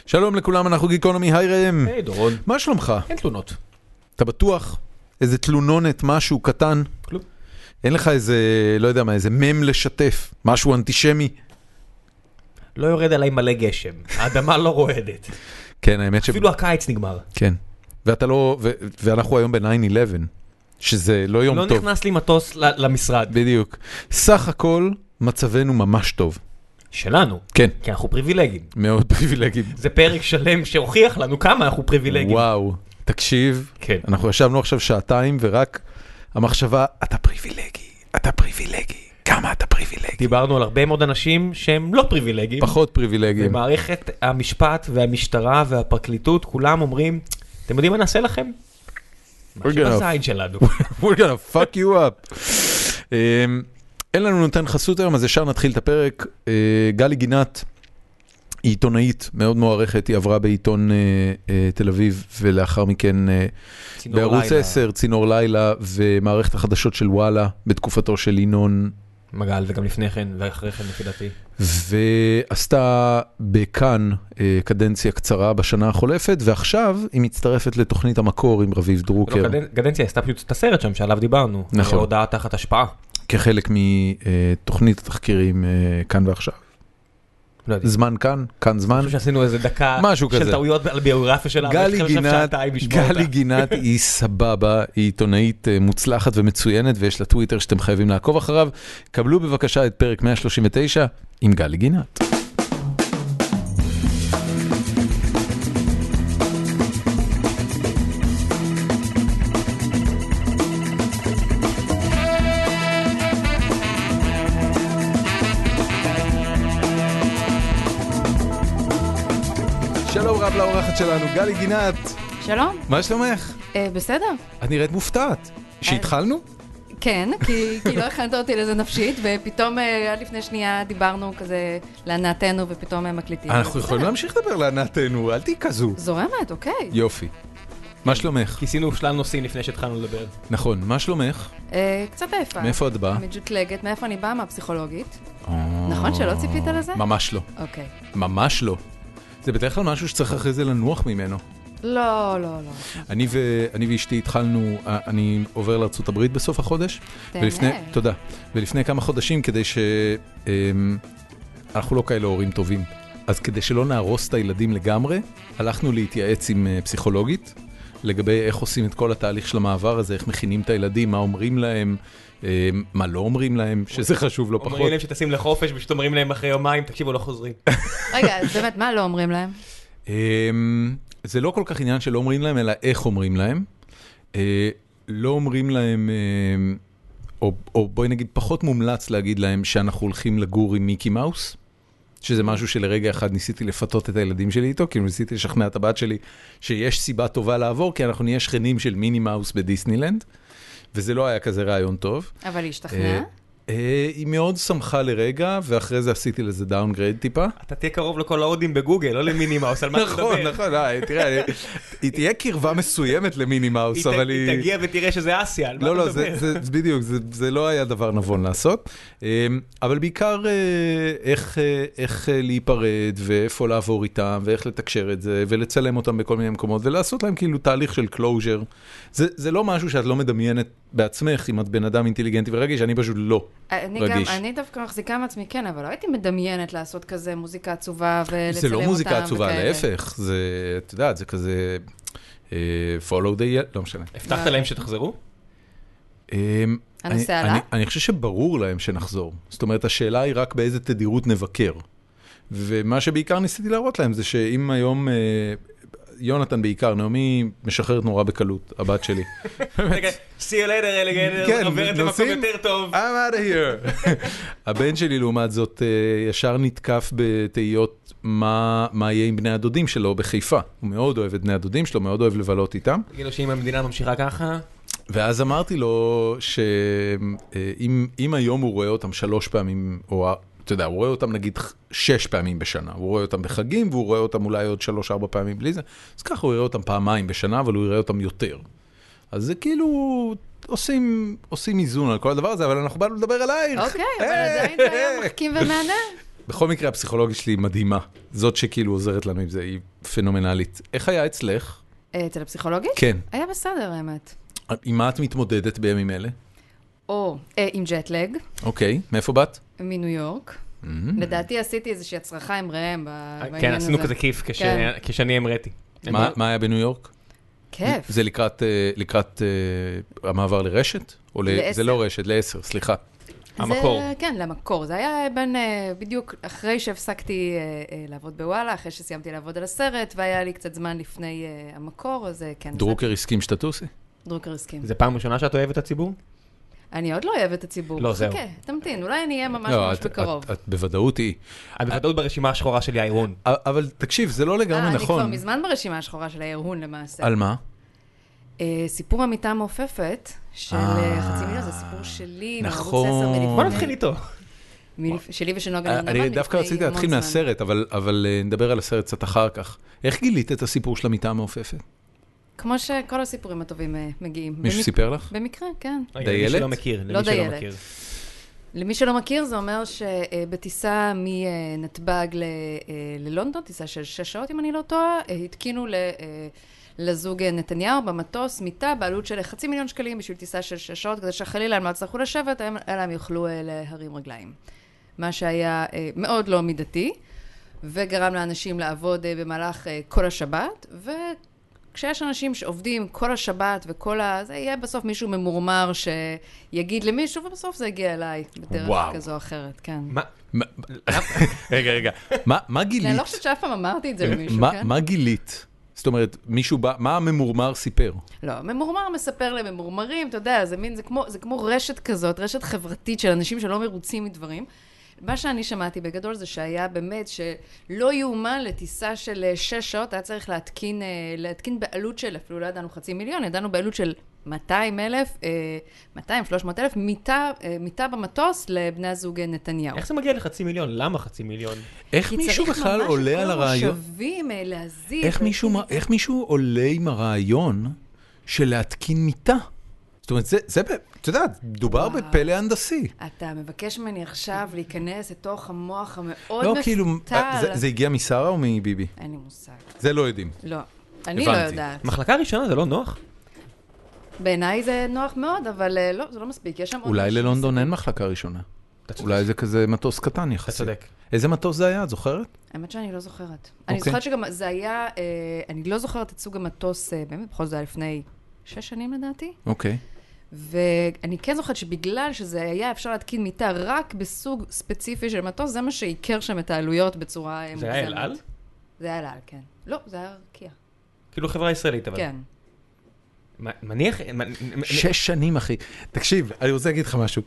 שלום לכולם, אנחנו גיקונומי, היי ראם. היי דורון. מה שלומך? אין תלונות. אתה בטוח? איזה תלונונת, משהו קטן? כלום. אין לך איזה, לא יודע מה, איזה מם לשתף? משהו אנטישמי? לא יורד עליי מלא גשם. האדמה לא רועדת. כן, האמת אפילו הקיץ נגמר. כן. ואתה לא, ואנחנו היום ב-9/11, שזה לא יום לא טוב. נכנס לי מטוס למשרד. בדיוק. סך הכל, מצבנו ממש טוב. שלנו. כן. כי אנחנו פריבילגים. מאוד פריבילגים. זה פרק שלם שהוכיח לנו כמה אנחנו פריבילגים. וואו, תקשיב. כן. אנחנו ישבנו עכשיו שעתיים, ורק המחשבה, אתה פריבילגי, אתה פריבילגי. כמה אתה פריבילגי? דיברנו על הרבה מאוד אנשים שהם לא פריבילגים. פחות פריבילגים. במערכת המשפט והמשטרה והפרקליטות, כולם אומרים, אתם יודעים מה נעשה לכם? מה שבזין שלנו. We're gonna fuck you up. אין לנו נותן חסות היום, אז ישר נתחיל את הפרק. גלי גינת, היא עיתונאית מאוד מוערכת, היא עברה בעיתון תל אביב, ולאחר מכן בערוץ 10, צינור לילה, ומערכת החדשות של וואלה, בתקופתו של ינון מגל, וגם לפני כן, ואחרי כן לפי דעתי. ועשתה בכאן קדנציה קצרה בשנה החולפת, ועכשיו היא מצטרפת לתוכנית המקור עם רביב דרוקר. קדנציה עשתה פשוט את הסרט שם שעליו דיברנו. נכון. הודעה תחת השפעה. כחלק מתוכנית התחקירים כאן ועכשיו. לא יודע. זמן כאן, כאן זמן. אני חושב שעשינו איזה דקה של טעויות על ביוגרפיה שלה. גלי גינת היא סבבה, היא עיתונאית מוצלחת ומצוינת, ויש לה טוויטר שאתם חייבים לעקוב אחריו. קבלו בבקשה את פרק 139 עם גלי גינת. שלום רב לאורחת שלנו, גלי גינת. שלום. מה שלומך? בסדר. את נראית מופתעת. שהתחלנו? כן, כי לא הכנת אותי לזה נפשית, ופתאום עד לפני שנייה דיברנו כזה להנאתנו, ופתאום הם מקליטים. אנחנו יכולים להמשיך לדבר להנאתנו, אל תהי כזו. זורמת, אוקיי. יופי. מה שלומך? כיסינו שלל נושאים לפני שהתחלנו לדבר. נכון, מה שלומך? קצת עייפה. מאיפה את באה? מג'וטלגת, מאיפה אני באה? מהפסיכולוגית. נכון שלא ציפית לזה? ממש לא. אוקיי. ממש לא. זה בדרך כלל משהו שצריך אחרי זה לנוח ממנו. לא, לא, לא. אני ואשתי התחלנו, אני עובר לארצות הברית בסוף החודש. תהנה. תודה. ולפני כמה חודשים, כדי אנחנו לא כאלה הורים טובים, אז כדי שלא נהרוס את הילדים לגמרי, הלכנו להתייעץ עם פסיכולוגית, לגבי איך עושים את כל התהליך של המעבר הזה, איך מכינים את הילדים, מה אומרים להם, מה לא אומרים להם, שזה חשוב לא פחות. אומרים להם שתשים לחופש, ושאתה אומרים להם אחרי יומיים, תקשיבו, לא חוזרים. רגע, אז באמת, מה לא אומרים להם? זה לא כל כך עניין שלא אומרים להם, אלא איך אומרים להם. לא אומרים להם, או בואי נגיד, פחות מומלץ להגיד להם שאנחנו הולכים לגור עם מיקי מאוס, שזה משהו שלרגע אחד ניסיתי לפתות את הילדים שלי איתו, כי ניסיתי לשכנע את הבת שלי שיש סיבה טובה לעבור, כי אנחנו נהיה שכנים של מיני מאוס בדיסנילנד, וזה לא היה כזה רעיון טוב. אבל להשתכנע? היא מאוד שמחה לרגע, ואחרי זה עשיתי לזה דאונגרייד טיפה. אתה תהיה קרוב לכל ההודים בגוגל, לא למיני מאוס, על מה אתה מדבר? נכון, תראה, היא תהיה קרבה מסוימת למיני מאוס, אבל היא... היא תגיע ותראה שזה אסיה, על מה אתה מדבר? לא, בדיוק, זה לא היה דבר נבון לעשות, אבל בעיקר איך להיפרד, ואיפה לעבור איתם, ואיך לתקשר את זה, ולצלם אותם בכל מיני מקומות, ולעשות להם כאילו תהליך של קלוז'ר. זה לא משהו שאת לא מדמיינת בעצמך, אם את בן אדם אינטליגנטי ורגיש, אני פשוט לא רגיש. אני דווקא מחזיקה מעצמי, כן, אבל לא הייתי מדמיינת לעשות כזה מוזיקה עצובה ולצלם אותם. זה לא מוזיקה עצובה, להפך. זה, את יודעת, זה כזה follow the, לא משנה. הבטחת להם שתחזרו? הנושא עלה? אני חושב שברור להם שנחזור. זאת אומרת, השאלה היא רק באיזה תדירות נבקר. ומה שבעיקר ניסיתי להראות להם זה שאם היום... יונתן בעיקר, נעמי משחררת נורא בקלות, הבת שלי. See you later, אלגנר, עוברת למקום יותר טוב. I'm out of here. הבן שלי לעומת זאת ישר נתקף בתהיות מה יהיה עם בני הדודים שלו בחיפה. הוא מאוד אוהב את בני הדודים שלו, מאוד אוהב לבלות איתם. תגיד לו שאם המדינה ממשיכה ככה... ואז אמרתי לו שאם היום הוא רואה אותם 3 פעמים, או אתה יודע, הוא רואה אותם נגיד 6 פעמים בשנה, הוא רואה אותם בחגים, והוא רואה אותם אולי עוד 3-4 פעמים בלי זה, אז ככה הוא יראה אותם פעמיים בשנה, אבל הוא יראה אותם יותר. אז זה כאילו, עושים איזון על כל הדבר הזה, אבל אנחנו באנו לדבר עלייך. אוקיי, אבל עדיין זה היה מחכים ומענה. בכל מקרה, הפסיכולוגית שלי היא מדהימה. זאת שכאילו עוזרת לנו עם זה, היא פנומנלית. איך היה אצלך? אצל הפסיכולוגית? כן. היה בסדר, האמת. עם מה את מתמודדת בימים אלה? או עם ג'טלג. אוקיי, מאיפה באת? מניו יורק. לדעתי עשיתי איזושהי הצרחה עם ראם בעניין הזה. כן, עשינו כזה כיף כשאני אמרתי. מה היה בניו יורק? כיף. זה לקראת המעבר לרשת? זה לא רשת, ל10, סליחה. המקור. כן, למקור. זה היה בדיוק אחרי שהפסקתי לעבוד בוואלה, אחרי שסיימתי לעבוד על הסרט, והיה לי קצת זמן לפני המקור, אז כן. דרוקר הסכים שתטוסי? דרוקר הסכים. זה פעם ראשונה שאת אוהבת את הציבור? אני עוד לא אוהבת את הציבור. לא, זהו. חכה, תמתין, אולי אני אהיה ממש בקרוב. את בוודאות היא. את בוודאות ברשימה השחורה של יאירון. אבל תקשיב, זה לא לגמרי נכון. אני כבר מזמן ברשימה השחורה של יאירון למעשה. על מה? סיפור המיטה המעופפת של חצי מיליון, זה סיפור שלי. נכון. בוא נתחיל איתו. שלי ושל נוגה נאמן. אני דווקא רציתי להתחיל מהסרט, אבל נדבר על הסרט קצת אחר כך. איך גילית את הסיפור של המיטה המעופפת? כמו שכל הסיפורים הטובים מגיעים. מישהו סיפר לך? במקרה, כן. דיילת? למי שלא מכיר. לא דיילת. למי שלא מכיר, זה אומר שבטיסה מנתב"ג ללונדון, טיסה של 6 שעות, אם אני לא טועה, התקינו לזוג נתניהו במטוס מיטה בעלות של $500,000 בשביל טיסה של 6 שעות, כדי שחלילה הם לא יצטרכו לשבת, אלא הם יוכלו להרים רגליים. מה שהיה מאוד לא מידתי, וגרם לאנשים לעבוד במהלך כל השבת, כשיש אנשים שעובדים כל השבת זה יהיה בסוף מישהו ממורמר שיגיד למישהו, ובסוף זה יגיע אליי בדרך כזו או אחרת, כן. רגע. מה גילית? אני לא חושבת שאף פעם אמרתי את זה למישהו, כן? מה גילית? זאת אומרת, מישהו בא, מה הממורמר סיפר? לא, ממורמר מספר לממורמרים, אתה יודע, זה כמו רשת כזאת, רשת חברתית של אנשים שלא מרוצים מדברים. מה שאני שמעתי בגדול זה שהיה באמת שלא יאומן לטיסה של 6 שעות, היה צריך להתקין בעלות של, אפילו לא ידענו $500,000, ידענו בעלות של 200,000, מיטה במטוס לבני הזוג נתניהו. איך זה מגיע ל$500,000? למה $500,000? איך מישהו בכלל עולה על הרעיון? איך מישהו עולה עם הרעיון של להתקין מיטה? זאת אומרת, זה, אתה יודע, דובר בפלא הנדסי. אתה מבקש ממני עכשיו להיכנס לתוך המוח המאוד לא, כאילו, זה הגיע משרה או מביבי? אין לי מושג. זה לא יודעים. לא, אני לא יודעת. מחלקה ראשונה זה לא נוח? בעיניי זה נוח מאוד, אבל לא, זה לא מספיק. יש שם עוד אולי ללונדון אין מחלקה ראשונה. אולי זה כזה מטוס קטן יחסית. אתה צודק. איזה מטוס זה היה, את זוכרת? האמת שאני לא זוכרת. אני זוכרת שגם זה היה, אני לא זוכרת את סוג המטוס, באמת, בכל זה היה לפני 6 שנים לדעתי. אוקיי. ואני כן זוכרת שבגלל שזה היה אפשר להתקין מיטה רק בסוג ספציפי של מטוס, זה מה שעיקר שם את העלויות בצורה מוגזמת. זה היה אל על? זה היה אל על, כן. לא, זה היה קיאה. כאילו חברה ישראלית, אבל. כן. מניח... 6 שנים, אחי. תקשיב, אני רוצה להגיד לך משהו.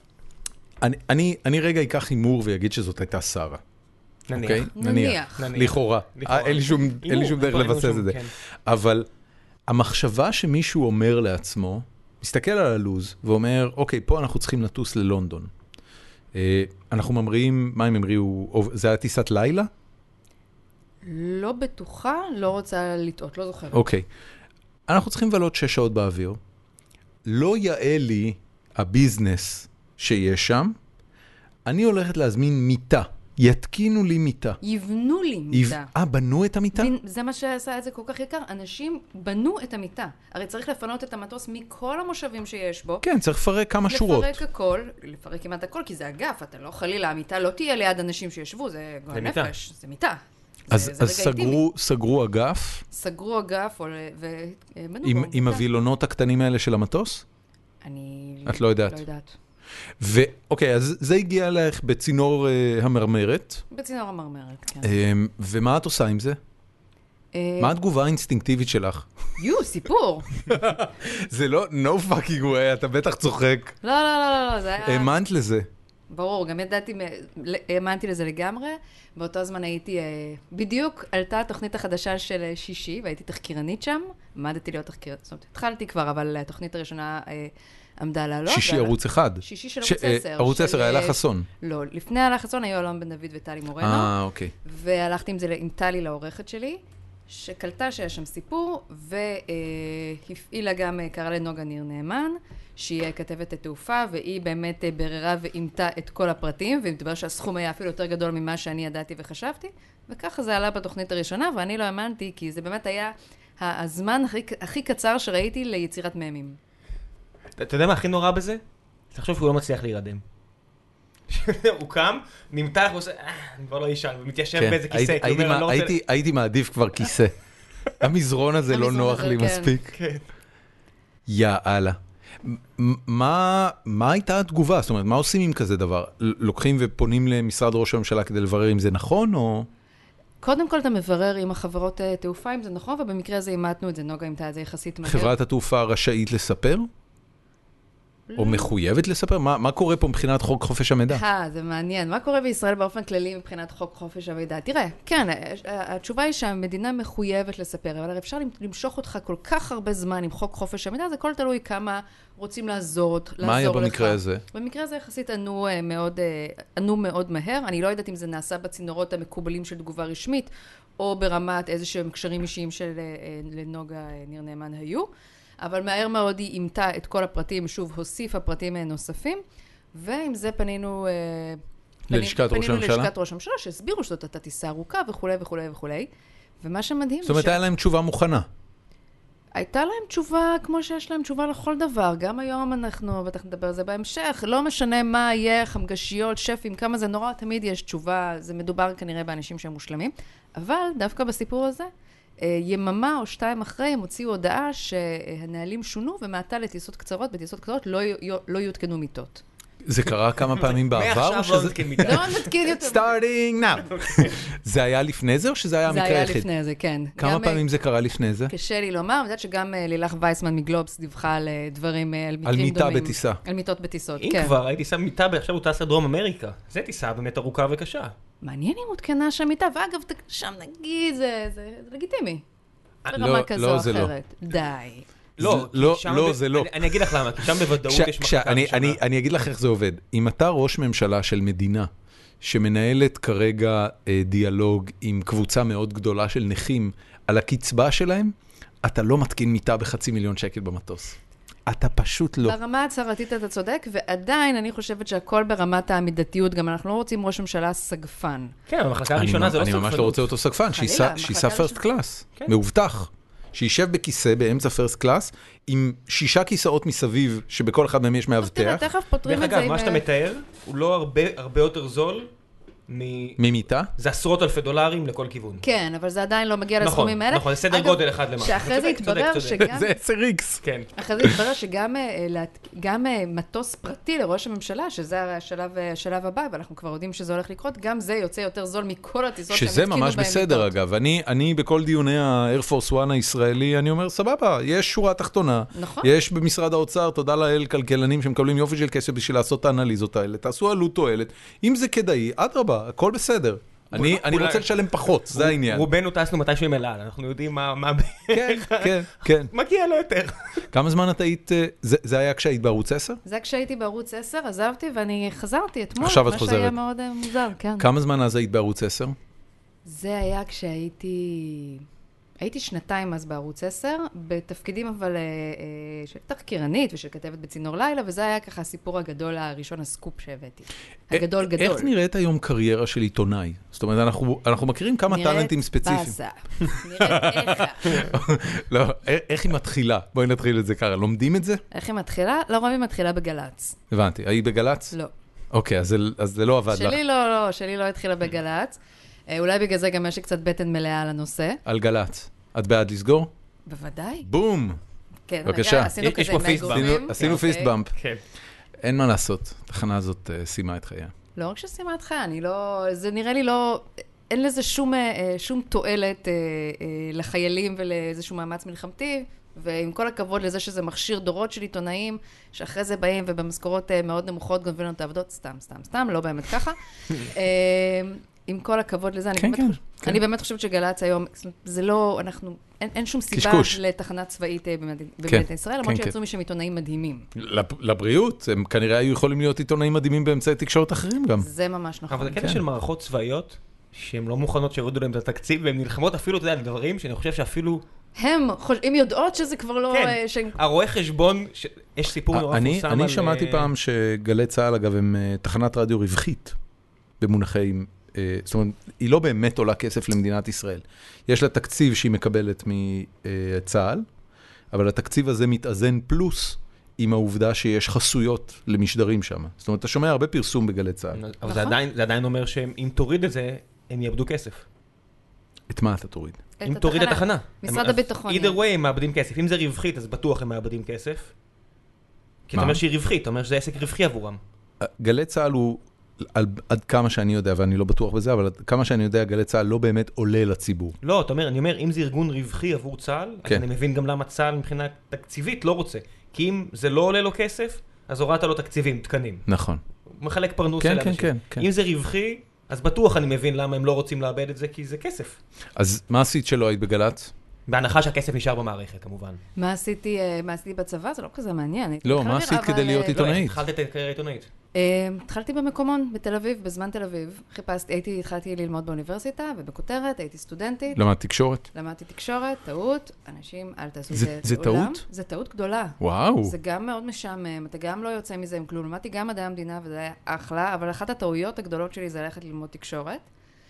אני רגע אקח הימור ויגיד שזאת הייתה שרה. נניח. נניח. לכאורה. אין לי שום דרך לבסס את זה. אבל המחשבה שמישהו אומר לעצמו, מסתכל על הלוז ואומר, אוקיי, פה אנחנו צריכים לטוס ללונדון. אנחנו ממריאים, מה הם המריאו? זה היה טיסת לילה? לא בטוחה, לא רוצה לטעות, לא זוכרת. אוקיי. אנחנו צריכים לבלות 6 שעות באוויר. לא יאה לי הביזנס שיש שם. אני הולכת להזמין מיטה. יתקינו לי מיטה. יבנו לי מיטה. בנו את המיטה? זה מה שעשה את זה כל כך יקר. אנשים בנו את המיטה. הרי צריך לפנות את המטוס מכל המושבים שיש בו. כן, צריך לפרק כמה שורות. לפרק הכל, לפרק כמעט הכל, כי זה אגף. אתה לא חלילה, המיטה לא תהיה ליד אנשים שישבו, זה גועל נפש. זה מיטה. אז סגרו אגף? סגרו אגף ובנו בו. עם הווילונות הקטנים האלה של המטוס? את לא יודעת. לא יודעת. ואוקיי, אז זה הגיע אליך בצינור המרמרת. בצינור המרמרת, כן. ומה את עושה עם זה? מה התגובה האינסטינקטיבית שלך? סיפור. זה לא, no fucking way, אתה בטח צוחק. לא, זה היה... האמנת לזה. ברור, גם האמנתי לזה לגמרי. באותו זמן הייתי, בדיוק עלתה התוכנית החדשה של שישי, והייתי תחקירנית שם. עמדתי להיות תחקירנית, זאת אומרת, התחלתי כבר, אבל התוכנית הראשונה עמדה לעלות. שישי ערוץ 1. שישי של ערוץ 10. ערוץ 10 היה לה חסון. לא, לפני היה לה חסון היו אלון בן דוד וטלי מורנו. אוקיי. והלכתי עם זה עם טלי לעורכת שלי, שקלטה שיש שם סיפור, והפעילה גם, קרא לנוגה ניר נאמן, שהיא כתבת התעופה, והיא באמת בררה ואימתה את כל הפרטים, ומתברר שהסכום היה אפילו יותר גדול ממה שאני ידעתי וחשבתי, וככה זה עלה בתוכנית הראשונה, ואני לא האמנתי, כי זה באמת היה הזמן הכי קצר שראיתי ליצירת ממים. אתה יודע מה הכי נורא בזה? תחשוב שהוא לא מצליח להירדם. הוא קם, נמתח ועושה, אני כבר לא אישן, ומתיישב באיזה כיסא. הייתי מעדיף כבר כיסא. המזרון הזה לא נוח לי מספיק. יאללה. מה הייתה התגובה? זאת אומרת, מה עושים עם כזה דבר? לוקחים ופונים למשרד ראש הממשלה כדי לברר אם זה נכון, או... קודם כל אתה מברר עם החברות תעופה אם זה נכון, ובמקרה הזה אימתנו את זה, נוגה אימתה את זה יחסית מהר. חברת התעופה רשאית לספר? או מחויבת לספר? מה קורה פה מבחינת חוק חופש המידע? זה מעניין. מה קורה בישראל באופן כללי מבחינת חוק חופש המידע? תראה, כן, התשובה היא שהמדינה מחויבת לספר, אבל אפשר למשוך אותך כל כך הרבה זמן עם חוק חופש המידע, זה כל תלוי כמה רוצים לעזור לך. מה היה במקרה הזה? במקרה הזה יחסית ענו מאוד מהר. אני לא יודעת אם זה נעשה בצינורות המקובלים של תגובה רשמית, או ברמת איזשהם קשרים אישיים של לנוגה ניר נאמן היו. אבל מהר מאוד היא אימתה את כל הפרטים, שוב הוסיפה פרטים נוספים, ועם זה פנינו ללשכת ראש הממשלה, שהסבירו שזאת הייתה טיסה ארוכה וכו' וכו' וכו'. ומה שמדהים... זאת אומרת, היה להם תשובה מוכנה. הייתה להם תשובה כמו שיש להם תשובה לכל דבר. גם היום אנחנו, בטח נדבר על זה בהמשך, לא משנה מה יהיה, חמגשיות, שפים, כמה זה נורא, תמיד יש תשובה, זה מדובר כנראה באנשים שהם מושלמים. אבל דווקא בסיפור הזה, יממה או שתיים אחרי הם הוציאו הודעה שהנהלים שונו, ומעתה לטיסות קצרות, בטיסות קצרות לא יותקנו מיטות. זה קרה כמה פעמים בעבר? מעכשיו לא נתקין מיטה. לא נתקין יותר. Starting now. זה היה לפני זה או שזה היה המקרה היחיד? זה היה לפני זה, כן. כמה פעמים זה קרה לפני זה? קשה לי לומר, אני יודעת שגם לילך וייסמן מגלובס דיווחה על דברים, על מקרים דומים. על מיטה בטיסה. על מיטות בטיסות, אם כן. כבר, הייתי שם מיטה, ועכשיו הוא טס לדרום אמריקה. זה טיסה באמת ארוכה וקשה. מעניין אם הותקנה שם מיטה, ואגב, שם נגיד, זה לגיטימי. ברמה כזו או אחרת. די. לא, זה לא. אני אגיד לך למה, כי שם בוודאות יש מחלקה ראשונה. אני אגיד לך איך זה עובד. אם אתה ראש ממשלה של מדינה שמנהלת כרגע דיאלוג עם קבוצה מאוד גדולה של נכים על הקצבה שלהם, אתה לא מתקין מיטה ב$500,000 במטוס. אתה פשוט לא. ברמה הצהרתית אתה צודק, ועדיין אני חושבת שהכל ברמת העמידתיות, גם אנחנו לא רוצים ראש ממשלה סגפן. כן, המחלקה הראשונה זה לא סגפנות. אני ממש לא רוצה אותו סגפן, שיסע פרסט קלאס, מאובטח. שישב בכיסא באמצע פרסט קלאס, עם 6 כיסאות מסביב, שבכל אחד מהם יש מאבטח. תכף פותרים את זה. דרך אגב, מה שאתה מתאר, הוא לא הרבה יותר זול ממיטה? זה עשרות אלפי דולרים לכל כיוון. כן, אבל זה עדיין לא מגיע לסכומים האלה. נכון, זה סדר גודל אחד למעלה. שאחרי זה התברר שגם... זה 10x. כן. אחרי זה התברר שגם מטוס פרטי לראש הממשלה, שזה השלב הבא, ואנחנו כבר יודעים שזה הולך לקרות, גם זה יוצא יותר זול מכל הטיסות שהם שזה התקינו בהם ממש בסדר, אגב. אני בכל דיוני ה-Air Force One הישראלי, אני אומר, סבבה, יש שורה תחתונה. נכון. יש במשרד האוצר, תודה לאל, כלכלנים שמקבלים יופי של כסף בשביל לעשות את האנליזות האלה. תעשו עלות תועלת. אם זה כדאי, אדרבה, הכל בסדר. אני רוצה לשלם פחות, זה העניין. רובנו טסנו מתישהו עם אל-על, אנחנו יודעים מה... כן. מגיע לו יותר. כמה זמן את היית, זה היה כשהיית בערוץ 10? זה היה כשהייתי בערוץ 10, עזבתי ואני חזרתי אתמול. עכשיו את חוזרת. מה שהיה מאוד מוזר, כן. כמה זמן אז היית בערוץ 10? זה היה הייתי 2 אז בערוץ 10, בתפקידים אבל של תחקירנית ושל כתבת בצינור לילה, וזה היה ככה הסיפור הגדול הראשון, הסקופ שהבאתי. הגדול גדול. איך נראית היום קריירה של עיתונאי? זאת אומרת, אנחנו מכירים כמה טלנטים ספציפיים. נראית איכה. לא, איך היא מתחילה? בואי נתחיל את זה ככה. לומדים את זה? איך היא מתחילה? לרוב היא מתחילה בגלץ. הבנתי. היית בגלץ? לא. אוקיי, אז זה לא עבד לך. שלי לא התחילה בגלץ. אולי בגלל זה גם יש לי קצת בטן מלאה על הנושא. על גלץ. את בעד לסגור? בוודאי. בום! כן, בבקשה. עשינו כזה מהגורמים. עשינו פיסט באמפ. כן. אין מה לעשות. התחנה הזאת סיימה את חייה. לא רק שסיימה את חייה, זה נראה לי לא... אין לזה שום תועלת לחיילים ולאיזשהו מאמץ מלחמתי, ועם כל הכבוד לזה שזה מכשיר דורות של עיתונאים, שאחרי זה באים ובמשכורות מאוד נמוכות גונבים לנו את העבודות, סתם, לא באמת ככה. עם כל הכבוד לזה, אני באמת חושבת שגלץ היום, זה לא, אין שום סיבה לתחנה צבאית במדינת ישראל, למרות שיצאו משם עיתונאים מדהימים. לבריאות, הם כנראה היו יכולים להיות עיתונאים מדהימים באמצעי תקשורת אחרים גם. זה ממש נכון. אבל זה קטע של מערכות צבאיות, שהן לא מוכנות שיורידו להם את התקציב, והן נלחמות אפילו, אתה יודע, על דברים שאני חושב שאפילו הם יודעות שזה כבר לא... כן, הרואה חשבון, יש סיפור נורא מפורסם על... אני שמעתי פעם שגלי צהל, אגב, הם תחנת רדיו רווחית, במונחים, זאת אומרת, היא לא באמת עולה כסף למדינת ישראל. יש לה תקציב שהיא מקבלת מצהל, אבל התקציב הזה מתאזן פלוס עם העובדה שיש חסויות למשדרים שם. זאת אומרת, אתה שומע הרבה פרסום בגלי צהל. אבל זה עדיין אומר שאם תוריד את זה, הם יאבדו כסף. את מה אתה תוריד? אם תוריד את התחנה. משרד הביטחון. either way הם מאבדים כסף. אם זה רווחית, אז בטוח הם מאבדים כסף. כי אתה אומר שהיא רווחית, אתה אומר שזה עסק רווחי עבורם. גלי צהל הוא, עד כמה שאני יודע, ואני לא בטוח בזה, אבל עד כמה שאני יודע, גלי צהל לא באמת עולה לציבור. לא, אני אומר, אם זה ארגון רווחי עבור צהל, אז אני מבין גם למה צהל מבחינה תקציבית לא רוצה. כי אם זה לא עולה לו כסף, אז הורדת לו תקציבים, תקנים. נכון. הוא מחלק פרנוס אל אנשים. אם זה רווחי, אז בטוח אני מבין למה הם לא רוצים לאבד את זה, כי זה כסף. אז מה עשית שלא היית בגל"צ? בהנחה שהכסף נשאר במערכת, כמובן. מה עשיתי בצבא? זה לא כזה מעניין. לא, מה עשית כדי להיות עיתונאית? התחלת את הקריירה עיתונאית. התחלתי במקומון, בתל אביב, בזמן תל אביב. התחלתי ללמוד באוניברסיטה, ובכותרת, הייתי סטודנטית. למדת תקשורת? למדתי תקשורת, טעות. אנשים, אל תעשו את זה. זה טעות? זה טעות גדולה. וואו. זה גם מאוד משעמם, אתה גם לא יוצא מזה עם כלום. למדתי גם מדעי המדינה, וזה היה אחלה, אבל אחת הטעויות הגדולות שלי זה ללכת ללמוד תקשורת.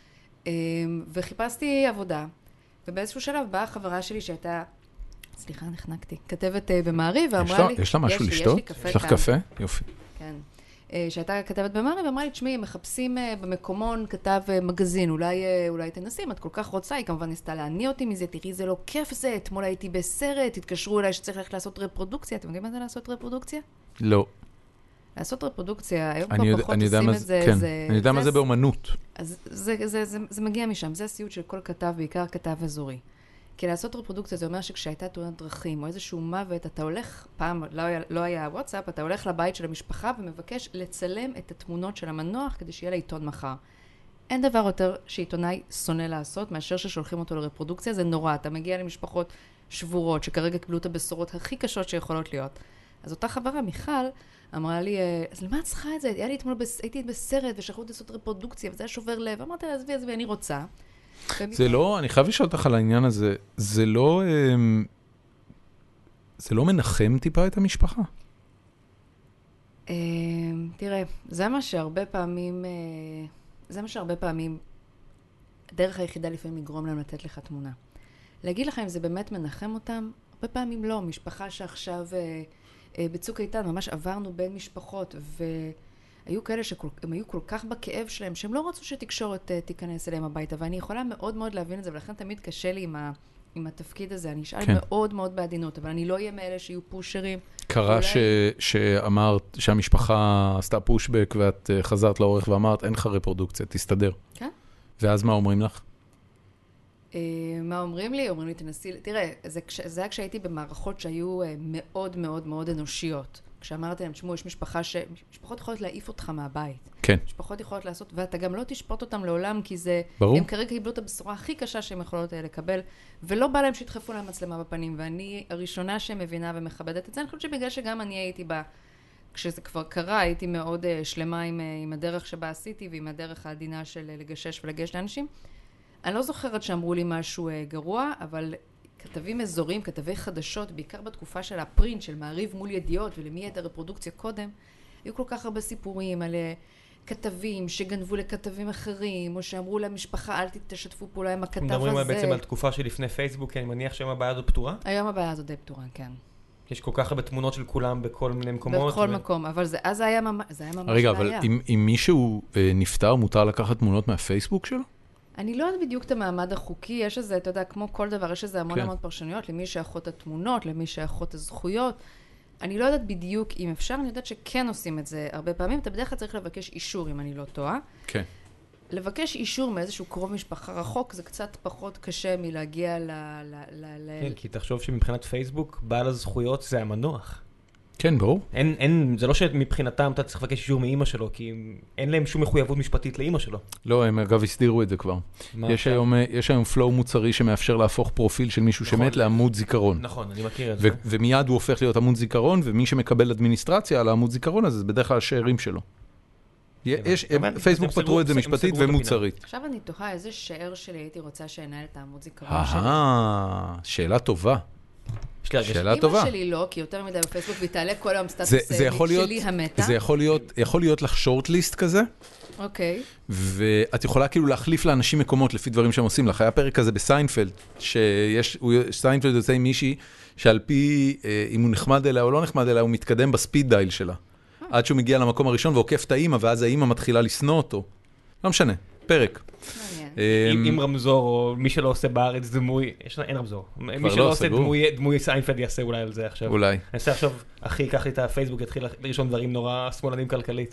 וחיפשתי עבודה. ובאיזשהו שלב באה חברה שלי שהייתה, סליחה, נחנקתי, כתבת במעריב, ואמרה לי, יש לה משהו לשתות? יש לך קפה? יופי. כן. שהייתה כתבת במעריב, ואמרה לי, תשמעי, הם מחפשים במקומון כתב מגזין, אולי תנסים, את כל כך רוצה, היא כמובן ניסתה להניע אותי מזה, תראי, זה לא כיף זה, אתמול הייתי בסרט, התקשרו אליי שצריך ללכת לעשות רפרודוקציה, אתם יודעים מה זה לעשות רפרודוקציה? לא. לעשות רפרודוקציה, היום כבר פחות עושים את זה. כן, אני יודע מה זה באומנות. אז זה מגיע משם, זה הסיוט של כל כתב, בעיקר כתב אזורי. כי לעשות רפרודוקציה זה אומר שכשהייתה תאונת דרכים או איזשהו מוות, אתה הולך, פעם לא היה וואטסאפ, אתה הולך לבית של המשפחה ומבקש לצלם את התמונות של המנוח כדי שיהיה לעיתון מחר. אין דבר יותר שעיתונאי שונא לעשות מאשר ששולחים אותו לרפרודוקציה, זה נורא, אתה מגיע למשפחות שבורות שכרגע קיבלו את הבשורות הכי קשות שיכולות להיות. אז אותה חברה, מיכל, אמרה לי, אז למה את צריכה את זה? הייתי בסרט ושלחו אותי לעשות רפרודוקציה וזה היה שובר לב. אמרתי לה, עזבי, אני רוצה. זה לא, אני חייב לשאול אותך על העניין הזה, זה לא מנחם טיפה את המשפחה? תראה, זה מה שהרבה פעמים, הדרך היחידה לפעמים לגרום להם לתת לך תמונה. להגיד לך אם זה באמת מנחם אותם, הרבה פעמים לא. משפחה שעכשיו בצוק איתן ממש עברנו בין משפחות, והיו כאלה שהם היו כל כך בכאב שלהם, שהם לא רצו שתקשורת תיכנס אליהם הביתה, ואני יכולה מאוד מאוד להבין את זה, ולכן תמיד קשה לי עם התפקיד הזה. אני אשאל מאוד מאוד בעדינות, אבל אני לא אהיה מאלה שיהיו פושרים. קרה שאמרת שהמשפחה עשתה פושבק, ואת חזרת לאורך ואמרת, אין לך רפרודוקציה, תסתדר. כן. ואז מה אומרים לך? מה אומרים לי? אומרים לי, תנסי, תראה, זה היה כשהייתי במערכות שהיו מאוד מאוד מאוד אנושיות. כשאמרתי להם, תשמעו, יש משפחות יכולות להעיף אותך מהבית. כן. משפחות יכולות לעשות, ואתה גם לא תשפוט אותם לעולם, כי זה, ברור. הם כרגע קיבלו את הבשורה הכי קשה שהם יכולות לקבל, ולא בא להם שידחפו להם מצלמה בפנים, ואני הראשונה שמבינה ומכבדת את זה. אני חושבת שבגלל שגם אני הייתי בה, כשזה כבר קרה, הייתי מאוד שלמה עם הדרך שבה עשיתי, ועם הדרך העדינה של לגשש ולגש לאנשים. אני לא זוכרת שאמרו לי משהו גרוע, אבל כתבים אזוריים, כתבי חדשות, בעיקר בתקופה של הפרינט, של מעריב מול ידיעות, ולמי הייתה רפרודוקציה קודם, היו כל כך הרבה סיפורים על כתבים שגנבו לכתבים אחרים, או שאמרו למשפחה, אל תשתפו פעולה עם הכתב הזה. מדברים בעצם על תקופה שלפני פייסבוק, כי אני מניח שהיום הבעיה הזאת פתורה? היום הבעיה הזאת די פתורה, כן. יש כל כך הרבה תמונות של כולם בכל מיני מקומות. בכל מקום, אבל אז זה היה ממש בעיה. רגע, אבל אם מישהו נפטר, מותר לקחת תמונות מהפייסבוק שלו? אני לא יודעת בדיוק את המעמד החוקי, יש איזה, אתה יודע, כמו כל דבר, יש איזה המון פרשנויות, למי שאחות התמונות, למי שאחות הזכויות. אני לא יודעת בדיוק אם אפשר, אני יודעת שכן עושים את זה הרבה פעמים, אתה בדרך כלל צריך לבקש אישור, אם אני לא טועה. כן. לבקש אישור מאיזשהו קרוב משפחה רחוק, זה קצת פחות קשה מלהגיע כן, כי תחשוב שמבחינת פייסבוק, בעל הזכויות זה המנוח. כן, ברור. זה לא שמבחינתם אתה צריך לבקש אישור מאמא שלו, כי אין להם שום מחויבות משפטית לאמא שלו. לא, הם אגב הסדירו את זה כבר. יש היום פלואו מוצרי שמאפשר להפוך פרופיל של מישהו שמת לעמוד זיכרון. נכון, אני מכיר את זה. ומיד הוא הופך להיות עמוד זיכרון, ומי שמקבל אדמיניסטרציה על העמוד זיכרון הזה, זה בדרך כלל השארים שלו. פייסבוק פתרו את זה משפטית ומוצרית. עכשיו אני תוהה איזה שאר שלי הייתי רוצה שינהל את המוזיקה שלי. שאלה טובה. שאלה טובה. אמא שלי לא, כי יותר מדי בפייסבוק, והיא תעלה כל היום סטטוס שלי המתה. זה יכול להיות לך שורט-ליסט כזה. אוקיי. ואת יכולה כאילו להחליף לאנשים מקומות לפי דברים שהם עושים לך. היה פרק כזה בסיינפלד, שסיינפלד יוצא עם מישהי, שעל פי, אם הוא נחמד אליה או לא נחמד אליה, הוא מתקדם בספיד דייל שלה. עד שהוא מגיע למקום הראשון ועוקף את האמא, ואז האמא מתחילה לשנוא אותו. לא משנה, פרק. עם רמזור, או מי שלא עושה בארץ דמוי, אין רמזור. מי שלא עושה דמוי סיינפלד יעשה אולי על זה עכשיו. אולי. אני אעשה עכשיו, אחי, קח לי את הפייסבוק, יתחיל לרשום דברים נורא שמאלנים כלכלית.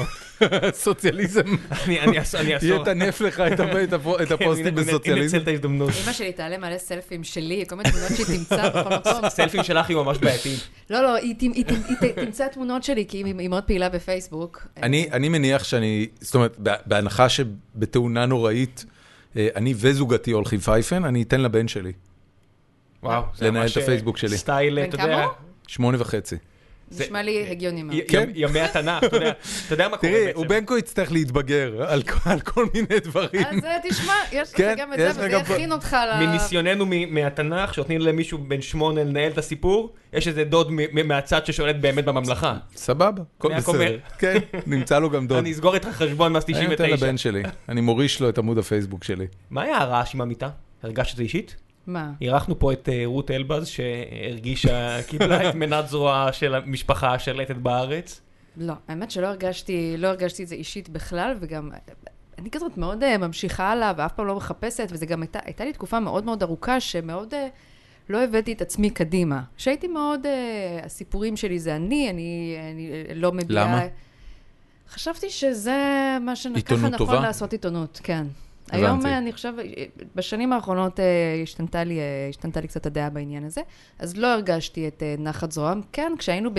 סוציאליזם. אני אעשור. יטנף לך את הפוסטים בסוציאליזם. ננצל את ההזדמנות. אמא שלי תעלה מלא סלפים שלי, כל מיני תמונות שהיא תמצא בכל מקום. סלפים שלך היא ממש בעייתיים. לא, היא תמצא תמונות שלי, כי היא מאוד פעילה בפייסבוק. אני מניח שאני, זאת אומרת, בהנחה שבתאונה נוראית, אני וזוגתי הולכים פייפן, אני אתן לבן שלי. וואו. לנהל את הפייסבוק שלי. סטייל, אתה יודע. 8:30. נשמע לי הגיוני מאוד. ימי התנ"ך, אתה יודע מה קורה תראי, בעצם. ובנקו יצטרך להתבגר על כל מיני דברים. אז תשמע, יש לך גם את זה, וזה יכין אותך מניסיוננו מהתנ"ך, שנותנים למישהו בן 8 לנהל את הסיפור, יש איזה דוד מהצד ששולט באמת בממלכה. סבבה, הכל בסדר. כן, נמצא לו גם דוד. אני אסגור איתך חשבון מאז 99. אני נותן לבן שלי, אני מוריש לו את עמוד הפייסבוק שלי. מה היה הרעש עם המיטה? הרגשת את זה אישית? מה? אירחנו פה את רות אלבז, שהרגישה, קיבלה את מנת זרוע של המשפחה השלטת בארץ. לא, האמת שלא הרגשתי את זה אישית בכלל, וגם אני כזאת מאוד ממשיכה עליו, ואף פעם לא מחפשת, וזה גם הייתה לי תקופה מאוד מאוד ארוכה, שמאוד לא הבאתי את עצמי קדימה. שהייתי מאוד, הסיפורים שלי זה אני לא מביאה. למה? חשבתי שזה מה שככה נכון לעשות עיתונות, כן. היום אני חושב, בשנים האחרונות השתנתה לי קצת הדעה בעניין הזה, אז לא הרגשתי את נחת זרועם. כן, כשהיינו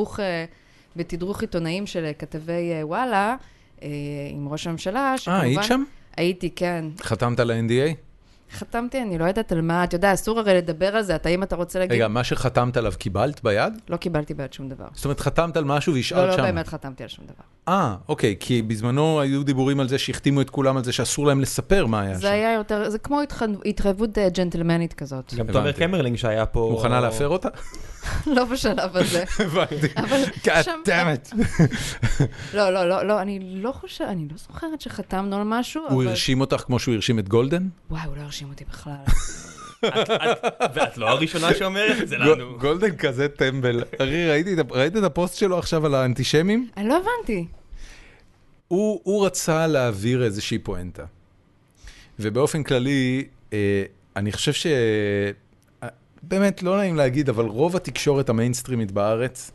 בתדרוך עיתונאים של כתבי וואלה, עם ראש הממשלה, היית שם? הייתי, כן. חתמת על ה-NDA? חתמתי, אני לא יודעת על מה, אתה יודע, אסור הרי לדבר על זה, אם אתה רוצה להגיד... רגע, מה שחתמת עליו קיבלת ביד? לא קיבלתי ביד שום דבר. זאת אומרת, חתמת על משהו והשארת שם? לא באמת חתמתי על שום דבר. אוקיי, כי בזמנו היו דיבורים על זה, שהחתימו את כולם על זה, שאסור להם לספר מה היה שם. זה היה יותר, זה כמו התחייבות ג'נטלמנית כזאת. גם תומר קמרלינג שהיה פה... מוכנה להפר אותה? לא בשלב הזה. הבנתי. God damn it. לא, אני לא זוכרת שחתמנו על משהו. הוא הרשים אותך כמו שהוא הרשים את גולדן? וואי, הוא לא הרשים אותי בכלל. ואת לא הראשונה שאומרת את זה לנו. גולדן כזה טמבל. ראית את הפוסט שלו עכשיו על האנטישמים? אני לא הבנתי. הוא רצה להעביר איזושהי פואנטה. ובאופן כללי, אני חושב ש... באמת לא נעים להגיד, אבל רוב התקשורת המיינסטרימית בארץ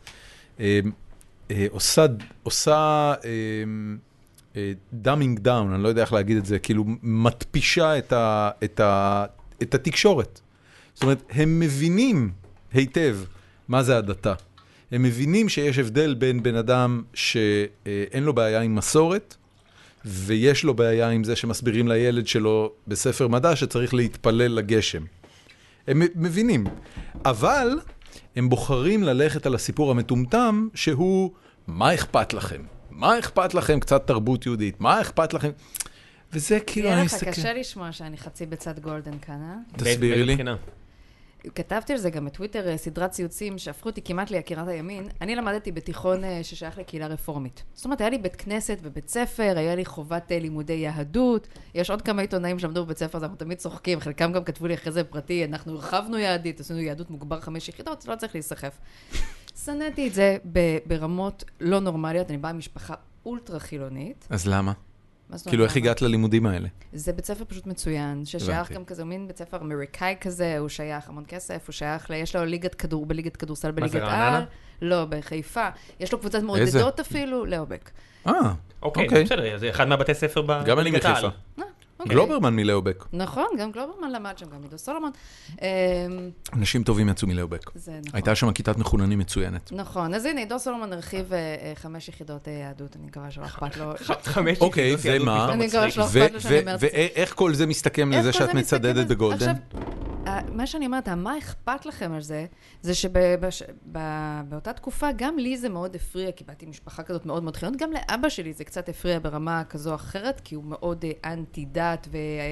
עושה dumbing down, אני לא יודע איך להגיד את זה, כאילו מטפישה את התקשורת. זאת אומרת, הם מבינים היטב מה זה הדתה. הם מבינים שיש הבדל בין בן אדם שאין לו בעיה עם מסורת, ויש לו בעיה עם זה שמסבירים לילד שלו בספר מדע שצריך להתפלל לגשם. הם מבינים, אבל הם בוחרים ללכת על הסיפור המטומטם שהוא, מה אכפת לכם? מה אכפת לכם קצת תרבות יהודית? מה אכפת לכם? וזה כאילו אני אסתכל. קשה לשמוע שאני חצי בצד גולדן כאן, אה? תסבירי לי. כתבתי על זה גם בטוויטר, סדרת ציוצים שהפכו אותי כמעט ליקירת הימין. אני למדתי בתיכון ששייך לקהילה רפורמית. זאת אומרת, היה לי בית כנסת ובית ספר, היה לי חובת לימודי יהדות. יש עוד כמה עיתונאים שלמדו בבית ספר, אז אנחנו תמיד צוחקים. חלקם גם כתבו לי אחרי זה פרטי, אנחנו הרחבנו יהדית, עשינו יהדות מוגבר 5 יחידות, לא צריך להיסחף. סנאתי את זה ברמות לא נורמליות, אני באה משפחה אולטרה חילונית. אז למה? כאילו איך הגעת ללימודים האלה? זה בית ספר פשוט מצוין, ששייך גם כזה, מין בית ספר אמריקאי כזה, הוא שייך המון כסף, הוא שייך, יש לו ליגת כדור, בליגת כדורסל, בליגת על. לא, בחיפה. יש לו קבוצת מעודדות אפילו, לאובק. אוקיי, בסדר, זה אחד מהבתי ספר בליגת על. גם אני מחיפה. גלוברמן מלאובק. נכון, גם גלוברמן למד שם, גם עידו סולומון. אנשים טובים יצאו מלאובק. הייתה שם כיתת מחוננים מצוינת. נכון, אז הנה, עידו סולומון הרחיב 5 יחידות יהדות, אני מקווה שלא אכפת לו. 5 אוקיי, ומה? אני מקווה שלא אכפת לו שאני אומרת. ואיך כל זה מסתכם לזה שאת מצדדת בגולדן? מה שאני אומרת, מה אכפת לכם על זה, זה שבאותה תקופה גם לי זה מאוד הפריע, כי באתי משפחה כזאת מאוד מאוד חילונית, גם לאבא שלי זה קצת הפריע ברמה כזו או אחרת, כי הוא מאוד אנטי דת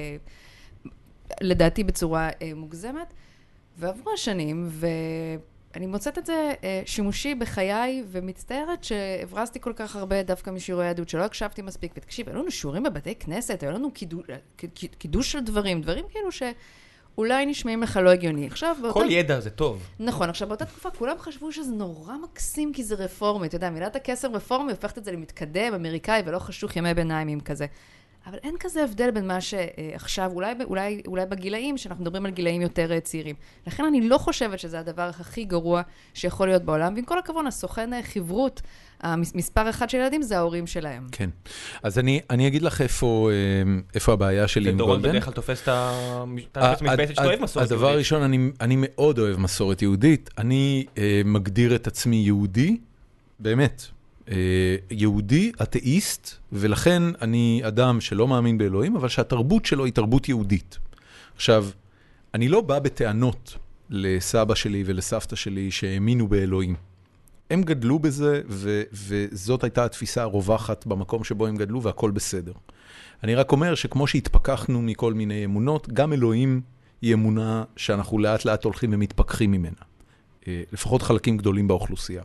ולדעתי בצורה מוגזמת, ועברו השנים, ואני מוצאת את זה שימושי בחיי, ומצטערת שהברזתי כל כך הרבה דווקא משיעורי יהדות, שלא הקשבתי מספיק, ותקשיב, היו לנו שיעורים בבתי כנסת, היו לנו קידוש של דברים כאילו אולי נשמעים לך לא הגיוני. עכשיו, כל ידע זה טוב. נכון, עכשיו באותה תקופה כולם חשבו שזה נורא מקסים כי זה רפורמי. אתה יודע, מילת הקסם רפורמי הופכת את זה למתקדם, אמריקאי ולא חשוך ימי ביניים כזה. אבל אין כזה הבדל בין מה שעכשיו, אולי בגילאים, שאנחנו מדברים על גילאים יותר צעירים. לכן אני לא חושבת שזה הדבר הכי גרוע שיכול להיות בעולם, ועם כל הכבוד, הסוכן חברות, המספר אחד של ילדים זה ההורים שלהם. כן. אז אני אגיד לך איפה הבעיה שלי עם גולדן. ודורון בדרך כלל תופס את המשבצת שאתה אוהב מסורת יהודית. הדבר הראשון, אני מאוד אוהב מסורת יהודית. אני מגדיר את עצמי יהודי, באמת. יהודי, אתאיסט, ולכן אני אדם שלא מאמין באלוהים, אבל שהתרבות שלו היא תרבות יהודית. עכשיו, אני לא בא בטענות לסבא שלי ולסבתא שלי שהאמינו באלוהים. הם גדלו בזה, וזאת הייתה התפיסה הרווחת במקום שבו הם גדלו, והכל בסדר. אני רק אומר שכמו שהתפכחנו מכל מיני אמונות, גם אלוהים היא אמונה שאנחנו לאט לאט הולכים ומתפכחים ממנה. לפחות חלקים גדולים באוכלוסייה.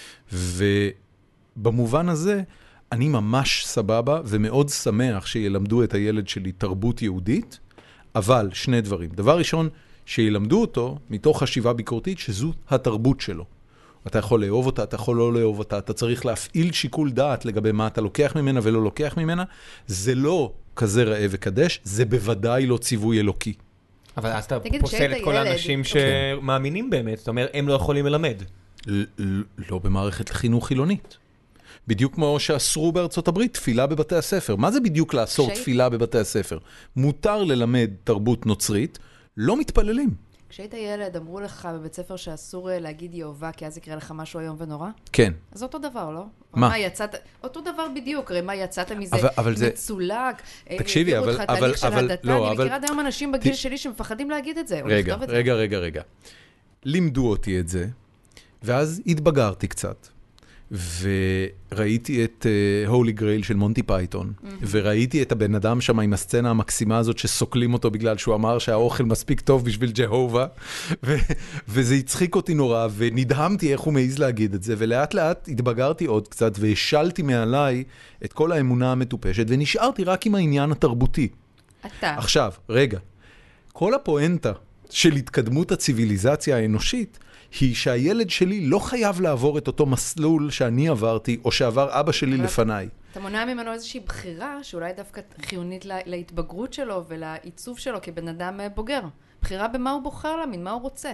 במובן הזה, אני ממש סבבה ומאוד שמח שילמדו את הילד שלי תרבות יהודית, אבל שני דברים. דבר ראשון, שילמדו אותו מתוך חשיבה ביקורתית שזו התרבות שלו. אתה יכול לאהוב אותה, אתה יכול לא לאהוב אותה, אתה צריך להפעיל שיקול דעת לגבי מה אתה לוקח ממנה ולא לוקח ממנה. זה לא כזה ראה וקדש, זה בוודאי לא ציווי אלוקי. אבל אז אתה פוסל את כל האנשים שמאמינים באמת, זאת אומרת, הם לא יכולים ללמד. לא במערכת חינוך חילונית. בדיוק כמו שאסרו בארצות הברית תפילה בבתי הספר. מה זה בדיוק לאסור תפילה בבתי הספר? מותר ללמד תרבות נוצרית, לא מתפללים. כשהיית ילד, אמרו לך בבית ספר שאסור להגיד יהובה, כי אז יקרה לך משהו היום ונורא? כן. אז אותו דבר, לא? מה? אותו דבר בדיוק, הרי מה יצאת מזה? מצולק, תקשיבי, אבל תהליך של הדתה, אני מכירה היום אנשים בגיל שלי שמפחדים להגיד את זה. רגע. לימדו אותי את זה, ואז התבגרתי קצת. וראיתי את הולי גרייל של מונטי פייתון, וראיתי את הבן אדם שם עם הסצנה המקסימה הזאת שסוקלים אותו בגלל שהוא אמר שהאוכל מספיק טוב בשביל ג'הובה, וזה הצחיק אותי נורא, ונדהמתי איך הוא מעז להגיד את זה, ולאט לאט התבגרתי עוד קצת, והשלתי מעליי את כל האמונה המטופשת, ונשארתי רק עם העניין התרבותי. עכשיו, רגע, כל הפואנטה של התקדמות הציביליזציה האנושית, היא שהילד שלי לא חייב לעבור את אותו מסלול שאני עברתי, או שעבר אבא שלי לפניי. אתה מונע ממנו איזושהי בחירה, שאולי דווקא חיונית להתבגרות שלו ולעיצוב שלו כבן אדם בוגר. בחירה במה הוא בוחר להאמין, מה הוא רוצה.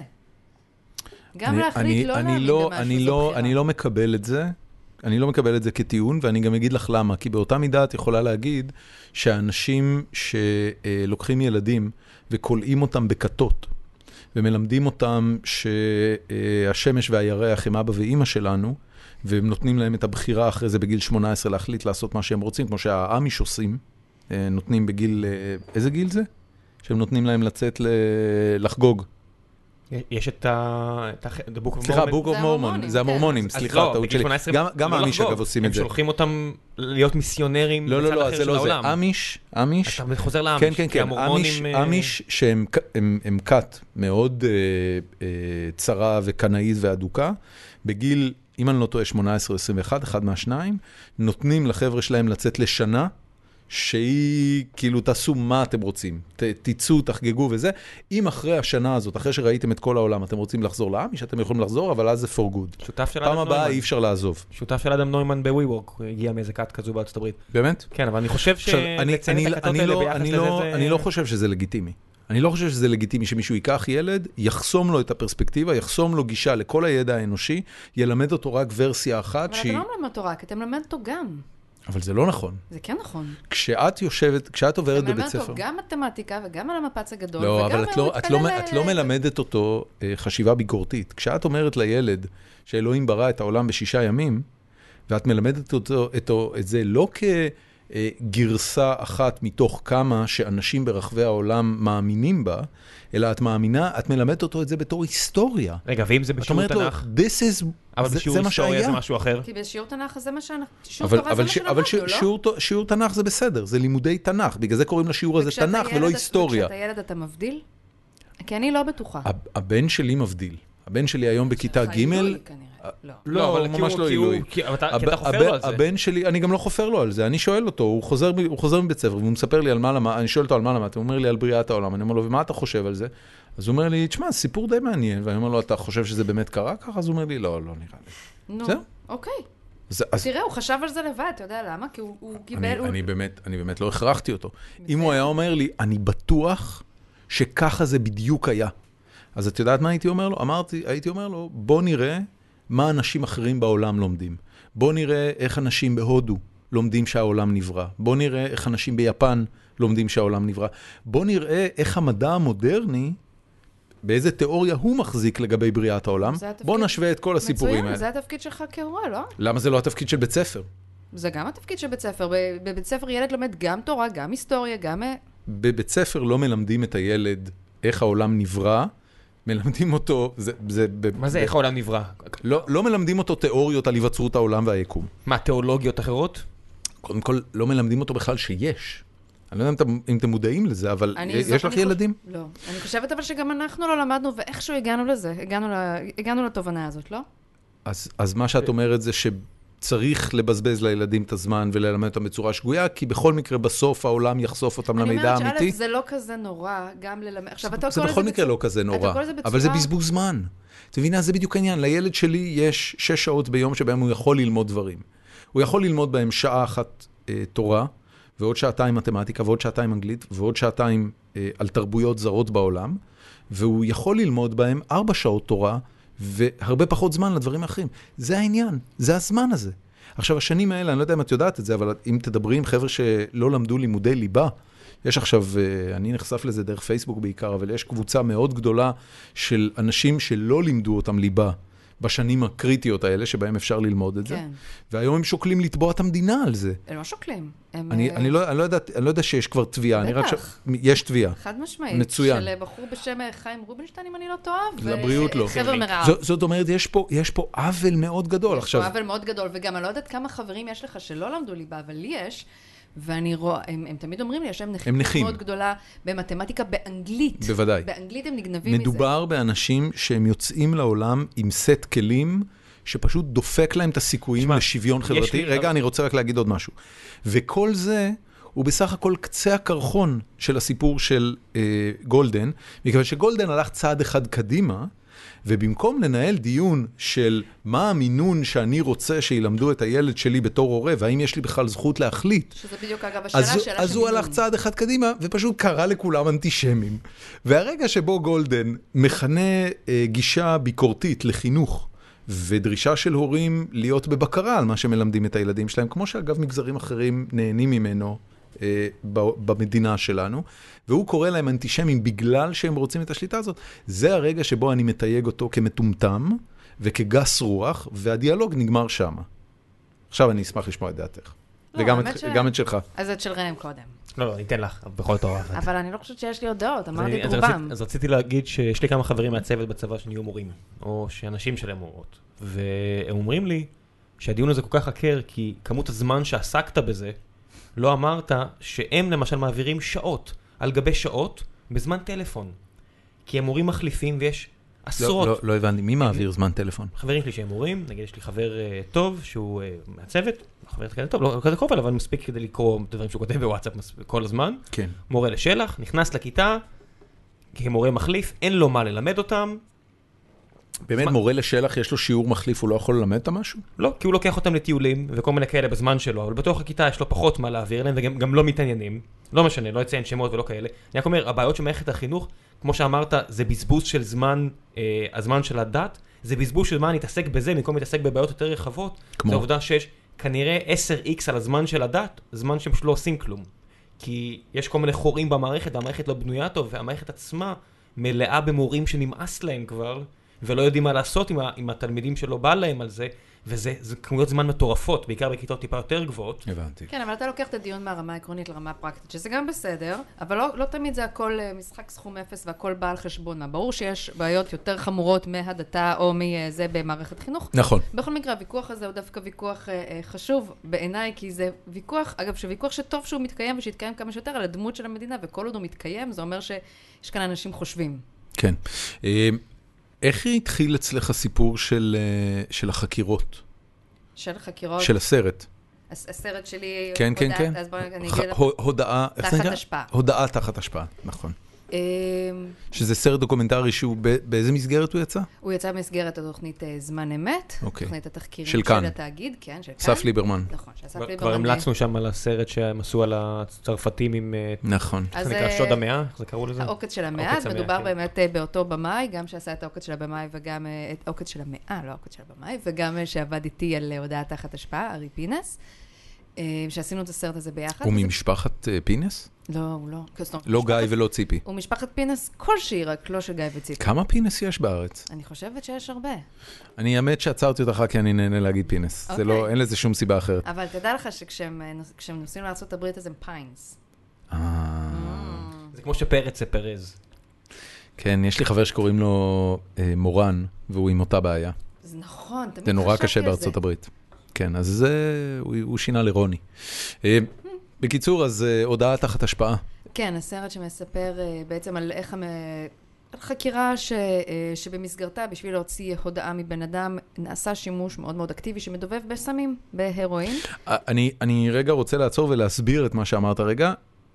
גם להחליט לא להאמין במשהו זו בחירה. אני לא מקבל את זה. אני לא מקבל את זה כטיעון, ואני גם אגיד לך למה. כי באותה מידה את יכולה להגיד שאנשים שלוקחים ילדים וקולעים אותם בכתות, ומלמדים אותם שהשמש והירח הם אבא ואמא שלנו, והם נותנים להם את הבחירה אחרי זה בגיל 18 להחליט לעשות מה שהם רוצים, כמו שהאמיש עושים, נותנים בגיל, איזה גיל זה? שהם נותנים להם לצאת לחגוג. יש את ה-Book of Mormon. סליחה, Book of Mormon, זה המורמונים, סליחה, טעות שלי. גם האמיש אגב עושים את זה. הם שולחים אותם להיות מיסיונרים בצד אחר של העולם. זה אמיש. אתה חוזר לאמיש, כי המורמונים... אמיש שהם כת מאוד צרה וקנאית ואדוקה, בגיל, אם אני לא טועה, 18-21, אחד מהשניים, נותנים לחבר'ה שלהם לצאת לשנה, שהיא כאילו תעשו מה אתם רוצים, תיצאו, תחגגו וזה. אם אחרי השנה הזאת, אחרי שראיתם את כל העולם, אתם רוצים לחזור לעם, שאתם יכולים לחזור, אבל אז זה for good. פעם הבאה אי אפשר לעזוב. שותף של אדם נוימן ב-WeWork, הגיע מאיזה כת כזו בארצות הברית. באמת? כן, אבל אני חושב שלציין את הכתות האלה ביחס לזה זה... אני לא חושב שזה לגיטימי. אני לא חושב שזה לגיטימי שמישהו ייקח ילד, יחסום לו את הפרספקטיבה, יחסום לו גישה לכל הידע האנושי, ילמד אותו רק ורסיה אחת אבל אתה לא מלמד אותו רק, אתם מלמד אותו גם. אבל זה לא נכון. זה כן נכון. כשאת עוברת בבית ספר... אתה מלמד אותו גם מתמטיקה וגם על המפץ הגדול, לא, וגם אבל את לא מלמדת אותו חשיבה ביקורתית. כשאת אומרת לילד שאלוהים ברא את העולם ב6 ימים, ואת מלמדת אותו את זה לא גרסה אחת מתוך כמה שאנשים ברחבי העולם מאמינים בה, אלא את מאמינה, את מלמדת אותו את זה בתור היסטוריה. רגע, ואם זה בשיעור תנ"ך? אבל בשיעור היסטוריה זה משהו אחר? כי בשיעור תנ"ך זה מה שאנחנו... אבל שיעור תנ"ך זה בסדר, זה לימודי תנ"ך, בגלל זה קוראים לשיעור הזה תנ"ך ולא היסטוריה. וכשאתה ילד אתה מבדיל? כי אני לא בטוחה. הבן שלי מבדיל. הבן שלי היום בכיתה ג' לא, הוא ממש לא עילוי. כי אתה חופר לו על זה. הבן שלי, אני גם לא חופר לו על זה, אני שואל אותו, הוא חוזר מבית ספר, והוא מספר לי על מה למד, אני שואל אותו על מה למד, הוא אומר לי על בריאת העולם, אני אומר לו, ומה אתה חושב על זה? אז הוא אומר לי, תשמע, סיפור די מעניין, ואני אומר לו, אתה חושב שזה באמת קרה ככה? אז הוא אומר לי, לא נראה לי. נו, אוקיי. תראה, הוא חשב על זה לבד, אתה יודע למה? כי הוא קיבל... אני באמת לא הכרחתי אותו. אם הוא היה אומר לי, אני בטוח שככה זה בדיוק היה. אז את יודעת מה הייתי אומר לו? הייתי אומר לו, בוא נראה מה אנשים אחרים בעולם לומדים. בוא נראה איך אנשים בהודו לומדים שהעולם נברא. בוא נראה איך אנשים ביפן לומדים שהעולם נברא. בוא נראה איך המדע המודרני, באיזה תיאוריה הוא מחזיק לגבי בריאת העולם. בוא נשווה את כל הסיפורים האלה. מצוין, זה התפקיד שלך כהורה, לא? למה זה לא התפקיד של בית ספר? זה גם התפקיד של בית ספר. בבית ספר ילד לומד גם תורה, גם היסטוריה, גם... בבית ספר לא מלמדים את הילד איך העולם נברא, מלמדים אותו, מה זה איך העולם נברא? לא מלמדים אותו תיאוריות על היווצרות העולם והיקום. מה, תיאולוגיות אחרות? קודם כל, לא מלמדים אותו בכלל שיש. אני לא יודע אם אתם מודעים לזה, אבל יש לך ילדים? לא. אני חושבת אבל שגם אנחנו לא למדנו, ואיכשהו הגענו לזה, הגענו לתובנה הזאת, לא? אז מה שאת אומרת זה שצריך לבזבז לילדים את הזמן וללמד אותם בצורה שגויה, כי בכל מקרה בסוף העולם יחשוף אותם למידע האמיתי. אני אומרת שא' זה לא כזה נורא, גם ללמד... זה בכל מקרה לא כזה נורא, אבל זה בזבוז זמן. אתה מבינה, זה בדיוק העניין. לילד שלי יש 6 שעות ביום שבהם הוא יכול ללמוד דברים. הוא יכול ללמוד בהם שעה אחת תורה, ועוד שעתיים מתמטיקה, ועוד שעתיים אנגלית, ועוד שעתיים על תרבויות זרות בעולם, והוא יכול ללמוד בהם 4 שעות תורה, והרבה פחות זמן לדברים האחרים. זה העניין, זה הזמן הזה. עכשיו, השנים האלה, אני לא יודע אם את יודעת את זה, אבל אם תדברי עם חבר'ה שלא למדו לימודי ליבה, יש עכשיו, אני נחשף לזה דרך פייסבוק בעיקר, אבל יש קבוצה מאוד גדולה של אנשים שלא לימדו אותם ליבה, בשנים הקריטיות האלה, שבהם אפשר ללמוד את זה. והיום הם שוקלים לתבוע את המדינה על זה. הם לא שוקלים. אני לא יודע שיש כבר תביעה. בטח. יש תביעה. חד משמעית. מצוין. של בחור בשם חיים רובינשטיין, אם אני לא טועה. לבריאות לא. חבר מרעב. זאת אומרת, יש פה עוול מאוד גדול. יש פה עוול מאוד גדול, וגם אני לא יודעת כמה חברים יש לך שלא למדו ליבה, אבל לי יש, ואני רואה, הם תמיד אומרים לי, יש להם נחיתות מאוד גדולה במתמטיקה, באנגלית. בוודאי. באנגלית הם נגנבים מזה. מדובר באנשים שהם יוצאים לעולם עם סט כלים, שפשוט דופק להם את הסיכויים לשוויון חברתי. רגע, אני רוצה רק להגיד עוד משהו. וכל זה הוא בסך הכל קצה הקרחון של הסיפור של גולדן, מכיוון שגולדן הלך צעד אחד קדימה, ובמקום לנהל דיון של מה המינון שאני רוצה שילמדו את הילד שלי בתור הורה, והאם יש לי בכלל זכות להחליט, שזה בדיוק אגב השאלה של אז הוא הלך צעד אחד קדימה, ופשוט קרא לכולם אנטישמים. והרגע שבו גולדן מכנה גישה ביקורתית לחינוך, ודרישה של הורים להיות בבקרה על מה שמלמדים את הילדים שלהם, כמו שאגב מגזרים אחרים נהנים ממנו במדינה שלנו, והוא קורא להם אנטישמים בגלל שהם רוצים את השליטה הזאת. זה הרגע שבו אני מתייג אותו כמטומטם וכגס רוח, והדיאלוג נגמר שם. עכשיו אני אשמח לשמוע את דעתך. וגם את שלך. אז את של ראם קודם. לא, ניתן לך, בכל תורה. אבל אני לא חושבת שיש לי עוד דעות, אמרתי את רובם. אז רציתי להגיד שיש לי כמה חברים מהצוות בצבא שנהיו מורים, או שאנשים שלהם מורות. והם אומרים לי שהדיון הזה כל כך עקר, כי כמות הזמן שעסקת בזה, לא אמרת שהם למשל מעבירים שעות על גבי שעות בזמן טלפון. כי הם מורים מחליפים ויש עשרות. לא הבנתי, מי מעביר זמן טלפון? חברים שלי שהם מורים, נגיד יש לי חבר טוב שהוא מהצוות, חבר כזה טוב, לא כזה קרוב אליו, אבל מספיק כדי לקרוא דברים שהוא כותב בוואטסאפ כל הזמן. כן. מורה לשלח, נכנס לכיתה, כמורה מחליף, אין לו מה ללמד אותם. באמת, מורה לשלח יש לו שיעור מחליף, הוא לא יכול ללמד את משהו? לא, כי הוא לוקח אותם לטיולים וכל מיני כאלה בזמן שלו, אבל בתוך הכיתה יש לו פחות מה להעביר להם, וגם לא מתעניינים. לא משנה, לא יציין שמות ולא כאלה. אני רק אומר, הבעיות של מערכת החינוך, כמו שאמרת, זה בזבוז של זמן, הזמן של הדת, זה בזבוז של זמן להתעסק בזה, במקום להתעסק בבעיות יותר רחבות. כמו? זו עובדה שיש כנראה 10x על הזמן של הדת, זמן שהם לא עושים כלום. כי יש כל מיני חורים במערכת, והמערכת לא בנויה טוב, והמערכת עצמה מלאה במורים שנמאס להם כבר, ולא יודעים מה לעשות עם התלמידים שלא בא להם על זה, וזה כמויות זמן מטורפות, בעיקר בכיתות טיפה יותר גבוהות. הבנתי. כן, אבל אתה לוקח את הדיון מהרמה העקרונית לרמה הפרקטית, שזה גם בסדר, אבל לא תמיד זה הכל משחק סכום אפס והכל בא על חשבון. ברור שיש בעיות יותר חמורות מהדתה או מזה במערכת חינוך. נכון. בכל מקרה, הוויכוח הזה הוא דווקא ויכוח חשוב בעיניי, כי זה ויכוח, אגב, שוויכוח שטוב שהוא מתקיים ושיתקיים כמה שיותר על הדמות של המדינה, וכל עוד הוא מתקיים, זה אומר שיש כאן אנשים חושבים. כן. איך התחיל אצלך הסיפור של החקירות? של חקירות. של הסרט. הסרט שלי... כן, כן, כן. אז בואו אני אגיד... הודעה... תחת השפעה. הודעה תחת השפעה, נכון. שזה סרט דוקומנטרי שהוא... באיזה מסגרת הוא יצא? הוא יצא במסגרת התוכנית זמן אמת. אוקיי. תוכנית התחקירים של כאן. של התאגיד, כן, של כאן. אסף ליברמן. נכון, שאסף ליברמן... כבר המלצנו שם על הסרט שהם עשו על הצרפתים עם... נכון. איך זה נקרא? שוד המאה? איך זה קראו לזה? העוקץ של המאה, אז מדובר באמת באותו במאי, גם שעשה את העוקץ של הבמאי וגם את העוקץ של המאה, לא העוקץ של הבמאי, וגם שעבד איתי על הודעה תחת השפעה, ארי פינס, שעשינו את הסרט הזה ביחד. הוא ממשפחת פינס? לא, הוא לא. לא גיא ולא ציפי. הוא משפחת פינס כלשהי, רק לא של גיא וציפי. כמה פינס יש בארץ? אני חושבת שיש הרבה. אני האמת שעצרתי אותך כי אני נהנה להגיד פינס. זה לא, אין לזה שום סיבה אחרת. אבל תדע לך שכשהם נוסעים לארצות הברית אז הם פיינס. זה כמו שפרץ זה פרז. כן, יש לי חבר שקוראים לו מורן, והוא עם אותה בעיה. זה נכון, תמיד זה נורא חשבתי קשה על זה. בארצות הברית. כן, אז הוא שינה לרוני. בקיצור, אז הודעה תחת השפעה. כן, הסרט שמספר בעצם על איך על חקירה שבמסגרתה, בשביל להוציא הודעה מבן אדם, נעשה שימוש מאוד מאוד אקטיבי שמדובב בסמים, בהרואין. אני רגע רוצה לעצור ולהסביר את מה שאמרת רגע.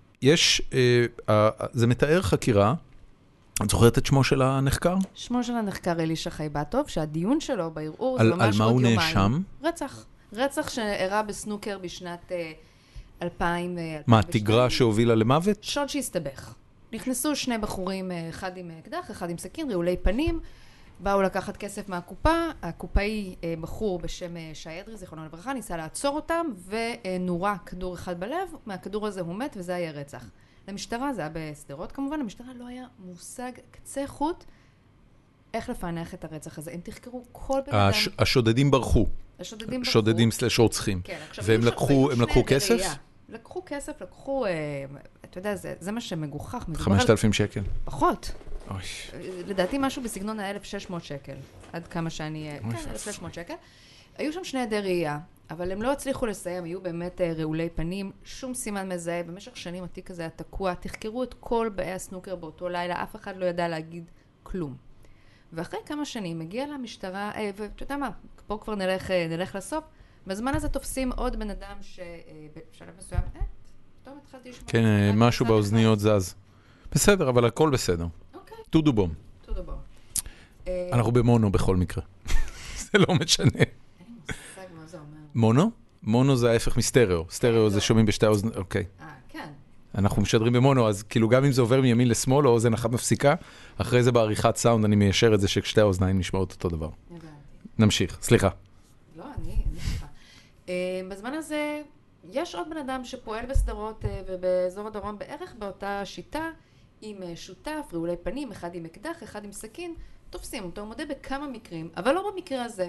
זה מתאר חקירה, את זוכרת את שמו של הנחקר? שמו של הנחקר אלישע חייבטוב, שהדיון שלו בערעור זה ממש עוד על מה הוא יומיים. נאשם? רצח. רצח שאירע בסנוקר בשנת 2000. מה, תיגרה שהובילה למוות? שוד שהסתבך. נכנסו שני בחורים, אחד עם אקדח, אחד עם סכין, רעולי פנים, באו לקחת כסף מהקופה, הקופאי בחור בשם שי אדרי, זיכרונו לברכה, ניסה לעצור אותם, ונורה כדור אחד בלב, מהכדור הזה הוא מת, וזה היה רצח. למשטרה, זה היה בסדרות כמובן, למשטרה לא היה מושג קצה חוט איך לפענח את הרצח הזה. הם תחקרו כל בן אדם. השודדים ברחו. השודדים ברחו. שודדים סלש רוצחים. כן, עכשיו, והם לקחו כסף? לקחו כסף, אתה יודע, זה מה שמגוחך. 5,000 שקל. פחות. אוי. לדעתי משהו בסגנון ה-1,600 שקל. עד כמה שאני... כן, 1,600 שקל. היו שם שני עדי ראייה, אבל הם לא הצליחו לסיים, היו באמת רעולי פנים, שום סימן מזהה. במשך שנים התיק הזה היה תקוע, תחקרו את כל באי הסנוקר באותו לילה, אף אחד לא ידע להגיד כלום. ואחרי כמה שנים מגיע למשטרה, ואתה יודע מה, פה כבר נלך לסוף, בזמן הזה תופסים עוד בן אדם שבשלב מסוים, פתאום התחלתי לשמוע. כן, משהו באוזניות זז. בסדר, אבל הכל בסדר. אוקיי. טודו בום. טודו בום. אנחנו במונו בכל מקרה. זה לא משנה. אין לי מושג מה זה אומר. מונו? מונו זה ההפך מסטריאו. סטריאו זה שומעים בשתי האוזניות, אוקיי. כן. אנחנו משדרים במונו, אז כאילו גם אם זה עובר מימין לשמאל, או אוזן אחת מפסיקה, אחרי זה בעריכת סאונד אני מיישר את זה ששתי האוזניים נשמעות אותו דבר. הבנתי. נמשיך, סליחה. לא, אני סליחה. בזמן הזה, יש עוד בן אדם שפועל בסדרות ובאזור הדרום בערך באותה שיטה, עם שותף, רעולי פנים, אחד עם אקדח, אחד עם סכין, תופסים אותו, הוא מודה בכמה מקרים, אבל לא במקרה הזה.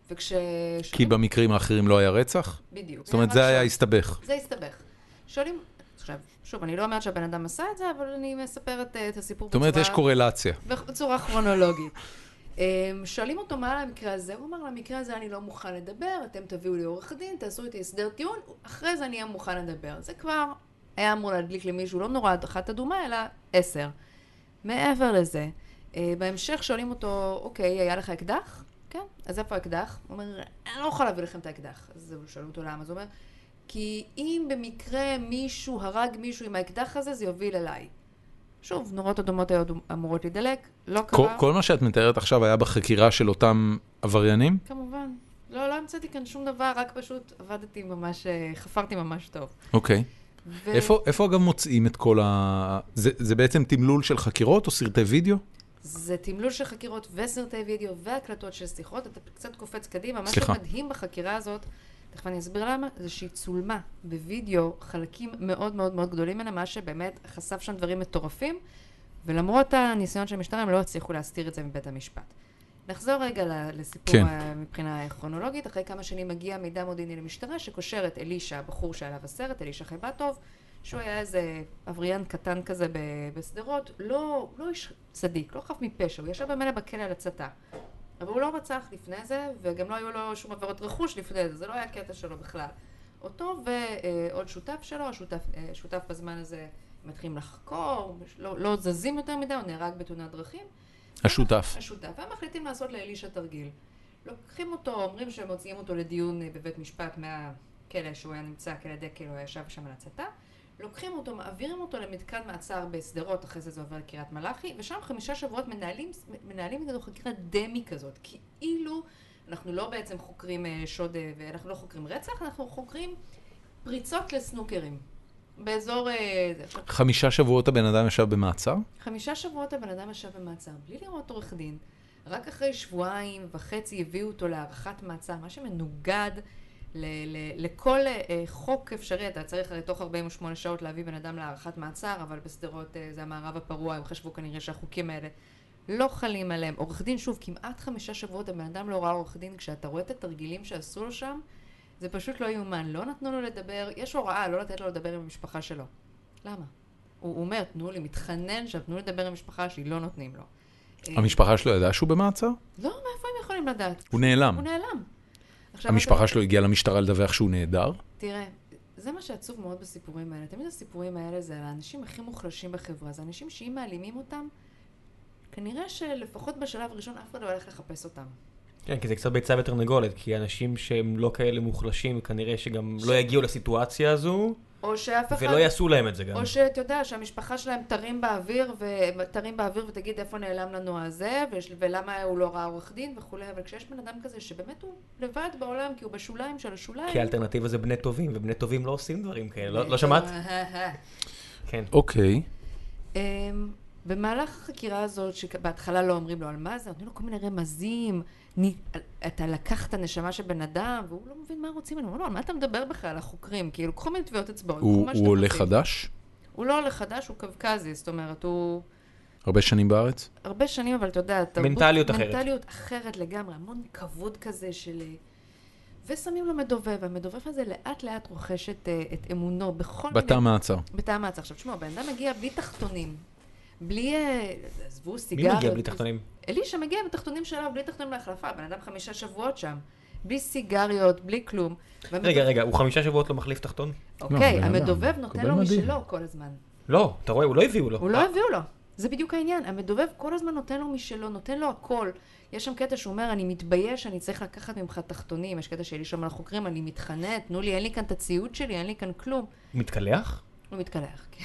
כי במקרים האחרים לא היה רצח? בדיוק. זאת אומרת, זה היה הסתבך. זה הסתבך. שואלים, עכשיו, שוב, אני לא אומרת שהבן אדם עשה את זה, אבל אני מספרת את הסיפור זאת אומרת, יש קורלציה. בצורה כרונולוגית. שואלים אותו מה על המקרה הזה, הוא אמר, למקרה הזה אני לא מוכן לדבר, אתם תביאו לי עורך דין, תעשו איתי הסדר טיעון, אחרי זה אני אהיה מוכן לדבר. זה כבר היה אמור להדליק למישהו, לא נורא אחת אדומה, אלא 10. מעבר לזה, בהמשך שואלים אותו, אוקיי, היה לך אקדח? כן, אז איפה האקדח? הוא אומר, אני לא יכול להביא לכם את האקדח. אז שואלים אותו למה, אז הוא אומר, כי אם במקרה מישהו הרג מישהו עם האקדח הזה, זה יוביל אליי. שוב, נורות אדומות היו אמורות להידלק, לא קרה. כל מה שאת מתארת עכשיו היה בחקירה של אותם עבריינים? כמובן. לא המצאתי כאן שום דבר, רק פשוט עבדתי ממש, חפרתי ממש טוב. אוקיי. איפה אגב מוצאים את כל ה... זה בעצם תמלול של חקירות או סרטי וידאו? זה תמלול של חקירות וסרטי וידאו והקלטות של שיחות. אתה קצת קופץ קדימה. מה שמדהים בחקירה הזאת, תכף אני אסביר למה, זה שהיא צולמה בווידאו חלקים מאוד מאוד מאוד גדולים ממנה, מה שבאמת חשף שם דברים מטורפים, ולמרות הניסיון של המשטרה הם לא הצליחו להסתיר את זה מבית המשפט. נחזור רגע לסיפור כן. מבחינה כרונולוגית. אחרי כמה שנים מגיע מידע מודיעיני למשטרה שקושר את אלישע, הבחור שעליו הסרט, אלישע חייבטוב, שהוא היה איזה עבריין קטן כזה בסדרות, לא איש צדיק, לא חף מפשע, הוא ישב במילא בכלא על הצתה. אבל הוא לא רצח לפני זה, וגם לא היו לו שום עבירות רכוש לפני זה, זה לא היה קטע שלו בכלל. אותו ועוד שותף שלו, שותף בזמן הזה מתחילים לחקור, לא זזים יותר מדי, הוא נהרג בתאונת דרכים. השותף. והם מחליטים לעשות לאלישע תרגיל. לוקחים אותו, אומרים שהם מוציאים אותו לדיון בבית משפט מהכלא שהוא היה נמצא, כלא דקל, הוא ישב שם על הצתה. לוקחים אותו, מעבירים אותו למתקן מעצר בסדרות, אחרי זה עובר לקריית מלאכי, ושם 5 שבועות מנהלים איתנו חקירת דמי כזאת, כאילו אנחנו לא בעצם חוקרים שוד, ואנחנו לא חוקרים רצח, אנחנו חוקרים פריצות לסנוקרים. באזור... 5 שבועות הבן אדם ישב במעצר? 5 שבועות הבן אדם ישב במעצר, בלי לראות עורך דין. רק אחרי 1.5 שבועות הביאו אותו להארכת מעצר, מה שמנוגד לכל חוק אפשרי. אתה צריך הרי תוך 48 שעות להביא בן אדם להארכת מעצר, אבל בסדרות זה המערב הפרוע, הם חשבו כנראה שהחוקים האלה לא חלים עליהם. עורך דין, שוב, כמעט 5 שבועות הבן אדם לא ראה עורך דין, כשאתה רואה את התרגילים שעשו לו שם, זה פשוט לא יאומן. לא נתנו לו לדבר, יש הוראה לא לתת לו לדבר עם המשפחה שלו. למה? הוא אומר, תנו לי, מתחנן שם, תנו לדבר עם המשפחה שלי, לא נותנים לו. המשפחה שלו ידעה שהוא במעצר? לא, מאיפה הם יכולים לדעת? הוא נעלם. הוא נעלם. המשפחה שלו הגיעה למשטרה לדווח שהוא נהדר? תראה, זה מה שעצוב מאוד בסיפורים האלה. תמיד הסיפורים האלה זה על האנשים הכי מוחלשים בחברה. זה אנשים שאם מעלימים אותם, כנראה שלפחות בשלב הראשון אף אחד לא הולך לחפש אותם. כן, כי זה קצת ביצה ותרנגולת, כי אנשים שהם לא כאלה מוחלשים, כנראה שגם לא יגיעו לסיטואציה הזו, או שאף אחד... ולא יעשו להם את זה גם. או שאתה יודע שהמשפחה שלהם תרים באוויר ותגיד איפה נעלם לנו הזה, ולמה הוא לא ראה עורך דין וכולי, אבל כשיש בן אדם כזה שבאמת הוא לבד בעולם, כי הוא בשוליים של השוליים... כי האלטרנטיבה זה בני טובים, ובני טובים לא עושים דברים כאלה, לא שמעת? כן. אוקיי. במהלך החקירה הזאת, שבהתחלה לא אומרים לו על מה זה, נותנים לו כל מיני רמזים, אתה לקח את הנשמה של בן אדם, והוא לא מבין מה רוצים, אני אומר לו, על מה אתה מדבר בכלל, החוקרים, כאילו, קחו מין טביעות אצבעות. הוא עולה חדש? הוא לא עולה חדש, הוא קווקזי, זאת אומרת, הוא... הרבה שנים בארץ? הרבה שנים, אבל אתה יודע, מנטליות אחרת. מנטליות אחרת לגמרי, המון כבוד כזה של... ושמים לו מדובב, והמדובב הזה לאט לאט רוכש את אמונו בכל מיני... בתא מעצר. בתא מעצר. עכשיו, תשמעו, בן אדם מגיע בלי תחתונים. בלי, עזבו סיגר. מי מגיע בלי תחתונים? אלישע מגיע בתחתונים שלו, בלי תחתונים להחלפה. בן אדם 5 שבועות שם. בלי סיגריות, בלי כלום. רגע, הוא 5 שבועות לא מחליף תחתון? אוקיי, המדובב נותן לו משלו כל הזמן. לא, אתה רואה, הוא לא הביאו לו. הוא לא הביאו לו. זה בדיוק העניין. המדובב כל הזמן נותן לו משלו, נותן לו הכל. יש שם קטע שהוא אומר, אני מתבייש, אני צריך לקחת ממך תחתונים. יש קטע שאלישע אומר לחוקרים, אני מתחנן, תנו לי, אין לי כאן את הציוד שלי, אין לי כאן כלום. הוא מתקלח? הוא מתקלח, כן.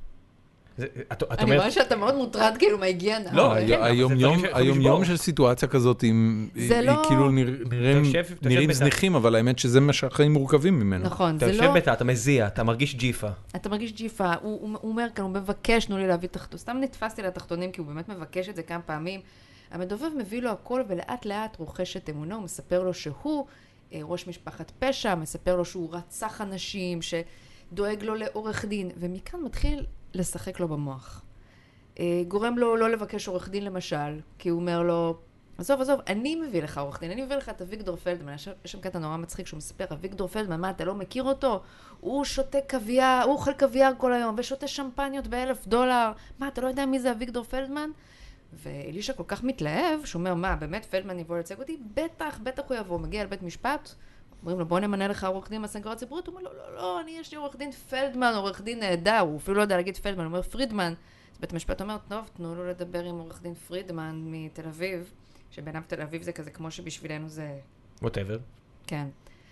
אני רואה שאתה מאוד מוטרד כאילו מההיגיינה. לא, היום של סיטואציה כזאת, היא כאילו נראים זניחים, אבל האמת שזה מה שהחיים מורכבים ממנו. נכון, אתה יושב בתא, אתה מזיע, אתה מרגיש ג'יפה. אתה מרגיש ג'יפה, הוא אומר כאן, הוא מבקש, תנו לי להביא תחתון. סתם נתפסתי לתחתונים, כי הוא באמת מבקש את זה כמה פעמים. המדובב מביא לו הכל, ולאט לאט רוכש את אמונו, הוא מספר לו שהוא ראש משפחת פשע, מספר לו שהוא רצח אנשים, שדואג לו לעורך דין, ומכאן מתחיל לשחק לו במוח. גורם לו לא לבקש עורך דין למשל, כי הוא אומר לו, עזוב, אני מביא לך עורך דין, אני מביא לך את אביגדור פלדמן. יש שם קטע נורא מצחיק שהוא מספר, אביגדור פלדמן, מה, אתה לא מכיר אותו? הוא שותה קוויאר, הוא אוכל קוויאר כל היום, ושותה שמפניות $1,000. מה, אתה לא יודע מי זה אביגדור פלדמן? ואלישע כל כך מתלהב, שהוא אומר, מה, באמת פלדמן יבוא לצג אותי? בטח הוא יבוא, מגיע לבית משפט, אומרים לו, בוא נמנה לך עורך דין מהסנגוריה הציבורית, הוא אומר, לא, יש לי עורך דין פלדמן, עורך דין נהדר, הוא אפילו לא יודע להגיד פלדמן, הוא אומר פרידמן. אז בית המשפט אומר, טוב, תנו לו לדבר עם עורך דין פרידמן מתל אביב, שבעיניו תל אביב זה כזה כמו שבשבילנו זה... whatever. כן.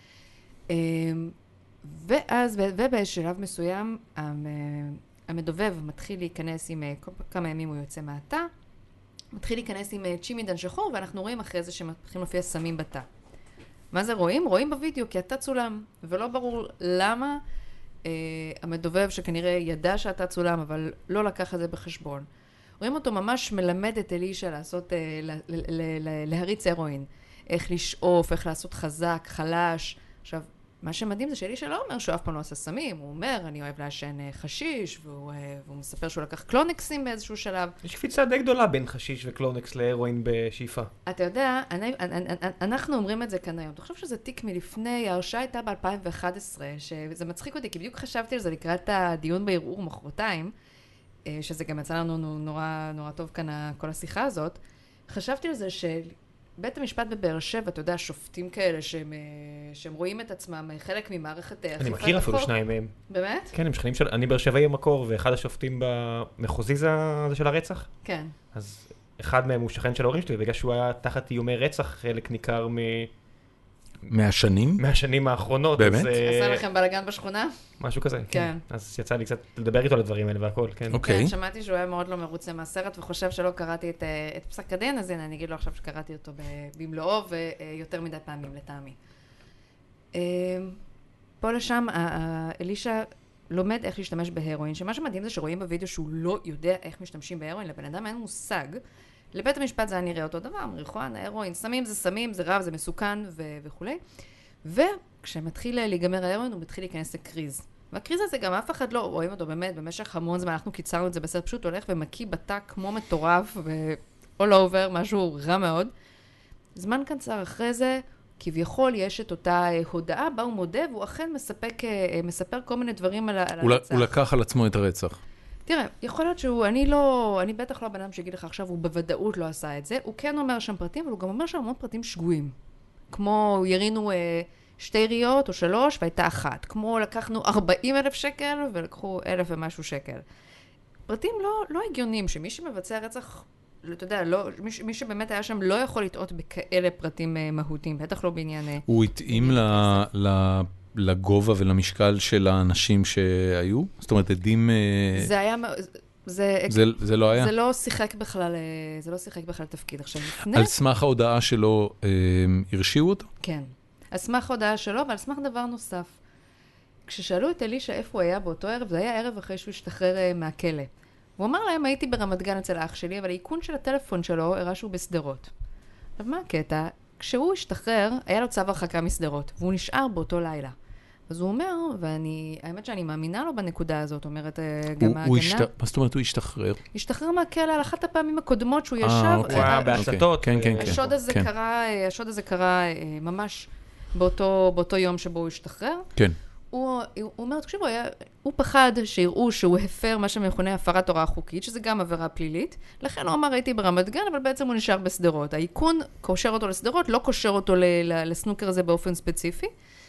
ואז, ובשלב מסוים, המדובב מתחיל להיכנס עם, כמה ימים הוא יוצא מהתא, מתחיל להיכנס עם צ'ימידן שחור, ואנחנו רואים אחרי זה שמתחילים להופיע סמים בתא. מה זה רואים? רואים בווידאו, כי התא צולם, ולא ברור למה המדובב שכנראה ידע שהתא צולם, אבל לא לקח את זה בחשבון. רואים אותו ממש מלמד את אלישע לעשות, להריץ הרואין. איך לשאוף, איך לעשות חזק, חלש. עכשיו, מה שמדהים זה שאלישע לא אומר שהוא אף פעם לא עושה סמים, הוא אומר, אני אוהב לעשן חשיש, והוא מספר שהוא לקח קלונקסים באיזשהו שלב. יש קפיצה די גדולה בין חשיש וקלונקס להרואין בשאיפה. אתה יודע, אנחנו אומרים את זה כאן היום. אתה חושב שזה תיק מלפני, ההרשעה הייתה ב-2011, שזה מצחיק אותי, כי בדיוק חשבתי על זה לקראת הדיון בערעור מחרתיים, שזה גם יצא לנו נורא טוב כאן, כל השיחה הזאת. חשבתי על זה בית המשפט בבאר שבע, אתה יודע, שופטים כאלה שהם רואים את עצמם חלק ממערכת אכיפת החוק. אני מכיר אפילו שניים מהם. באמת? כן, הם שכנים של... אני באר שבעי המקור, ואחד השופטים במחוזי זה של הרצח. כן. אז אחד מהם הוא שכן של ההורים שלי, ובגלל שהוא היה תחת איומי רצח, חלק ניכר מהשנים? מהשנים האחרונות. באמת? עשה לכם בלגן בשכונה? משהו כזה, כן. כן. אז יצא לי קצת לדבר איתו על הדברים האלה והכל, כן. אוקיי. כן, שמעתי שהוא היה מאוד לא מרוצה מהסרט, וחושב שלא קראתי את פסק הדין, אז הנה, אני אגיד לו עכשיו שקראתי אותו במלואו, ויותר מדי פעמים לטעמי. פה לשם, אלישע לומד איך להשתמש בהרואין, שמה שמדהים זה שרואים בווידאו שהוא לא יודע איך משתמשים בהרואין, לבן אדם אין מושג. לבית המשפט זה היה נראה אותו דבר, מריחואנה, הרואין, סמים זה סמים, זה רב, זה מסוכן וכו'. וכשמתחיל להיגמר ההרואין, הוא מתחיל להיכנס לקריז. והקריז הזה גם אף אחד לא רואים אותו באמת, במשך המון זמן, אנחנו קיצרנו את זה בסרט, פשוט הולך ומקיא בתא כמו מטורף, ו-all over, משהו רע מאוד. זמן קצר אחרי זה, כביכול יש את אותה הודעה, בה הוא מודה, והוא אכן מספר כל מיני דברים על הרצח. הוא לקח על עצמו את הרצח. תראה, יכול להיות אני בטח לא בנאדם שיגיד לך עכשיו, הוא בוודאות לא עשה את זה, הוא כן אומר שם פרטים, אבל הוא גם אומר שם המון פרטים שגויים. כמו ירינו 2 יריות או 3 והייתה 1. כמו לקחנו 40,000 שקל ולקחו 1,000 ומשהו שקל. פרטים לא הגיונים, שמי שמבצע רצח, אתה יודע, מי שבאמת היה שם לא יכול לטעות בכאלה פרטים מהותיים, בטח לא בעניין... הוא התאים לגובה ולמשקל של האנשים שהיו? זאת אומרת, עדים... זה היה... זה לא היה? זה לא שיחק בכלל תפקיד. עכשיו, לפני... על סמך ההודעה שלו הרשיעו אותו? כן. על סמך ההודעה שלו, ועל סמך דבר נוסף. כששאלו את אלישע איפה הוא היה באותו ערב, זה היה ערב אחרי שהוא השתחרר מהכלא. הוא אמר להם, הייתי ברמת גן אצל אח שלי, אבל האיכון של הטלפון שלו הראה שהוא בסדרות. עכשיו, מה הקטע? כשהוא השתחרר, היה לו צו הרחקה מסדרות, והוא נשאר באותו לילה. אז הוא אומר, האמת שאני מאמינה לו בנקודה הזאת, אומרת גם ההגנה. מה זאת אומרת הוא השתחרר? השתחרר מהכלא על אחת הפעמים הקודמות שהוא ישב. הוא היה בהסתות. כן, כן, כן. השוד הזה קרה ממש באותו יום שבו הוא השתחרר. כן. הוא אומר, תקשיבו, הוא פחד שיראו שהוא הפר מה שמכונה הפרת הוראה חוקית, שזה גם עבירה פלילית. לכן הוא אמר, הייתי ברמת גן, אבל בעצם הוא נשאר בסדרות. האיכון קושר אותו לסדרות, לא קושר אותו לסנוקר הזה באופן ספציפי.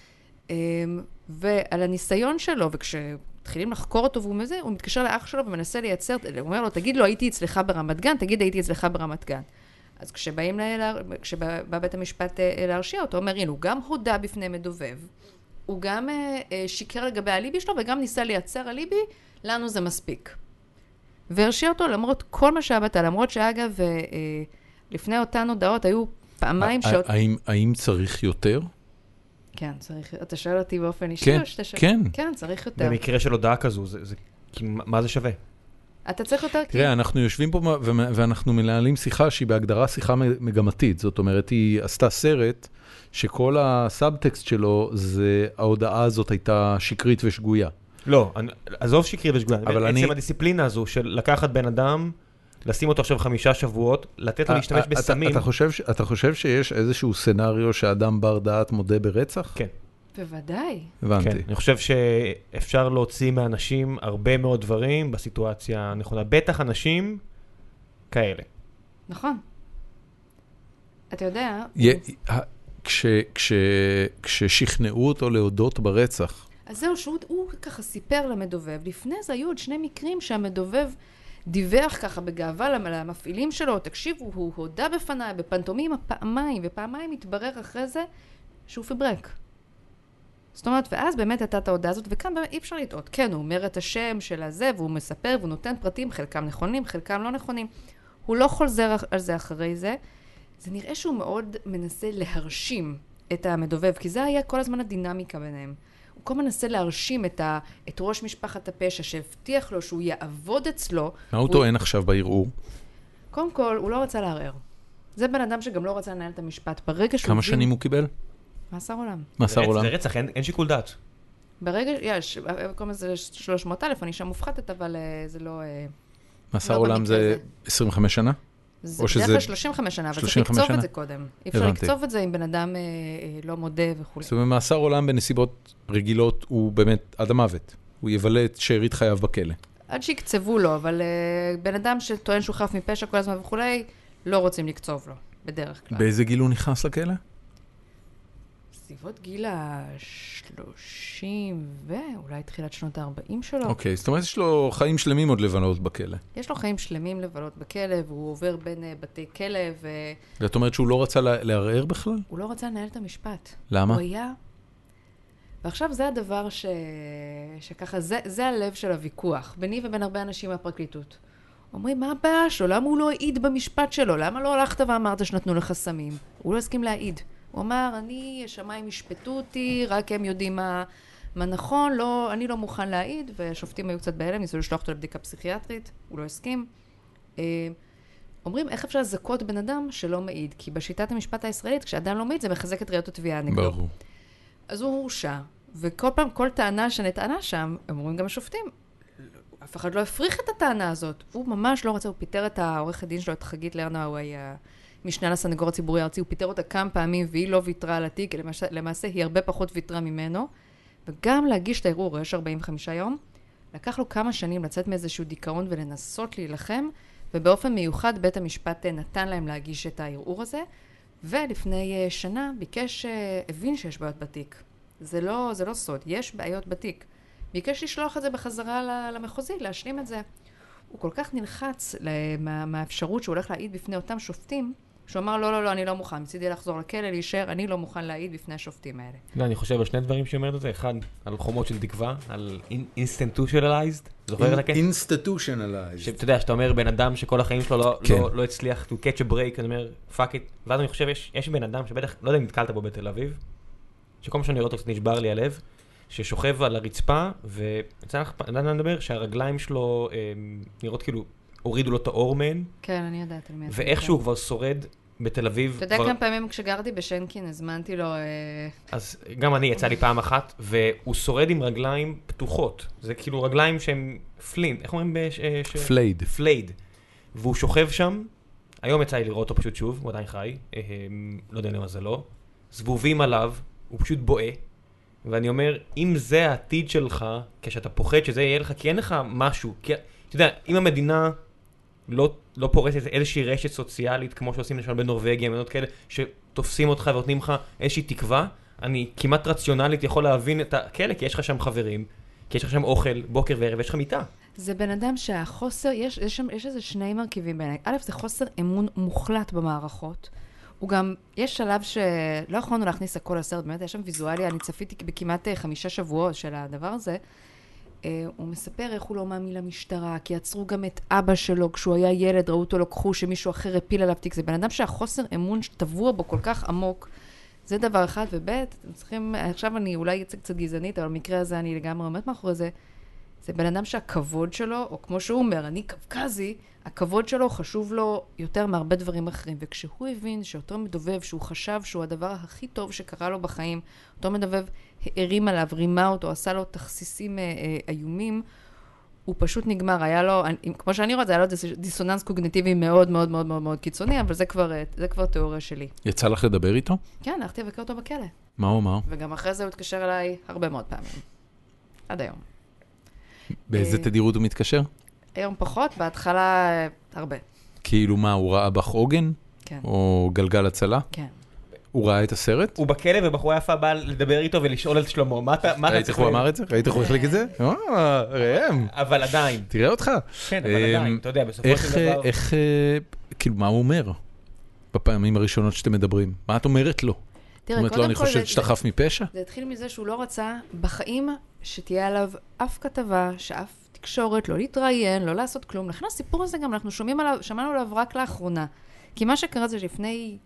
ועל הניסיון שלו, וכשתחילים לחקור אותו והוא מזה, הוא מתקשר לאח שלו ומנסה לייצר, הוא אומר לו, תגיד לו, הייתי אצלך ברמת גן, תגיד, הייתי אצלך ברמת גן. אז כשבא בית המשפט להרשיע אותו, אומר, הנה, הוא גם הודה בפני מדובב, הוא גם שיקר לגבי הליבי שלו, וגם ניסה לייצר הליבי, לנו זה מספיק. והרשיע אותו למרות כל מה שהבאת, למרות שאגב, לפני אותן הודעות היו פעמיים האם צריך יותר? כן, צריך. אתה שואל אותי באופן אישי או שאתה שואל? כן. כן, צריך יותר. במקרה של הודעה כזו, מה זה שווה? אתה צריך יותר כי... תראה, אנחנו יושבים פה ואנחנו מנהלים שיחה שהיא בהגדרה שיחה מגמתית. זאת אומרת, היא עשתה סרט שכל הסאבטקסט שלו זה ההודעה הזאת הייתה שקרית ושגויה. לא, עזוב שקרית ושגויה. בעצם הדיסציפלינה הזו של לקחת בן אדם, לשים אותו עכשיו 5 שבועות, לתת לו להשתמש בסמים. אתה חושב שיש איזשהו סנריו שאדם בר דעת מודה ברצח? כן. בוודאי. הבנתי. כן, אני חושב שאפשר להוציא מאנשים הרבה מאוד דברים בסיטואציה הנכונה. בטח אנשים כאלה. נכון. אתה יודע... כששכנעו אותו להודות ברצח. אז זהו, שהוא ככה סיפר למדובב. לפני זה היו עוד 2 מקרים שהמדובב דיווח ככה בגאווה למפעילים שלו. תקשיבו, הוא הודה בפניי בפנטומימה פעמיים, ופעמיים התברר אחרי זה שהוא פברק. זאת אומרת, ואז באמת הייתה את ההודעה הזאת, וכאן באמת אי אפשר לטעות. כן, הוא אומר את השם של הזה, והוא מספר, והוא נותן פרטים, חלקם נכונים, חלקם לא נכונים. הוא לא חוזר על זה אחרי זה. זה נראה שהוא מאוד מנסה להרשים את המדובב, כי זה היה כל הזמן הדינמיקה ביניהם. הוא כל מנסה להרשים את ראש משפחת הפשע, שהבטיח לו שהוא יעבוד אצלו. מה הוא טוען עכשיו בערעור? קודם כל, הוא לא רצה לערער. זה בן אדם שגם לא רצה לנהל את המשפט. ברגע שהוא... כמה שנים הוא קיבל? מאסר עולם. מאסר עולם. זה רצח, אין שיקול דעת. ברגע, יש, קוראים לזה 300,000, אני שם מופחתת, אבל זה לא... מאסר לא עולם במקרה זה 25 שנה? זה או שזה- בדרך כלל 35 שנה, אבל צריך 35 לקצוב שנה? את זה קודם. אי אפשר הבנתי. לקצוב את זה אם בן אדם לא מודה וכו'. זאת אומרת, מאסר עולם בנסיבות רגילות הוא באמת עד המוות. הוא יבלה את שארית חייו בכלא. עד שיקצבו לו, אבל בן אדם שטוען שהוא חף מפשע כל הזמן וכו', לא רוצים לקצוב לו, בדרך כלל. באיזה גיל הוא נכנס לכלא? סביבות גיל ה-30 ואולי תחילת שנות ה-40 שלו. אוקיי, זאת אומרת, יש לו חיים שלמים עוד לבלות בכלא. יש לו חיים שלמים לבלות בכלא, והוא עובר בין בתי כלא, ואת אומרת שהוא לא רצה לערער בכלל? והוא לא רצה לנהל את המשפט. למה? הוא היה... ועכשיו זה הדבר שככה, זה הלב של הוויכוח, ביני ובין הרבה אנשים מהפרקליטות. אומרים, מה הבעיה שלו? למה הוא לא העיד במשפט שלו? למה לא הלכת ואמרת שנתנו לך סמים? הוא לא הסכים להעיד. הוא אמר, השמיים ישפטו אותי, רק הם יודעים מה נכון, לא, אני לא מוכן להעיד, והשופטים היו קצת בהלם, ניסו לשלוח אותו לבדיקה פסיכיאטרית, הוא לא הסכים. אומרים, איך אפשר לזכות בן אדם שלא מעיד? כי בשיטת המשפט הישראלית, כשאדם לא מעיד, זה מחזק את ראיות התביעה נגדו. ברור. אז הוא הורשע, וכל פעם, כל טענה שנטענה שם, הם אומרים גם השופטים, אף אחד לא הפריך את הטענה הזאת. הוא ממש לא רצה, הוא פיטר את העורך הדין שלו, את חגית לרנאו, הוא היה משנה לסנגור הציבורי הארצי, הוא פיטר אותה כמה פעמים, והיא לא ויתרה על התיק, למעשה היא הרבה פחות ויתרה ממנו, וגם להגיש את הערעור, יש 45 יום, לקח לו כמה שנים לצאת מאיזשהו דיכאון ולנסות להילחם, ובאופן מיוחד בית המשפט נתן להם להגיש את הערעור הזה, ולפני שנה ביקש, הבין שיש בעיות בתיק. זה לא סוד, יש בעיות בתיק. ביקש לשלוח את זה בחזרה למחוזי, להשלים את זה. הוא כל כך נלחץ מהאפשרות שהוא הולך להעיד בפני אותם שופטים, שהוא אמר, לא, אני לא מוכן, מצידי לחזור לכלא, להישאר, אני לא מוכן להעיד בפני השופטים האלה. לא, אני חושב על שני דברים שאומרת את זה. אחד, על חומות של תקווה, על institutionalized. זוכר את הקטע? institutionalized. שאתה יודע, שאתה אומר בן אדם שכל החיים שלו לא הצליח to catch a break, אני אומר, fuck it. ואז אני חושב, יש בן אדם שבטח, לא יודע אם נתקלת בו בתל אביב, שכל מה שאני רואה אותו קצת נשבר לי הלב, ששוכב על הרצפה, ויצא לך, אני יודע לדבר, שהרגליים שלו נראות כאילו, הורידו לו את האור מהן. כן, אני יודעת על מי. ואיכשהו כבר שורד בתל אביב. אתה יודע כמה פעמים כשגרתי בשנקין, הזמנתי לו... אז גם אני יצא לי פעם אחת, והוא שורד עם רגליים פתוחות. זה כאילו רגליים שהם פלינד, איך אומרים? פלייד. פלייד. והוא שוכב שם, היום יצא לי לראות אותו פשוט שוב, הוא עדיין חי, לא יודע למה זה לא. זבובים עליו, הוא פשוט בואה. ואני אומר, אם זה העתיד שלך, כשאתה פוחד שזה יהיה לך, כי אין לך משהו, כי, אתה יודע, אם המדינה לא פורסת איזושהי רשת סוציאלית, כמו שעושים למשל בנורווגיה, מדינות כאלה, שתופסים אותך ונותנים לך איזושהי תקווה, אני כמעט רציונלית יכול להבין את הכלא, כי יש לך שם חברים, כי יש לך שם אוכל, בוקר וערב, יש לך מיטה. זה בן אדם שהחוסר, יש איזה שני מרכיבים בעיניי. א', זה חוסר אמון מוחלט במערכות. הוא גם, יש שלב שלא יכולנו להכניס הכל לסרט, באמת, יש שם ויזואליה, אני צפיתי בכמעט 5 שבועות של הדבר הזה. הוא מספר איך הוא לא מאמין למשטרה, כי עצרו גם את אבא שלו, כשהוא היה ילד, ראו אותו לקחו שמישהו אחר הפיל עליו תיק. זה בן אדם שהחוסר אמון טבוע בו כל כך עמוק. זה דבר אחד, ובית, צריכים, עכשיו אני אולי יצא קצת גזענית, אבל במקרה הזה אני לגמרי עומד מאחורי זה. זה בן אדם שהכבוד שלו, או כמו שהוא אומר, אני קווקזי, הכבוד שלו חשוב לו יותר מהרבה דברים אחרים. וכשהוא הבין שאותו מדובב, שהוא חשב שהוא הדבר הכי טוב שקרה לו בחיים, אותו מדובב הערים עליו, רימה אותו, עשה לו תכסיסים איומים, הוא פשוט נגמר. היה לו, כמו שאני רואה, זה היה לו דיסוננס קוגניטיבי מאוד מאוד מאוד מאוד מאוד קיצוני, אבל זה כבר תיאוריה שלי. יצא לך לדבר איתו? כן, הלכתי לבקר אותו בכלא. מה הוא אמר? וגם אחרי זה הוא התקשר אליי הרבה מאוד פעמים. עד היום. באיזה תדירות הוא מתקשר? היום פחות, בהתחלה הרבה. כאילו מה, הוא ראה בך עוגן? כן. או גלגל הצלה? כן. הוא ראה את הסרט? הוא בכלא ובחורה יפה באה לדבר איתו ולשאול על שלמה. מה אתה ראית איך הוא אמר את זה? ראית איך הוא החליק את זה? ראם. אבל עדיין. תראה אותך. כן, אבל עדיין. אתה יודע, בסופו של דבר... איך, כאילו, מה הוא אומר? בפעמים הראשונות שאתם מדברים. מה את אומרת לו? זאת אומרת, לא, אני חושבת שאתה חף מפשע? זה התחיל מזה שהוא לא רצה בחיים שתהיה עליו אף כתבה, שאף תקשורת, לא להתראיין, לא לעשות כלום. לכן הסיפור הזה גם, אנחנו שמענו עליו רק לאחרונה. כי מה שקרה זה שלפני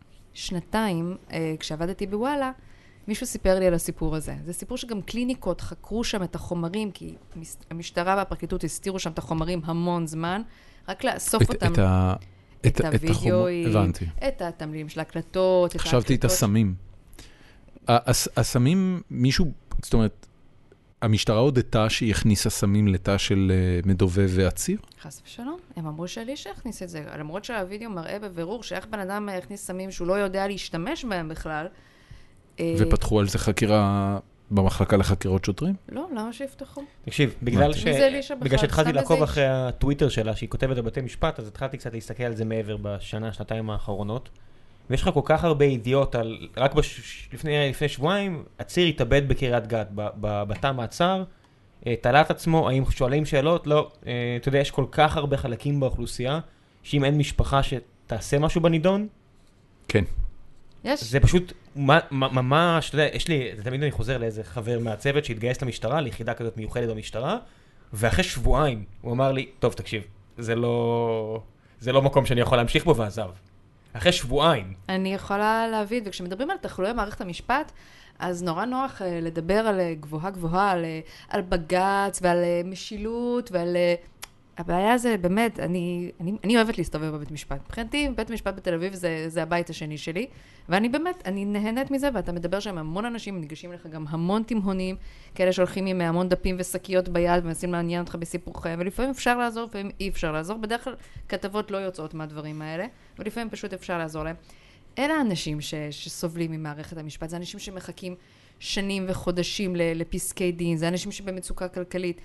2, כשעבדתי בוואלה, מישהו סיפר לי על הסיפור הזה. זה סיפור שגם קליניקות חקרו שם את החומרים, כי המשטרה והפרקליטות הסתירו שם את החומרים המון זמן, רק לאסוף אותם. את הווידאוים, את התמלילים של הקלטות, חשבתי את הסמים. הסמים, מישהו, זאת אומרת, המשטרה הודתה שהיא הכניסה סמים לתא של מדובב ועציר? חס ושלום, הם אמרו שאלישע הכניס את זה, למרות שהווידאו מראה בבירור שאיך בן אדם הכניס סמים שהוא לא יודע להשתמש בהם בכלל. ופתחו על זה חקירה במחלקה לחקירות שוטרים? לא, למה שיפתחו? תקשיב, בגלל שהתחלתי לעקוב אחרי הטוויטר שלה, שהיא כותבת בבתי משפט, אז התחלתי קצת להסתכל על זה מעבר בשנה, שנתיים האחרונות. ויש לך כל כך הרבה ידיעות על, רק לפני שבועיים, הציר התאבד בקריית גת, בתא מעצר, תלת עצמו, האם שואלים שאלות? לא. אתה יודע, יש כל כך הרבה חלקים באוכלוסייה, שאם אין משפחה שתעשה משהו בנידון, כן. יש. זה פשוט ממש, אתה יודע, יש לי, תמיד אני חוזר לאיזה חבר מהצוות שהתגייס למשטרה, ליחידה כזאת מיוחדת במשטרה, ואחרי שבועיים הוא אמר לי, טוב, תקשיב, זה לא מקום שאני יכול להמשיך בו ועזב. אחרי שבועיים. אני יכולה להבין, וכשמדברים על תחלואי מערכת המשפט, אז נורא נוח לדבר על גבוהה, על בג"ץ ועל משילות ועל... הבעיה זה באמת, אני אוהבת להסתובב בבית משפט. מבחינתי, בית משפט בתל אביב זה הבית השני שלי, ואני באמת, אני נהנית מזה, ואתה מדבר שם המון אנשים, ניגשים לך גם המון תימהונים, כאלה שהולכים עם המון דפים ושקיות ביד, ומנסים לעניין אותך בסיפור חיים, ולפעמים אפשר לעזור, ולפעמים אי אפשר לעזור. בדרך כלל כתבות לא יוצאות מהדברים האלה, ולפעמים פשוט אפשר לעזור להם. אלה האנשים שסובלים ממערכת המשפט, זה אנשים שמחכים שנים וחודשים לפסקי דין, זה אנשים שבמצוקה כלכלית,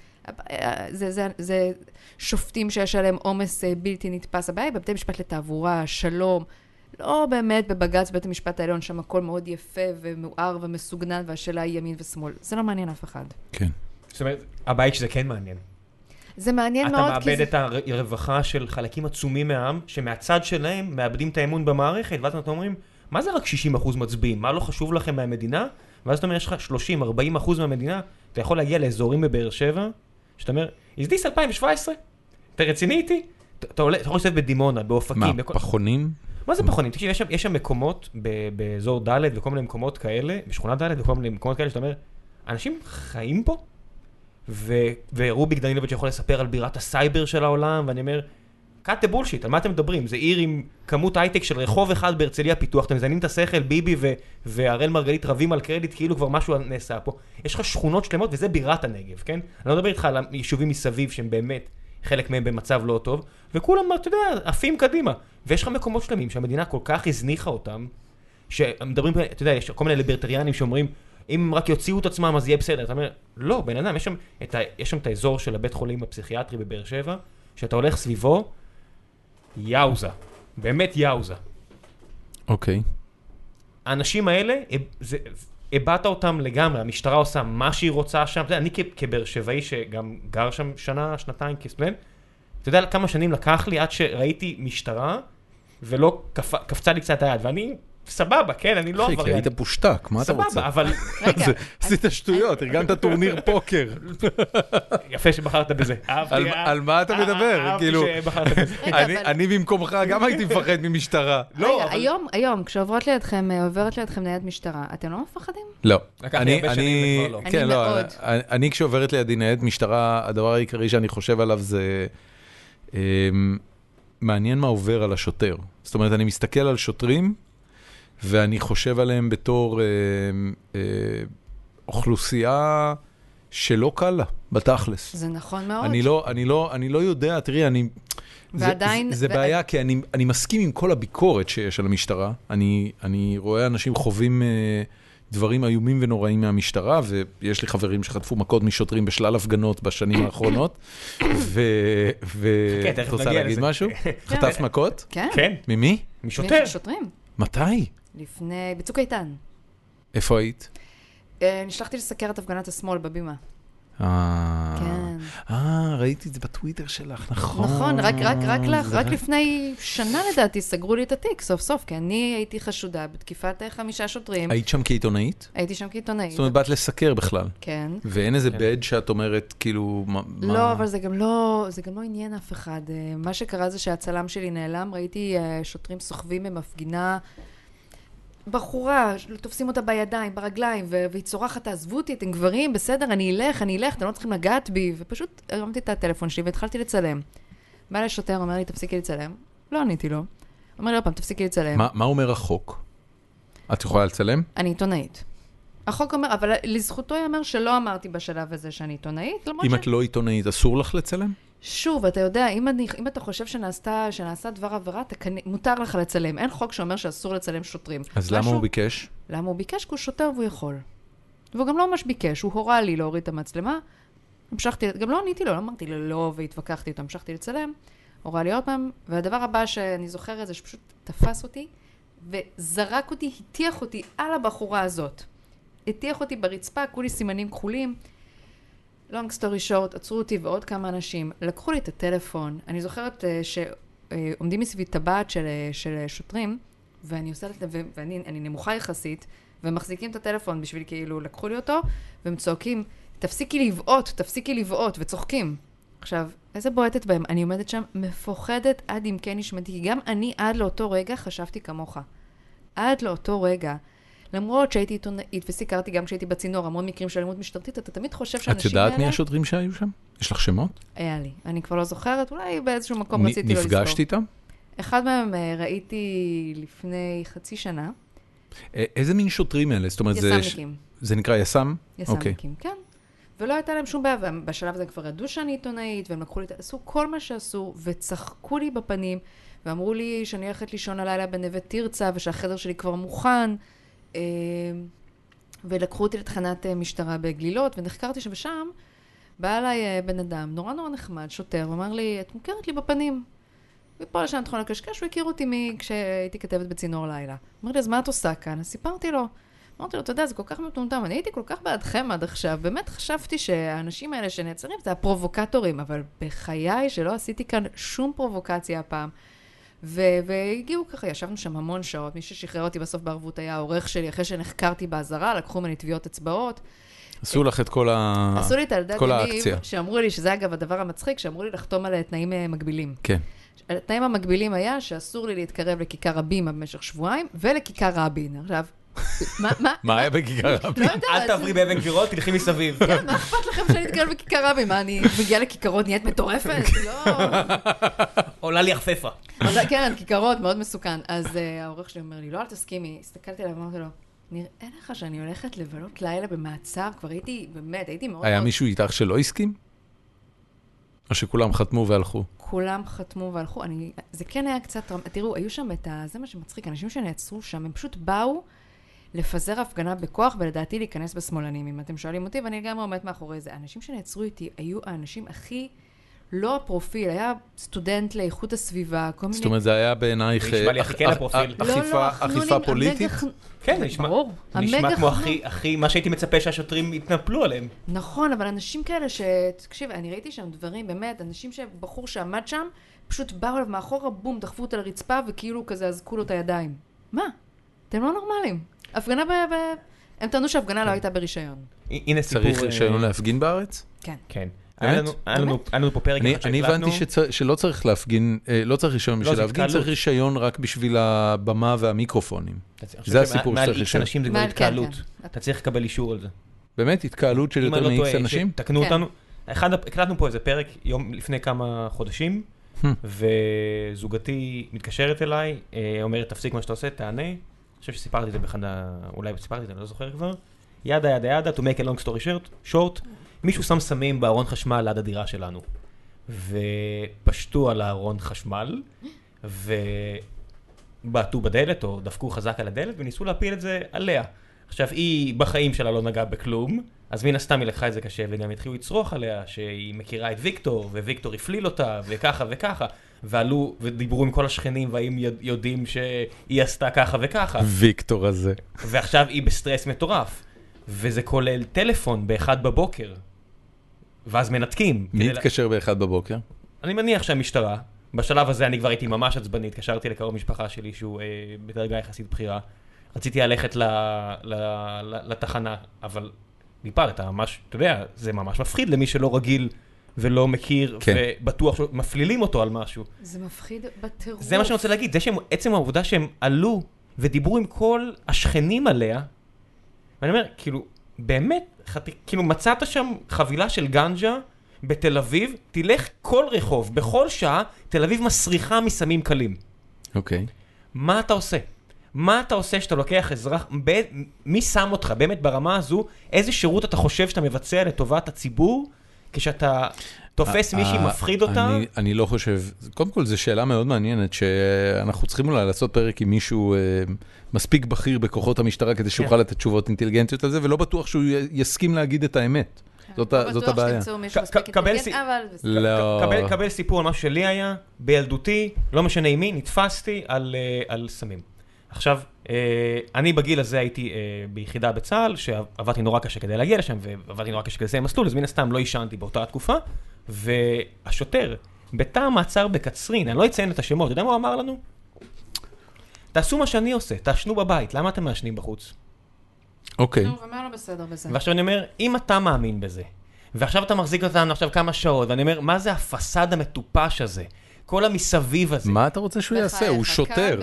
זה שופטים שיש עליהם עומס בלתי נתפס. הבעיה היא בבתי משפט לתעבורה, שלום, לא באמת בבג"ץ בית המשפט העליון, שם הכל מאוד יפה ומואר ומסוגנן, והשאלה היא ימין ושמאל. זה לא מעניין אף אחד. כן. זאת אומרת, הבית שזה כן מעניין. זה מעניין מאוד. אתה מאבד את הרווחה של חלקים עצומים מהעם, שמהצד שלהם מאבדים את האמון במערכת, ואז אתם אומרים, מה זה רק 60% מצביעים? מה לא חשוב לכם מהמדינה? ואז אתה אומר, יש לך 30-40% מהמדינה, אתה יכול להגיע לאזורים בבאר שבע, שאתה אומר, is this 2017? אתה רציני איתי? אתה יכול לשבת בדימונה, באופקים. מה, פחונים? מה זה פחונים? תקשיב, יש שם מקומות באזור ד' וכל מיני מקומות כאלה, בשכונה ד' וכל מיני מקומות כאלה, שאתה אומר, אנשים חיים פה? ורוביק דנילוביץ' יכול לספר על בירת הסייבר של העולם, ואני אומר, cut the bullshit, על מה אתם מדברים? זה עיר עם כמות הייטק של רחוב אחד בהרצליה פיתוח, אתם מזיינים את השכל, ביבי והראל מרגלית רבים על קרדיט, כאילו כבר משהו נעשה פה. יש לך שכונות שלמות, וזה בירת הנגב, כן? אני לא מדבר איתך על היישובים מסביב, שהם באמת, חלק מהם במצב לא טוב, וכולם, אתה יודע, עפים קדימה. ויש לך מקומות שלמים שהמדינה כל כך הזניחה אותם, שמדברים, אתה יודע, יש כל מיני ליברטריאנים שאומרים, אם הם רק יוציאו את עצמם, אז יהיה בסדר. אתה אומר, לא, בן אדם, יש שם את האזור של הבית חולים הפסיכיאטרי בבאר שבע, שאתה הולך סביבו, יאוזה. באמת יאוזה. אוקיי. האנשים האלה, הבאת אותם לגמרי, המשטרה עושה מה שהיא רוצה שם. אני כבאר שבעי שגם גר שם שנה, שנתיים כסטודנט, אתה יודע כמה שנים לקח לי עד שראיתי משטרה, ולא קפצה לי קצת היד, ואני... סבבה, כן, אני לא עבריין. היית פושטק, מה אתה רוצה? סבבה, אבל... רגע. עשית שטויות, ארגנת טורניר פוקר. יפה שבחרת בזה. על מה אתה מדבר? אהבתי שבחרת בזה. אני במקומך גם הייתי מפחד ממשטרה. רגע, היום, כשעוברת לידכם ניידת משטרה, אתם לא מפחדים? לא. לקח לי הרבה שנים וכבר לא. כן, לא. מאוד. אני כשעוברת לידי ניידת משטרה, הדבר העיקרי שאני חושב עליו זה... מעניין מה עובר על השוטר. זאת אומרת, אני מסתכל על שוטרים, ואני חושב עליהם בתור אוכלוסייה שלא קל לה, בתכלס. זה נכון מאוד. אני לא יודע, תראי, ועדיין... זה בעיה, כי אני מסכים עם כל הביקורת שיש על המשטרה. אני רואה אנשים חווים דברים איומים ונוראים מהמשטרה, ויש לי חברים שחטפו מכות משוטרים בשלל הפגנות בשנים האחרונות, את רוצה להגיד משהו? חטף מכות? כן. ממי? משוטר. שוטרים. מתי? בצוק איתן. איפה היית? נשלחתי לסקר את הפגנת השמאל בבימה. כן. ראיתי את זה בטוויטר שלך, נכון. נכון, רק לפני שנה לדעתי סגרו לי את התיק, סוף סוף, כי אני הייתי חשודה בתקיפת 5 שוטרים. היית שם כעיתונאית? הייתי שם כעיתונאית. זאת אומרת, באת לסקר בכלל. כן. ואין איזה בד שאת אומרת, כאילו, מה... לא, אבל זה גם לא עניין אף אחד. מה שקרה זה שהצלם שלי נעלם, ראיתי שוטרים סוחבים ממפגינה, בחורה, תופסים אותה בידיים, ברגליים, והיא צורחת, תעזבו אותי, אתם גברים, בסדר, אני אלך, אתם לא צריכים לגעת בי, ופשוט הרמתי את הטלפון שלי והתחלתי לצלם. בא לשוטר, אומר לי, תפסיקי לצלם. לא עניתי לו. אומר לי, עוד פעם, תפסיקי לצלם. מה אומר החוק? את יכולה לצלם? אני עיתונאית. החוק אומר, אבל לזכותו יאמר שלא אמרתי בשלב הזה שאני עיתונאית, למרות אם את לא עיתונאית, אסור לך לצלם? שוב, אתה יודע, אם אתה חושב שנעשה דבר עבירה, מותר לך לצלם. אין חוק שאומר שאסור לצלם שוטרים. אז למה הוא ביקש? למה הוא ביקש? כי הוא שוטר והוא יכול. והוא גם לא ממש ביקש, הוא הורה לי להוריד את המצלמה. גם לא עניתי לו, לא אמרתי לו לא והתווכחתי איתו, המשכתי לצלם. הורה לי עוד פעם, והדבר הבא שאני זוכרת זה שפשוט תפס אותי, וזרק אותי, הטיח אותי על הבחורה הזאת. הטיח אותי ברצפה, כולי סימנים כחולים. long story short, עצרו אותי ועוד כמה אנשים, לקחו לי את הטלפון. אני זוכרת שעומדים מסביב טבעת של שוטרים, ואני עושה את זה, ואני נמוכה יחסית, ומחזיקים את הטלפון בשביל כאילו לקחו לי אותו, והם צועקים, תפסיקי לבעוט, וצוחקים. עכשיו, איזה בועטת בהם? אני עומדת שם מפוחדת עד אם כן נשמעתי, כי גם אני עד לאותו רגע חשבתי כמוך. עד לאותו רגע. למרות שהייתי עיתונאית וסיקרתי גם כשהייתי בצינור, המון מקרים של אלימות משטרתית, אתה תמיד חושב שאנשים האלה... את יודעת מי השוטרים שהיו שם? יש לך שמות? היה לי. אני כבר לא זוכרת, אולי באיזשהו מקום רציתי לא לזכור. נפגשת איתם? אחד מהם ראיתי לפני חצי שנה. איזה מין שוטרים אלה? זאת אומרת, יס"מניקים. זה נקרא יס"מ? יס"מניקים, כן. ולא הייתה להם שום בעיה, ובשלב הזה כבר ידעו שאני עיתונאית, והם לקחו לי, עשו כל מה שעשו, וצחקו לי בפנים, ואמרו לי שאני הולכת לישון הלילה בנווה תרצה, ושהחדר שלי כבר מוכן, ולקחו אותי לתחנת משטרה בגלילות, ונחקרתי שבשם בא אליי בן אדם, נורא נורא נחמד, שוטר, ואמר לי, את מוכרת לי בפנים. ופה לשם תכון לקשקש, הוא הכיר אותי כשהייתי כתבת בצינור לילה. אמר לי, אז מה את עושה כאן? אז סיפרתי לו. אמרתי לו, אתה יודע, זה כל כך מטומטם, אני הייתי כל כך בעדכם עד עכשיו, באמת חשבתי שהאנשים האלה שנעצרים זה הפרובוקטורים, אבל בחיי שלא עשיתי כאן שום פרובוקציה הפעם. והגיעו ככה, ישבנו שם המון שעות, מי ששחרר אותי בסוף בערבות היה העורך שלי, אחרי שנחקרתי בעזרה, לקחו ממני טביעות אצבעות. עשו לך את כל האקציה. עשו לי את הלדת עניינים, שאמרו לי, שזה אגב הדבר המצחיק, שאמרו לי לחתום על תנאים מקבילים. כן. התנאים המקבילים היה שאסור לי להתקרב לכיכר רבים במשך שבועיים, ולכיכר רבין. עכשיו, מה היה בכיכר רבין? אל תעברי באבן גבירות, תלכי מסביב. כן, מה אכפת לכם שאני אתקרב בכיכר רבין? מה, אני מגיעה לכיכרות, נהיית מטורפת? לא. עולה לי החפפה. כן, כיכרות, מאוד מסוכן. אז העורך שלי אומר לי, לא, אל תסכימי. הסתכלתי עליו ואמרתי לו, נראה לך שאני הולכת לבלות לילה במעצר? כבר הייתי, באמת, הייתי מאוד... היה מישהו איתך שלא הסכים? או שכולם חתמו והלכו? כולם חתמו והלכו. זה כן היה קצת... תראו, היו שם זה מה שמצחיק, אנשים שנעצרו שם, הם פשוט באו לפזר הפגנה בכוח, ולדעתי להיכנס בשמאלנים. אם אתם שואלים אותי, ואני גם עומד מאחורי זה. האנשים שנעצרו איתי היו האנשים הכי לא הפרופיל, היה סטודנט לאיכות הסביבה, כל מיני... זאת אומרת, זה היה בעינייך... נשמע לי הכי כן הפרופיל. אחיפה פוליטית? כן, נשמע כמו הכי, מה שהייתי מצפה שהשוטרים יתנפלו עליהם. נכון, אבל אנשים כאלה תקשיב, אני ראיתי שם דברים, באמת, אנשים שבחור שעמד שם, פשוט באו אליו מאחורה, בום, דחפו אותה לרצפה, וכאילו כזה אזקו לו את הידיים. מה? אתם לא נורמלים. הפגנה הם טענו שהפגנה לא הייתה ברישיון. הנה סיפור... צריך רישיון להפגין בארץ? כן. כן. היה לנו פה פרק אחד שהקלטנו. אני הבנתי שלא צריך להפגין, לא צריך רישיון בשביל להפגין, צריך רישיון רק בשביל הבמה והמיקרופונים. זה הסיפור שצריך רישיון. מעל אנשים זה כבר התקהלות. אתה צריך לקבל אישור על זה. באמת? התקהלות של יותר מ-X אנשים? תקנו אותנו. הקלטנו פה איזה פרק יום לפני כמה חודשים, וזוגתי מתקשרת אליי, אומרת, תפסיק מה שאתה עושה, תענה. אני חושב שסיפרתי את זה באחד, אולי סיפרתי את זה, אני לא זוכר כבר. ידה, to make a long story short, מישהו שם סמים בארון חשמל ליד הדירה שלנו, ופשטו על הארון חשמל, ובעטו בדלת, או דפקו חזק על הדלת, וניסו להפיל את זה עליה. עכשיו, היא בחיים שלה לא נגעה בכלום, אז מן הסתם היא לקחה את זה קשה, וגם התחילו לצרוך עליה, שהיא מכירה את ויקטור, וויקטור הפליל אותה, וככה וככה, ועלו ודיברו עם כל השכנים, והאם יודעים שהיא עשתה ככה וככה. ויקטור הזה. ועכשיו היא בסטרס מטורף. וזה כולל טלפון ב-1 בבוקר, ואז מנתקים. מי התקשר ב-1 בבוקר? אני מניח שהמשטרה, בשלב הזה אני כבר הייתי ממש עצבני, התקשרתי לקרוב משפחה שלי שהוא בדרגה יחסית בחירה, רציתי ללכת לתחנה, אבל ניפל, אתה ממש, אתה יודע, זה ממש מפחיד למי שלא רגיל ולא מכיר, ובטוח שמפלילים אותו על משהו. זה מפחיד בטירוף. זה מה שאני רוצה להגיד, זה שעצם העובדה שהם עלו ודיברו עם כל השכנים עליה, ואני אומר, כאילו, באמת, כאילו מצאת שם חבילה של גנג'ה בתל אביב, תלך כל רחוב, בכל שעה, תל אביב מסריחה מסמים קלים. אוקיי. מה אתה עושה? מה אתה עושה שאתה לוקח אזרח, מי שם אותך באמת ברמה הזו, איזה שירות אתה חושב שאתה מבצע לטובת הציבור, כשאתה תופס מישהי, מפחיד אותה? אני לא חושב, קודם כל זו שאלה מאוד מעניינת, שאנחנו צריכים אולי לעשות פרק עם מישהו מספיק בכיר בכוחות המשטרה, כדי שיוכל לתת תשובות אינטליגנטיות על זה, ולא בטוח שהוא יסכים להגיד את האמת. זאת הבעיה. קבל סיפור על משהו שלי היה, בילדותי, לא משנה עם מי, נתפסתי על סמים. עכשיו, אני בגיל הזה הייתי ביחידה בצה"ל, שעבדתי נורא קשה כדי להגיע לשם, ועבדתי נורא קשה כדי לסיים מסלול, אז מן הסתם לא ישנתי באותה התקופה, והשוטר, בתא המעצר בקצרין, אני לא אציין את השמות, אתה יודע מה הוא אמר לנו? תעשו מה שאני עושה, תעשנו בבית, למה אתם מעשנים בחוץ? אוקיי. ומה לא בסדר בזה? ועכשיו אני אומר, אם אתה מאמין בזה, ועכשיו אתה מחזיק אותנו עכשיו כמה שעות, ואני אומר, מה זה הפסד המטופש הזה? כל המסביב הזה. מה אתה רוצה שהוא יעשה? הוא שוטר.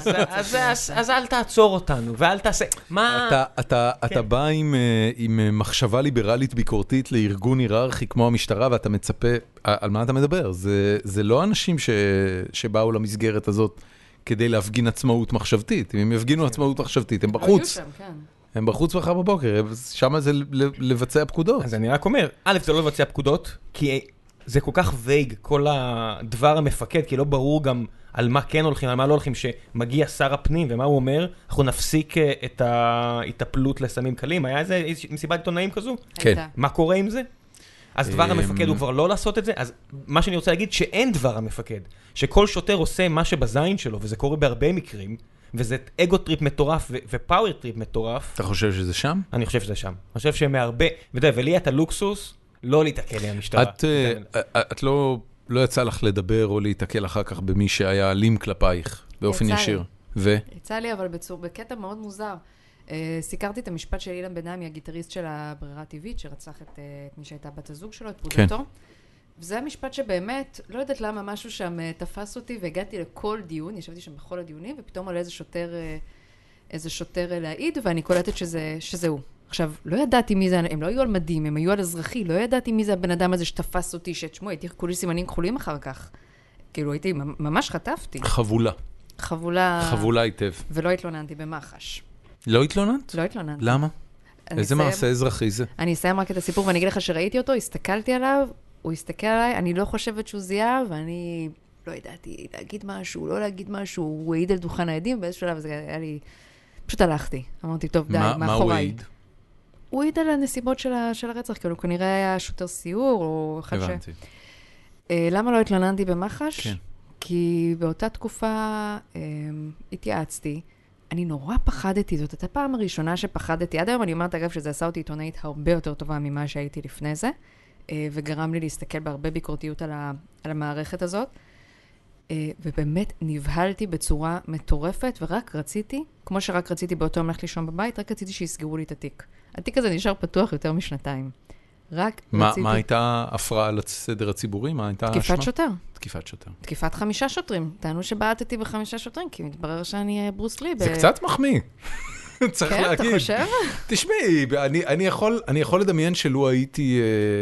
אז אל תעצור אותנו, ואל תעשה... מה... אתה בא עם מחשבה ליברלית ביקורתית לארגון היררכי כמו המשטרה, ואתה מצפה... על מה אתה מדבר? זה לא אנשים שבאו למסגרת הזאת כדי להפגין עצמאות מחשבתית. אם הם יפגינו עצמאות מחשבתית, הם בחוץ. הם בחוץ מחר בבוקר, שם זה לבצע פקודות. אז אני רק אומר, א', זה לא לבצע פקודות, כי זה כל כך וייג, כל הדבר המפקד, כי לא ברור גם על מה כן הולכים, על מה לא הולכים, שמגיע שר הפנים, ומה הוא אומר, אנחנו נפסיק את ההתאפלות לסמים קלים. היה איזה מסיבת עיתונאים כזו? כן. מה קורה עם זה? אז דבר המפקד הוא כבר לא לעשות את זה, אז מה שאני רוצה להגיד, שאין דבר המפקד, שכל שוטר עושה מה שבזין שלו, וזה קורה בהרבה מקרים, וזה אגו טריפ מטורף ופאוור טריפ מטורף. אתה חושב שזה שם? אני חושב שזה שם. אני חושב שמהרבה, ולי את הלוקסוס, לא להתעכל לי המשטרה. את לא יצא לך לדבר או להתעכל אחר כך במי שהיה אלים כלפייך, באופן ישיר. יצא לי, אבל בקטע מאוד מוזר. סיקרתי את המשפט של אילן בן-עמי, הגיטריסט של הברירה הטבעית, שרצח את מי שהייתה בת הזוג שלו, את פרודתו. וזה המשפט שבאמת, לא יודעת למה משהו שם תפס אותי, והגעתי לכל דיון, ישבתי שם בכל הדיונים, ופתאום עולה איזה שוטר להעיד, ואני קולטת שזה הוא. עכשיו, לא ידעתי מי זה, הם לא היו על מדים, הם היו על אזרחי, לא ידעתי מי זה הבן אדם הזה שתפס אותי, שתשמעו, הייתי כולי סימנים כחולים אחר כך. כאילו, הייתי, ממש חטפתי. חבולה היטב. ולא התלוננתי במח"ש. לא התלוננת? לא התלוננתי. למה? איזה מעשה אזרחי זה? אני אסיים רק את הסיפור, ואני אגיד לך שראיתי אותו, הסתכלתי עליו, הוא הסתכל עליי, אני לא חושבת שהוא זיהה, ואני לא ידעתי להגיד משהו, לא להגיד משהו, הוא העיד על דוכן העדים, באיזשהו שלב זה היה לי, פשוט הלכתי. אמרתי, טוב, די, מאחוריי. מה הוא העיד? הוא העיד על הנסיבות של הרצח, כאילו, כנראה היה שוטר סיור, או אחד הבנתי. למה לא התלוננתי במח"ש? כן. כי באותה תקופה התייעצתי, אני נורא פחדתי, זאת הייתה הפעם הראשונה שפחדתי, עד היום אני אומרת, אגב, שזה עשה אותי עיתונאית הרבה יותר טובה ממה שהייתי לפני זה, וגרם לי להסתכל בהרבה ביקורתיות על המערכת הזאת, ובאמת נבהלתי בצורה מטורפת, ורק רציתי, כמו שרק רציתי באותו יום ללכת לישון בבית, רק רציתי שיסגרו לי את התיק. התיק הזה נשאר פתוח יותר משנתיים. רק רציתי... מה הייתה הפרעה לסדר הציבורי? מה הייתה האשמה? תקיפת שוטר. תקיפת שוטר. תקיפת 5 שוטרים. טענו שבעטתי ב5 שוטרים, כי מתברר שאני ברוס לי. זה קצת מחמיא. צריך להגיד. כן, אתה חושב? תשמעי, אני יכול לדמיין שלו הייתי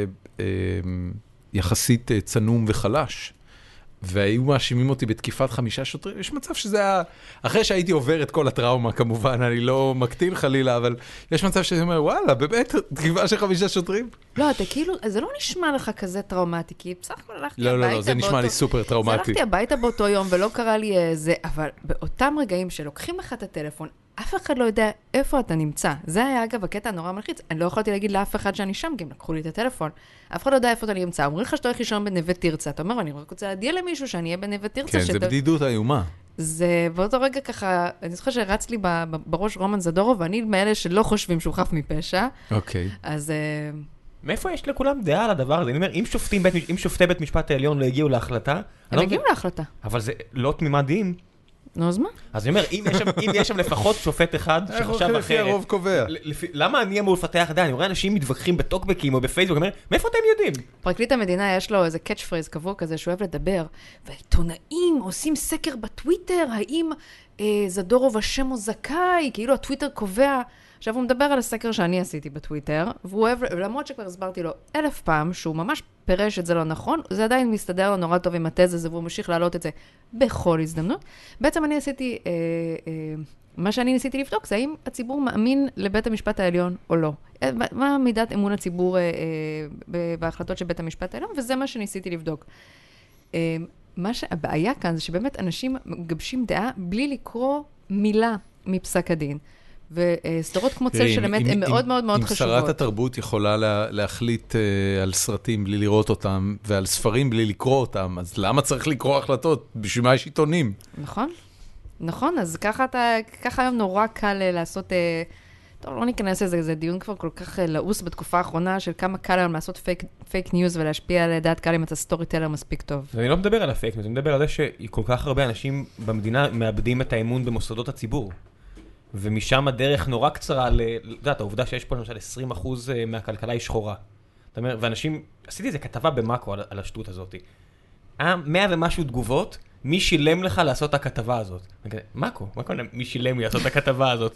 יחסית צנום וחלש, והיו מאשימים אותי בתקיפת 5 שוטרים, יש מצב שזה היה, אחרי שהייתי עובר את כל הטראומה כמובן, אני לא מקטין חלילה, אבל יש מצב שאני אומר, וואלה, באמת, תקיפה של 5 שוטרים? לא, אתה כאילו, זה לא נשמע לך כזה טראומטי, כי בסך הכל הלכתי הביתה לא, זה נשמע לי סופר טראומטי. הלכתי הביתה באותו יום ולא קרה לי זה, אבל באותם רגעים שלוקחים לך את הטלפון, אף אחד לא יודע איפה אתה נמצא. זה היה אגב הקטע הנורא מלחיץ. אני לא יכולתי להגיד לאף אחד שאני שם, כי הם לקחו לי את הטלפון. אף אחד לא יודע איפה אתה נמצא. אומרים לך שאתה הולך לישון בנווה תרצה. אתה אומר, אני רק רוצה להדיע למישהו שאני אהיה בנווה תרצה. כן, זה בדידות איומה. זה באותו רגע ככה, אני זוכרת שרץ לי בראש רומן זדורוב, ואני מאלה שלא חושבים שהוא חף מפשע. אוקיי. אז... מאיפה יש לכולם דעה על הדבר הזה? אני אומר, אם שופטי בית משפט העליון לא הגיעו להחלטה... הם הגיעו להחלטה. אבל זה לא תמימת דין. נו, אז מה? אז אני אומר, אם יש שם לפחות שופט אחד שחשב אחרת... לפי הרוב קובע. למה אני אמור לפתח דעה? אני רואה אנשים מתווכחים בטוקבקים או בפייסבוק, אני אומר, מאיפה אתם יודעים? פרקליט המדינה יש לו איזה קאץ' פרייז קבוע כזה שהוא אוהב לדבר, והעיתונאים עושים סקר בטוויטר, האם זדורוב השם הוא זכאי, כאילו הטוויטר קובע. עכשיו הוא מדבר על הסקר שאני עשיתי בטוויטר, והוא אוהב, למרות שכבר הסברתי לו 1000 פעם, שהוא ממש פירש את זה לא נכון, זה עדיין מסתדר לו נורא טוב עם התזה הזה, והוא ממשיך להעלות את זה בכל הזדמנות. בעצם אני עשיתי, מה שאני ניסיתי לבדוק, זה האם הציבור מאמין לבית המשפט העליון או לא. מה מידת אמון הציבור בהחלטות של בית המשפט העליון, וזה מה שניסיתי לבדוק. הבעיה כאן זה שבאמת אנשים מגבשים דעה בלי לקרוא מילה מפסק הדין. וסדרות כמו צל של אמת הן מאוד מאוד מאוד חשובות. אם שרת התרבות יכולה להחליט על סרטים בלי לראות אותם, ועל ספרים בלי לקרוא אותם, אז למה צריך לקרוא החלטות? בשביל מה יש עיתונים? נכון, נכון, אז ככה היום נורא קל לעשות, טוב, לא ניכנס לזה, זה דיון כבר כל כך לעוס בתקופה האחרונה, של כמה קל היום לעשות פייק ניוז ולהשפיע על דעת קהל אם אתה סטורי טלר מספיק טוב. ואני לא מדבר על הפייק ניוז, אני מדבר על זה שכל כך הרבה אנשים במדינה מאבדים את האמון במוסדות הציבור. ומשם הדרך נורא קצרה, לדעת, העובדה שיש פה למשל 20% מהכלכלה היא שחורה. זאת אומרת, ואנשים, עשיתי איזה כתבה במאקו על השטות הזאת. 100 ומשהו תגובות, מי שילם לך לעשות את הכתבה הזאת? מאקו, מי שילם לי לעשות את הכתבה הזאת?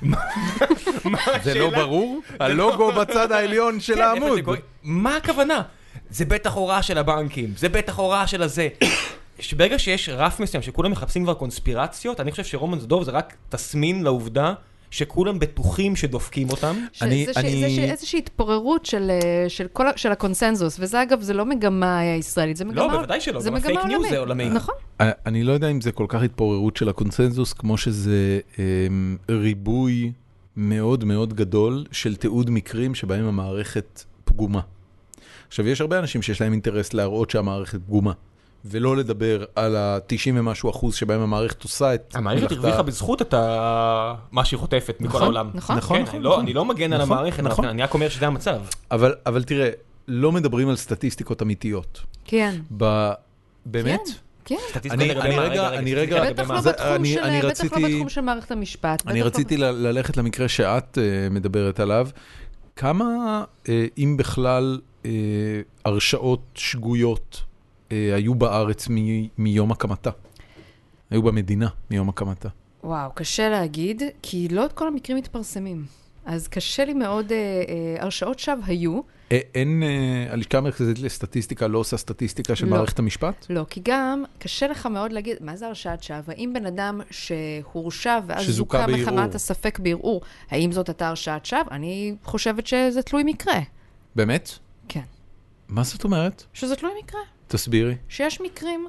זה לא ברור? הלוגו בצד העליון של העמוד. מה הכוונה? זה בטח הוראה של הבנקים, זה בטח הוראה של הזה. שברגע שיש רף מסוים שכולם מחפשים כבר קונספירציות, אני חושב שרומן זדורוב זה רק תסמין לעובדה שכולם בטוחים שדופקים אותם. זה איזושהי התפוררות של הקונסנזוס, וזה אגב, זה לא מגמה ישראלית, זה מגמה עולמית. לא, בוודאי שלא, גם הפייק ניוז זה עולמי. נכון. אני לא יודע אם זה כל כך התפוררות של הקונסנזוס, כמו שזה ריבוי מאוד מאוד גדול של תיעוד מקרים שבהם המערכת פגומה. עכשיו, יש הרבה אנשים שיש להם אינטרס להראות שהמערכת פגומה. ולא לדבר על ה-90 ומשהו אחוז שבהם המערכת עושה את... המערכת הרוויחה בזכות את מה שהיא חוטפת מכל העולם. נכון, נכון. אני לא מגן על המערכת, אני רק אומר שזה המצב. אבל תראה, לא מדברים על סטטיסטיקות אמיתיות. כן. באמת? כן. אני רגע... בטח לא בתחום של מערכת המשפט. אני רציתי ללכת למקרה שאת מדברת עליו. כמה, אם בכלל, הרשאות שגויות היו בארץ מיום הקמתה. היו במדינה מיום הקמתה. וואו, קשה להגיד, כי לא את כל המקרים מתפרסמים. אז קשה לי מאוד, הרשאות שווא היו. אין, הלשכה המרכזית לסטטיסטיקה לא עושה סטטיסטיקה של מערכת המשפט? לא, כי גם קשה לך מאוד להגיד, מה זה הרשאת שווא? האם בן אדם שהורשע ואז זוכה מחמת הספק בערעור, האם זאת הייתה הרשאת שווא? אני חושבת שזה תלוי מקרה. באמת? כן. מה זאת אומרת? שזה תלוי מקרה. תסבירי. שיש מקרים,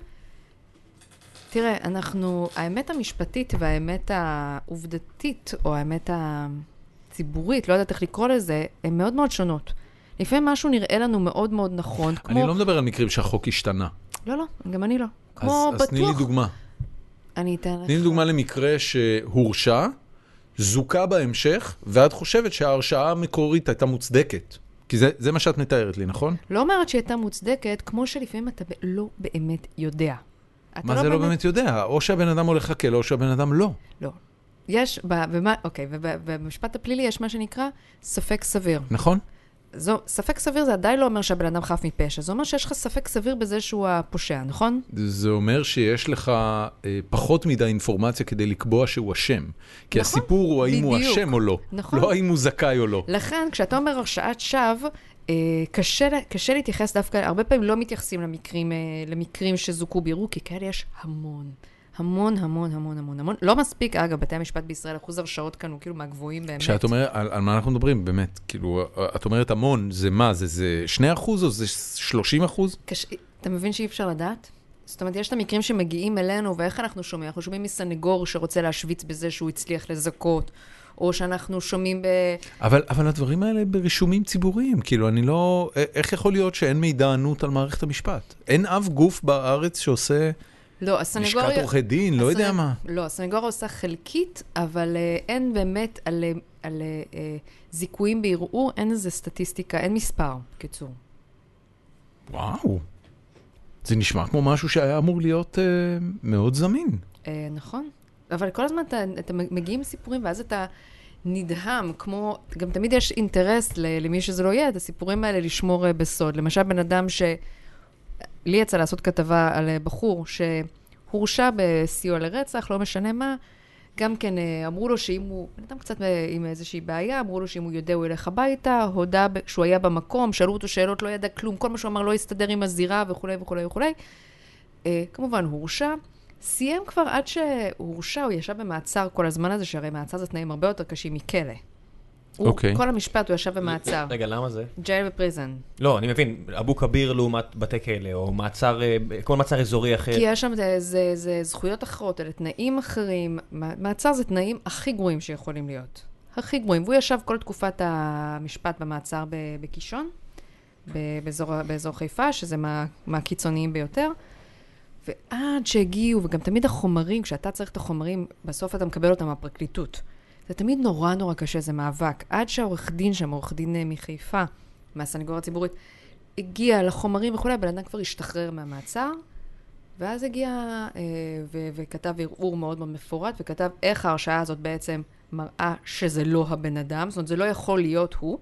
תראה, האמת המשפטית והאמת העובדתית, או האמת הציבורית, לא יודעת איך לקרוא לזה, הן מאוד מאוד שונות. לפעמים משהו נראה לנו מאוד מאוד נכון, כמו... אני לא מדבר על מקרים שהחוק השתנה. לא, גם אני לא. כמו בטוח... אז תני לי דוגמה. אני אתן לך... תני לי דוגמה למקרה שהורשע, זוכה בהמשך, ואת חושבת שההרשעה המקורית הייתה מוצדקת. כי זה מה שאת מתארת לי, נכון? לא אומרת שהיא הייתה מוצדקת, כמו שלפעמים אתה לא באמת יודע. מה זה לא באמת יודע? או שהבן אדם הולך לכלא, או שהבן אדם לא. לא. יש, אוקיי, ובמשפט הפלילי יש מה שנקרא ספק סביר. נכון. ספק סביר זה עדיין לא אומר שהבן אדם חף מפשע, זה אומר שיש לך ספק סביר בזה שהוא הפושע, נכון? זה אומר שיש לך פחות מדי אינפורמציה כדי לקבוע שהוא אשם. כי הסיפור הוא האם הוא אשם או לא. נכון. לא האם הוא זכאי או לא. לכן, כשאתה אומר הרשעת שווא, קשה להתייחס דווקא, הרבה פעמים לא מתייחסים למקרים שזוכו בערעור, כי כאלה יש המון. המון. לא מספיק, אגב, בתי המשפט בישראל, אחוז הרשעות כאן הוא כאילו מהגבוהים באמת. כשאת אומרת, על מה אנחנו מדברים, באמת? כאילו, את אומרת המון, זה מה? זה 2% או זה 30%? אתה מבין שאי אפשר לדעת? זאת אומרת, יש את המקרים שמגיעים אלינו, ואיך אנחנו שומעים? אנחנו שומעים מסנגור שרוצה להשוויץ בזה שהוא הצליח לזכות, או שאנחנו שומעים אבל הדברים האלה ברישומים ציבוריים, כאילו, אני לא... איך יכול להיות שאין מידע ענות על מערכת המשפט? אין אף גוף בארץ שעושה... לא, הסנגוריה... לשכת עורכי דין, לא יודע מה. לא, הסנגוריה עושה חלקית, אבל אין באמת על זיכויים בערעור, אין איזה סטטיסטיקה, אין מספר, קיצור. וואו. זה נשמע כמו משהו שהיה אמור להיות מאוד זמין. נכון. אבל כל הזמן אתה מגיעים לסיפורים, ואז אתה נדהם, כמו... גם תמיד יש אינטרס למי שזה לא יהיה, את הסיפורים האלה לשמור בסוד. למשל, בן אדם לי יצא לעשות כתבה על בחור שהורשע בסיוע לרצח, לא משנה מה, גם כן אמרו לו שאם הוא, בן אדם קצת עם איזושהי בעיה, אמרו לו שאם הוא יודע הוא ילך הביתה, הודע שהוא היה במקום, שאלו אותו שאלות, לא ידע כלום, כל מה שהוא אמר לא יסתדר עם הזירה וכו' וכו' וכו'. כמובן הוא הורשע, סיים כבר עד שהוא הורשע, הוא ישב במעצר כל הזמן הזה, שהרי מעצר זה תנאים הרבה יותר קשים מכלא. אוקיי. כל המשפט הוא ישב במעצר. רגע, למה זה? ג'ייל ופריזן. לא, אני מבין, אבו כביר לעומת בתי כלא, או מעצר, כל מעצר אזורי אחר. כי יש שם זה זכויות אחרות, אלה תנאים אחרים. מעצר זה תנאים הכי גרועים שיכולים להיות. הכי גרועים. והוא ישב כל תקופת המשפט במעצר בקישון, באזור חיפה, שזה מהקיצוניים ביותר. ועד שהגיעו, וגם תמיד החומרים, כשאתה צריך את החומרים, בסוף אתה מקבל אותם מהפרקליטות. זה תמיד נורא נורא קשה, זה מאבק. עד שהעורך דין שם, עורך דין מחיפה, מהסנגוריה הציבורית, הגיע לחומרים וכו', בן אדם כבר השתחרר מהמעצר, ואז הגיע וכתב ערעור מאוד מאוד מפורט, וכתב איך ההרשעה הזאת בעצם מראה שזה לא הבן אדם, זאת אומרת, זה לא יכול להיות הוא.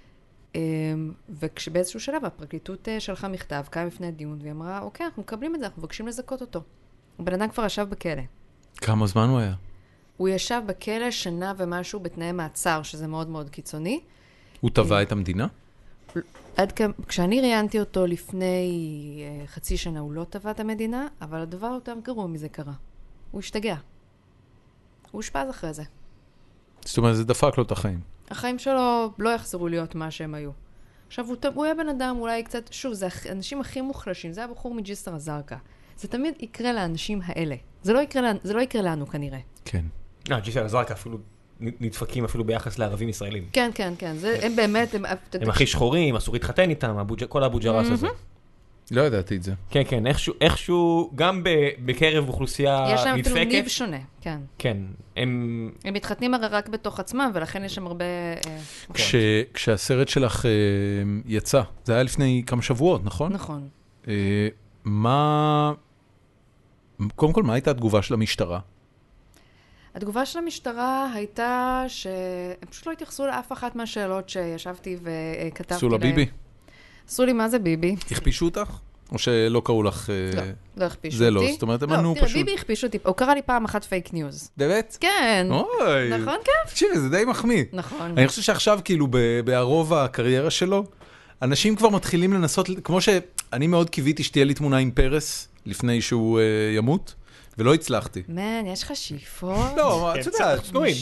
וכשבאיזשהו שלב הפרקליטות שלחה מכתב, קיים לפני הדיון, והיא אמרה, אוקיי, אנחנו מקבלים את זה, אנחנו מבקשים לזכות אותו. הבן אדם כבר ישב בכלא. כמה זמן הוא היה? הוא ישב בכלא שנה ומשהו בתנאי מעצר, שזה מאוד מאוד קיצוני. הוא טבע את המדינה? כשאני ראיינתי אותו לפני חצי שנה, הוא לא טבע את המדינה, אבל הדבר יותר גרוע מזה קרה. הוא השתגע. הוא אושפז אחרי זה. זאת אומרת, זה דפק לו את החיים. החיים שלו לא יחזרו להיות מה שהם היו. עכשיו, הוא היה בן אדם אולי קצת, שוב, זה האנשים הכי מוחלשים, זה הבחור מג'יסר א-זרקא. זה תמיד יקרה לאנשים האלה. זה לא יקרה לנו כנראה. כן. ג'יסר א-זרקא אפילו נדפקים אפילו ביחס לערבים ישראלים. כן, כן, כן. הם באמת... הם הכי שחורים, אסור להתחתן איתם, כל האבו ג'רס הזה. לא ידעתי את זה. כן, כן, איכשהו, גם בקרב אוכלוסייה נדפקת. יש להם אפילו ניב שונה, כן. כן, הם מתחתנים הרי רק בתוך עצמם, ולכן יש שם הרבה... כשהסרט שלך יצא, זה היה לפני כמה שבועות, נכון? נכון. קודם כל, מה הייתה התגובה של המשטרה? התגובה של המשטרה הייתה שהם פשוט לא התייחסו לאף אחת מהשאלות שישבתי וכתבתי להם. עשו לה ביבי? עשו לי מה זה ביבי. הכפישו אותך? או שלא קראו לך... לא הכפישו אותי. זה לא, זאת אומרת, הם ענו פשוט... תראה, ביבי הכפישו אותי, הוא קרא לי פעם אחת פייק ניוז. באמת? כן. אוי. נכון, כן? תקשיבי, זה די מחמיא. נכון. אני חושב שעכשיו, כאילו, בערוב הקריירה שלו, אנשים כבר מתחילים לנסות, כמו שאני מאוד קיוויתי שתהיה לי תמונה עם פרס, לפני שהוא ימות, ולא הצלחתי. מן, יש לך שאיפות? לא, את יודעת,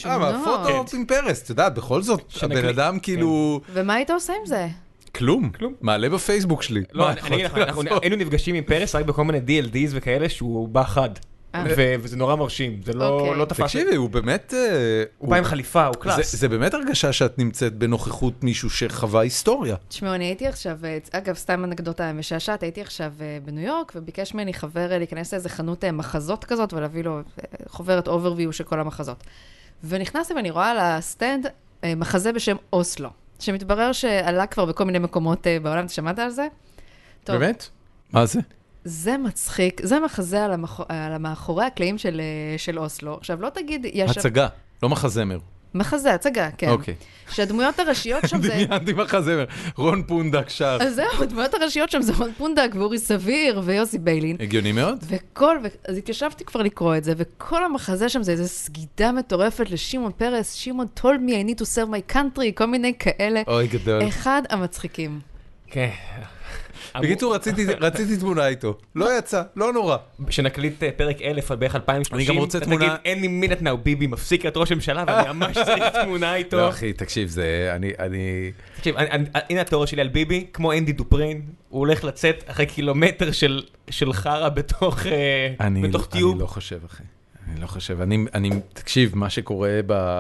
פוטו עם פרס, את יודעת, בכל זאת, הבן אדם כאילו... ומה היית עושה עם זה? כלום, מעלה בפייסבוק שלי. לא, אני אגיד לך, היינו נפגשים עם פרס רק בכל מיני DLDs וכאלה שהוא בא חד. וזה נורא מרשים, זה לא תפס. תקשיבי, הוא באמת... הוא בא עם חליפה, הוא קלאס. זה באמת הרגשה שאת נמצאת בנוכחות מישהו שחווה היסטוריה. תשמעו, אני הייתי עכשיו, אגב, סתם אנקדוטה משעשעת, הייתי עכשיו בניו יורק, וביקש ממני חבר להיכנס לאיזה חנות מחזות כזאת, ולהביא לו חוברת אוברוויו של כל המחזות. ונכנסתי ואני רואה על הסטנד מחזה בשם אוסלו, שמתברר שעלה כבר בכל מיני מקומות בעולם, אתה שמעת על זה? באמת? מה זה? זה מצחיק, זה מחזה על מאחורי הקלעים של אוסלו. עכשיו, לא תגיד... הצגה, לא מחזמר. מחזה, הצגה, כן. אוקיי. שהדמויות הראשיות שם זה... דמיינתי מחזמר, רון פונדק שר. אז זהו, הדמויות הראשיות שם זה רון פונדק ואורי סביר ויוסי ביילין. הגיוני מאוד. אז התיישבתי כבר לקרוא את זה, וכל המחזה שם זה איזו סגידה מטורפת לשמעון פרס, שמעון told me I need to serve my country, כל מיני כאלה. אוי, גדול. אחד המצחיקים. כן. בקיצור, רציתי תמונה איתו. לא יצא, לא נורא. שנקליט פרק 1000 על בערך 2030, אני גם רוצה תמונה... אתה תגיד, any minute now, ביבי מפסיק את ראש הממשלה, ואני ממש צריך תמונה איתו. לא, אחי, תקשיב, זה... תקשיב, הנה התיאוריה שלי על ביבי, כמו אנדי דופרין, הוא הולך לצאת אחרי קילומטר של חרה בתוך טיוב. אני לא חושב, אחי. אני לא חושב. תקשיב, מה שקורה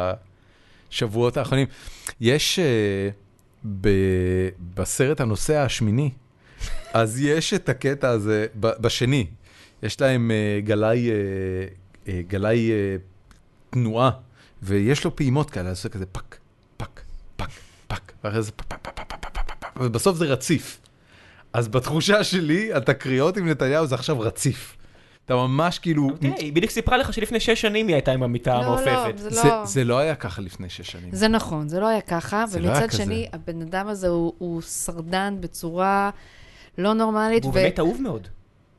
בשבועות האחרונים, יש בסרט הנוסע השמיני, אז יש את הקטע הזה, בשני, יש להם גלאי תנועה, ויש לו פעימות כאלה, אז זה כזה פק, פק, פק, פק, ואחרי זה פק, פק, פק, פק, פק, פק, פק, ובסוף זה רציף. אז בתחושה שלי, התקריות עם נתניהו זה עכשיו רציף. אתה ממש כאילו... היא בדיוק סיפרה לך שלפני 6 שנים היא הייתה עם המיטה המעופפת. זה לא היה ככה לפני 6 שנים. זה נכון, זה לא היה ככה, ומצד שני, הבן אדם הזה הוא סרדן בצורה לא נורמלית. הוא באמת אהוב מאוד.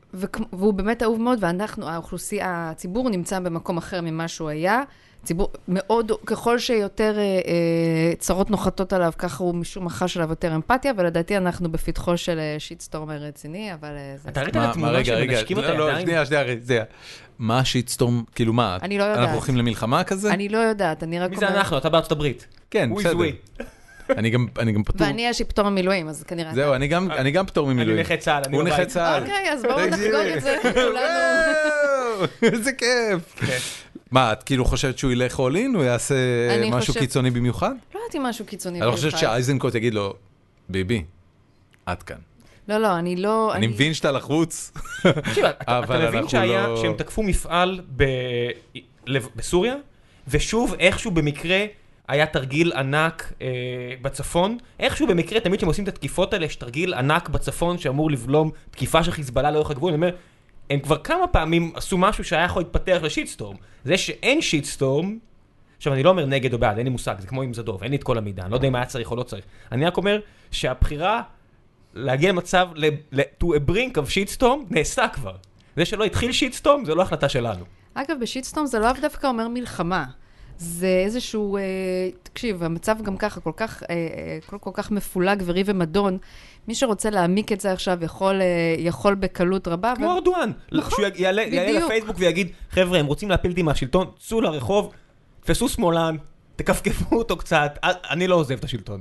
והוא באמת אהוב מאוד, ואנחנו, הציבור נמצא במקום אחר ממה שהוא היה. ציבור מאוד, ככל שיותר צרות נוחתות עליו, ככה הוא משום חש עליו יותר אמפתיה, ולדעתי אנחנו בפתחו של שיטסטורם רציני, אבל זה... אתה ראית את התמונה שמנשקים אותה ידיים? שנייה. מה השיטסטורם? כאילו מה? אני לא יודעת. אנחנו הולכים למלחמה כזה? אני לא יודעת, אני רק מי זה אנחנו? אתה בארצות הברית. כן, בסדר. אני גם פטור. ואני יש לי פטור ממילואים, אז כנראה... זהו, אני גם פטור ממילואים. אני נכה צהל, אני הוא בבית. נכה צהל. אוקיי, אז בואו נחגוג את זה כולנו. איזה כיף. מה, את כאילו חושבת שהוא ילך אולין? הוא יעשה משהו קיצוני במיוחד? לא הייתי משהו קיצוני אני לא חושבת שאייזנקוט יגיד לו, ביבי, עד כאן. לא, אני לא... אני מבין שאתה לחוץ. תקשיב, אתה מבין שהיה שהם תקפו מפעל בסוריה, ושוב איכשהו במקרה היה תרגיל ענק בצפון, איכשהו במקרה תמיד שהם עושים את התקיפות האלה, יש תרגיל ענק בצפון שאמור לבלום תקיפה של חיזבאללה לאורך הגבול, אני אומר, הם כבר כמה פעמים עשו משהו שהיה יכול להתפתח לשיטסטורם. זה שאין שיטסטורם, עכשיו אני לא אומר נגד או בעד, אין לי מושג, זה כמו עם זדוב, אין לי את כל המידע, אני לא יודע אם היה צריך או לא צריך. אני רק אומר שהבחירה להגיע למצב, to a brink of שיטסטורם, נעשה כבר. זה שלא התחיל שיטסטורם, זה לא החלטה שלנו. אגב, בשיטסטורם זה לא דווקא אומר מלחמה. זה איזשהו, תקשיב, המצב גם ככה כל כך מפולג וריב ומדון. מי שרוצה להעמיק את זה עכשיו יכול בקלות רבה. כמו ארדואן. נכון, שהוא יעלה לפייסבוק ויגיד, חבר'ה, הם רוצים להפיל אותי מהשלטון, צאו לרחוב, תפסו שמאלן, תקפקפו אותו קצת, אני לא עוזב את השלטון.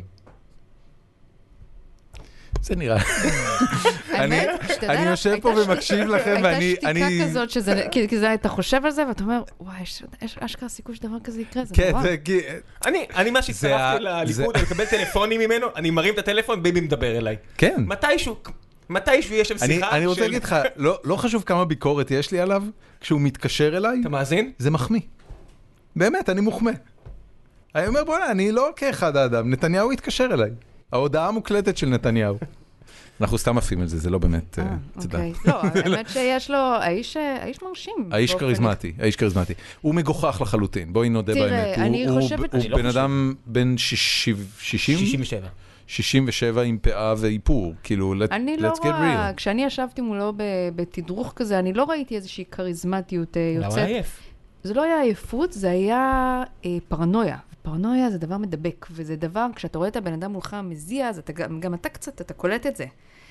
זה נראה. האמת, אני יושב פה ומקשיב לכם ואני... הייתה שתיקה כזאת, כי אתה חושב על זה ואתה אומר, וואי, יש אשכרה סיכוי שדבר כזה יקרה, זה כן, נורא. זה... אני מה שהצטרפתי לליכוד, אני מקבל טלפונים ממנו, אני מרים את הטלפון, ביבי מדבר אליי. כן. מתישהו יש שם שיחה. אני רוצה להגיד לך, לא חשוב כמה ביקורת יש לי עליו, כשהוא מתקשר אליי, אתה מאזין? זה מחמיא. באמת, אני מוחמא. אני אומר, בוא'נה, אני לא כאחד האדם, נתניהו התקשר אליי. ההודעה המוקלטת של נתניהו. אנחנו סתם עפים על זה, זה לא באמת... אוקיי. לא, האמת שיש לו, האיש מרשים. האיש כריזמטי. הוא מגוחך לחלוטין, בואי נודה באמת. תראה, אני חושבת... הוא בן אדם בן 60? 67. 67 עם פאה ואיפור, כאילו, let's get real. אני לא רואה, כשאני ישבתי מולו בתדרוך כזה, אני לא ראיתי איזושהי כריזמטיות יוצאת. למה עייף? זה לא היה עייפות, זה היה פרנויה. פרנויה זה דבר מדבק, וזה דבר, כשאתה רואה את הבן אדם מולך מזיע, אז גם אתה קצת, אתה קולט את זה.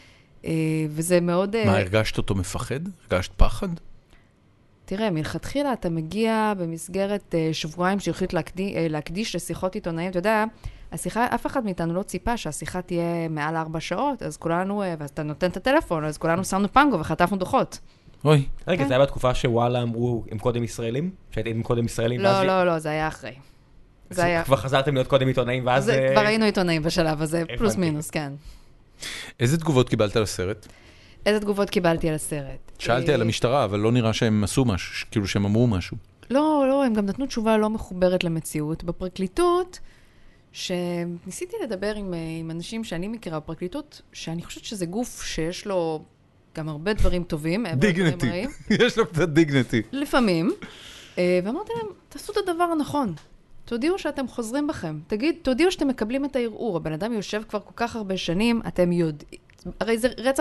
וזה מאוד... מה, הרגשת אותו מפחד? הרגשת פחד? תראה, מלכתחילה אתה מגיע במסגרת שבועיים שהחליט להקדיש לשיחות עיתונאים. אתה יודע, השיחה, אף אחד מאיתנו לא ציפה שהשיחה תהיה מעל 4 שעות, אז כולנו, ואז אתה נותן את הטלפון, אז כולנו שמנו פנגו וחטפנו דוחות. אוי. רגע, זה היה בתקופה שוואלה אמרו, הם קודם ישראלים? שהייתם עם קודם ישראלים? לא, זה היה אחרי. כבר חזרתם להיות קודם עיתונאים, ואז... כבר היינו עיתונאים בשלב הזה, פלוס מינוס, כן. איזה תגובות קיבלת על הסרט? איזה תגובות קיבלתי על הסרט? שאלתי על המשטרה, אבל לא נראה שהם עשו משהו, כאילו שהם אמרו משהו. לא, הם גם נתנו תשובה לא מחוברת למציאות. בפרקליטות, שניסיתי לדבר עם אנשים שאני מכירה בפרקליטות, שאני חושבת שזה גוף שיש לו גם הרבה דברים טובים. דיגניטי. יש לו קצת דיגניטי. לפעמים. ואמרתי להם, תעשו את הדבר הנכון. תודיעו שאתם חוזרים בכם. תודיעו שאתם מקבלים את הערעור. הבן אדם יושב כבר כל כך הרבה שנים, אתם יודעים. הרי רצח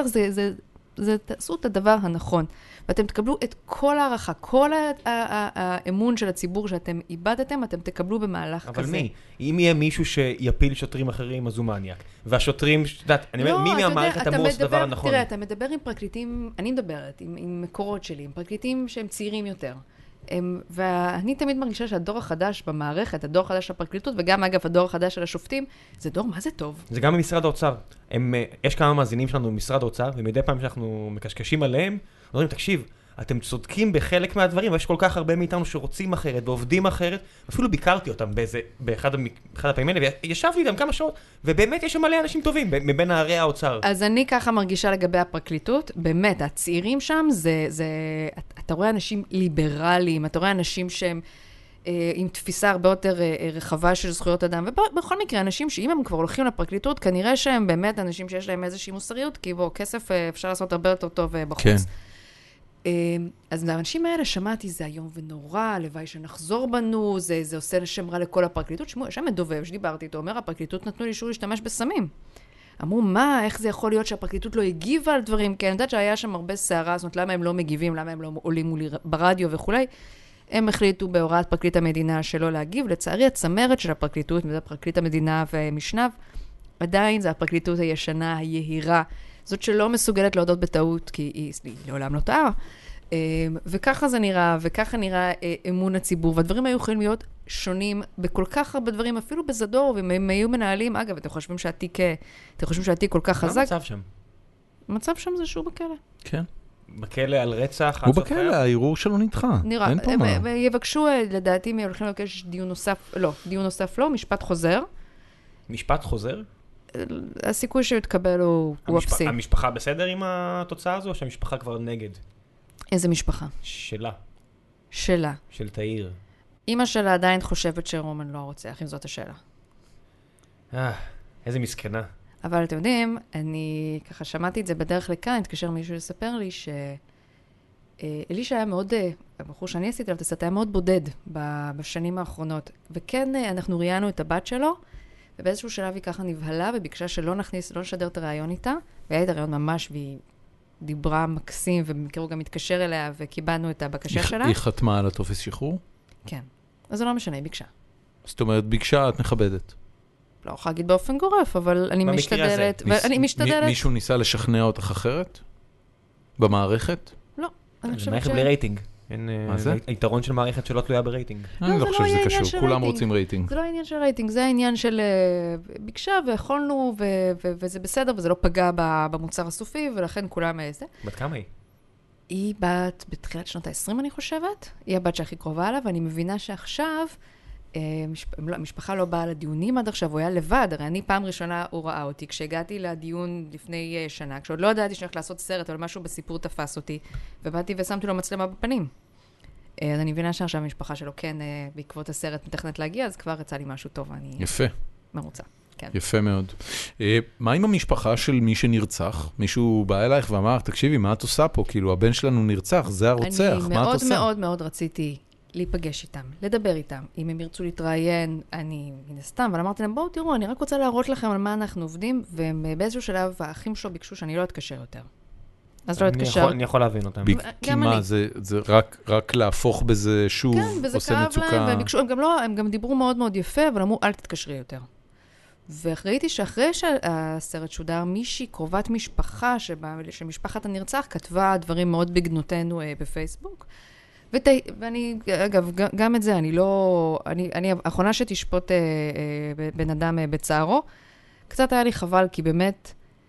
זה תעשו את הדבר הנכון. ואתם תקבלו את כל הערכה, כל האמון של הציבור שאתם איבדתם, אתם תקבלו במהלך כזה. אבל מי? אם יהיה מישהו שיפיל שוטרים אחרים, אז הוא מניאק. והשוטרים, אני אומר, מי מהמערכת אמור לעשות דבר הנכון? תראה, אתה מדבר עם פרקליטים, אני מדברת עם מקורות שלי, עם פרקליטים שהם צעירים יותר. ואני תמיד מרגישה שהדור החדש במערכת, הדור החדש של הפרקליטות, וגם אגב הדור החדש של השופטים, זה דור מה זה טוב. זה גם במשרד האוצר. יש כמה מאזינים שלנו במשרד האוצר, ומדי פעם שאנחנו מקשקשים עליהם, אומרים, תקשיב, אתם צודקים בחלק מהדברים, ויש כל כך הרבה מאיתנו שרוצים אחרת, ועובדים אחרת, אפילו ביקרתי אותם באחד הפעמים האלה, וישבתי איתם כמה שעות, ובאמת יש שם מלא אנשים טובים, מבין הערי האוצר. אז אני ככה מרגישה לגבי הפרקליטות, באמת, הצעירים שם, אתה רואה אנשים ליברליים, אתה רואה אנשים שהם עם תפיסה הרבה יותר רחבה של זכויות אדם, ובכל מקרה, אנשים שאם הם כבר הולכים לפרקליטות, כנראה שהם באמת אנשים שיש להם איזושהי מוסריות, כי בו כסף אפשר לעשות הרבה יותר טוב בחוץ. כן. אז לאנשים האלה שמעתי, זה היום ונורא, הלוואי שנחזור בנו, זה עושה לשם רע לכל הפרקליטות. שמעו, יש שם מדובב שדיברתי איתו, אומר, הפרקליטות נתנו לי אישור להשתמש בסמים. אמרו, מה, איך זה יכול להיות שהפרקליטות לא הגיבה על דברים? כי אני יודעת שהיה שם הרבה סערה, זאת אומרת, למה הם לא מגיבים, למה הם לא עולים מולי ברדיו וכולי. הם החליטו בהוראת פרקליט המדינה שלא להגיב. לצערי, הצמרת של הפרקליטות, וזה פרקליט המדינה ומשניו, עדיין זה הפרקליטות הישנה, היהירה, זאת שלא מסוגלת להודות בטעות, כי היא לעולם לא טעה. וככה זה נראה, וככה נראה אמון הציבור, והדברים היו יכולים להיות שונים בכל כך הרבה דברים, אפילו בזדור, והם היו מנהלים, אגב, אתם חושבים שהתיק כל כך חזק? מה המצב שם? המצב שם זה שהוא בכלא. כן. בכלא על רצח? הוא בכלא, הערעור שלו נדחה. נראה, אין פה מה. יבקשו, לדעתי, הם הולכים לבקש דיון נוסף לא, משפט חוזר. משפט חוזר? הסיכוי שיתקבל הוא אפסי. המשפחה בסדר עם התוצאה הזו, או שהמשפחה כבר נגד? איזה משפחה? שלה. שלה. של תאיר. אמא שלה עדיין חושבת שרומן לא הרוצח, אם זאת השאלה. איזה מסכנה. אבל אתם יודעים, אני ככה שמעתי את זה בדרך לכאן, התקשר מישהו לספר לי שאלישע היה מאוד, הבחור שאני עשיתי עליו, היה מאוד בודד בשנים האחרונות. וכן, אנחנו ראיינו את הבת שלו, ובאיזשהו שלב היא ככה נבהלה, וביקשה שלא נשדר את הרעיון איתה, והיה את הרעיון ממש, והיא דיברה מקסים, ובמקרה גם התקשר אליה, וקיבלנו את הבקשה שלה. היא חתמה על הטופס שחרור? כן. אז זה לא משנה, היא ביקשה. זאת אומרת, ביקשה, את מכבדת. לא יכולה להגיד באופן גורף, אבל אני משתדלת. מישהו ניסה לשכנע אותך אחרת? במערכת? לא. זה מערכת בלי רייטינג. מה זה? היתרון של מערכת שלא תלויה ברייטינג. אני לא חושב שזה קשור, כולם רוצים רייטינג. זה לא העניין של רייטינג, זה העניין של ביקשה ויכולנו, וזה בסדר, וזה לא פגע במוצר הסופי, ולכן כולם זה. בת כמה היא? היא בת בתחילת שנות ה-20, אני חושבת. היא הבת שהכי קרובה עליו, ואני מבינה שעכשיו, המשפחה לא באה לדיונים עד עכשיו, הוא היה לבד, הרי אני פעם ראשונה הוא ראה אותי, כשהגעתי לדיון לפני שנה, כשעוד לא ידעתי שאני הולכת לעשות סרט, אבל משהו בסיפור תפס אותי, ובאתי ושמתי לו מצלמה בפנים. אז אני מבינה שעכשיו המשפחה שלו כן, בעקבות הסרט מתכנת להגיע, אז כבר יצא לי משהו טוב, אני יפה. מרוצה. כן. יפה מאוד. מה עם המשפחה של מי שנרצח? מישהו בא אלייך ואמר, תקשיבי, מה את עושה פה? כאילו, הבן שלנו נרצח, זה הרוצח, מה את עושה? אני מאוד מאוד מאוד רציתי להיפגש איתם, לדבר איתם. אם הם ירצו להתראיין, אני מן הסתם, אבל אמרתי להם, בואו תראו, אני רק רוצה להראות לכם על מה אנחנו עובדים, ובאיזשהו שלב האחים שלו ביקשו שאני לא אתקשר יותר. אז לא אתקשר. אני יכול להבין אותם. כי מה, זה רק להפוך בזה שוב, כן, וזה כאב להם, והם ביקשו, הם גם דיברו מאוד מאוד יפה, אבל אמרו, אל תתקשרי יותר. וראיתי שאחרי שהסרט שודר, מישהי, קרובת משפחה, שמשפחת הנרצח, כתבה דברים מאוד בגנותנו בפייסבוק, ואני, אגב, גם את זה, אני האחרונה שתשפוט בן אדם בצערו, קצת היה לי חבל, כי באמת,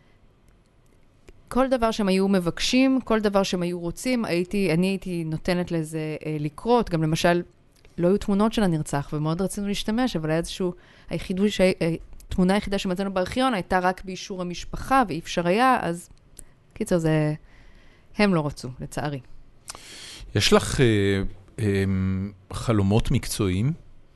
כל דבר שהם היו מבקשים, כל דבר שהם היו רוצים, אני הייתי נותנת לזה לקרות, גם למשל, לא היו תמונות של הנרצח, ומאוד רצינו להשתמש, אבל היה איזשהו, התמונה היחידה שמצאנו בארכיון, הייתה רק באישור המשפחה, ואי אפשר היה, אז קיצר, הם לא רצו, לצערי. יש לך חלומות מקצועיים?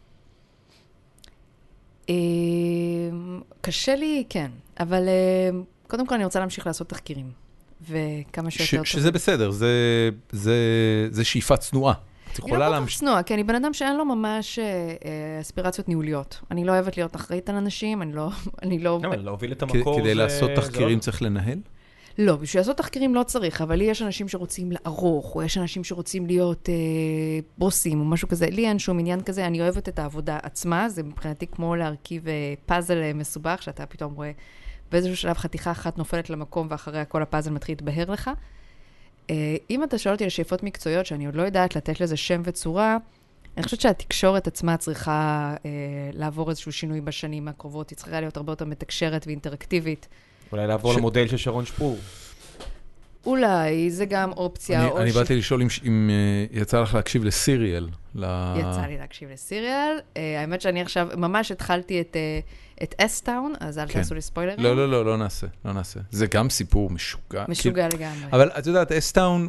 קשה לי, כן. אבל קודם כל אני רוצה להמשיך לעשות תחקירים. וכמה שיותר טוב. שזה בסדר, זה שאיפת צנועה. היא לא כל כך צנועה, כי אני בן אדם שאין לו ממש אספירציות ניהוליות. אני לא אוהבת להיות אחראית על אנשים, אני לא... להוביל את המקור כדי לעשות תחקירים צריך לנהל? לא, בשביל לעשות תחקירים לא צריך, אבל לי יש אנשים שרוצים לערוך, או יש אנשים שרוצים להיות בוסים, או משהו כזה. לי אין שום עניין כזה, אני אוהבת את העבודה עצמה, זה מבחינתי כמו להרכיב פאזל מסובך, שאתה פתאום רואה באיזשהו שלב חתיכה אחת נופלת למקום, ואחריה כל הפאזל מתחיל להתבהר לך. אם אתה שואל אותי על שאיפות מקצועיות, שאני עוד לא יודעת לתת לזה שם וצורה, אני חושבת שהתקשורת עצמה צריכה לעבור איזשהו שינוי בשנים הקרובות, היא צריכה להיות הרבה יותר מתקשרת ואינטראקטיבית. אולי לעבור למודל של שרון שפור. אולי, זה גם אופציה. אני באתי לשאול אם יצא לך להקשיב לסיריאל. יצא לי להקשיב לסיריאל. האמת שאני עכשיו, ממש התחלתי את אסטאון, אז אל תעשו לי ספוילרים. לא, לא נעשה. זה גם סיפור משוגע. משוגע לגמרי. אבל את יודעת, אסטאון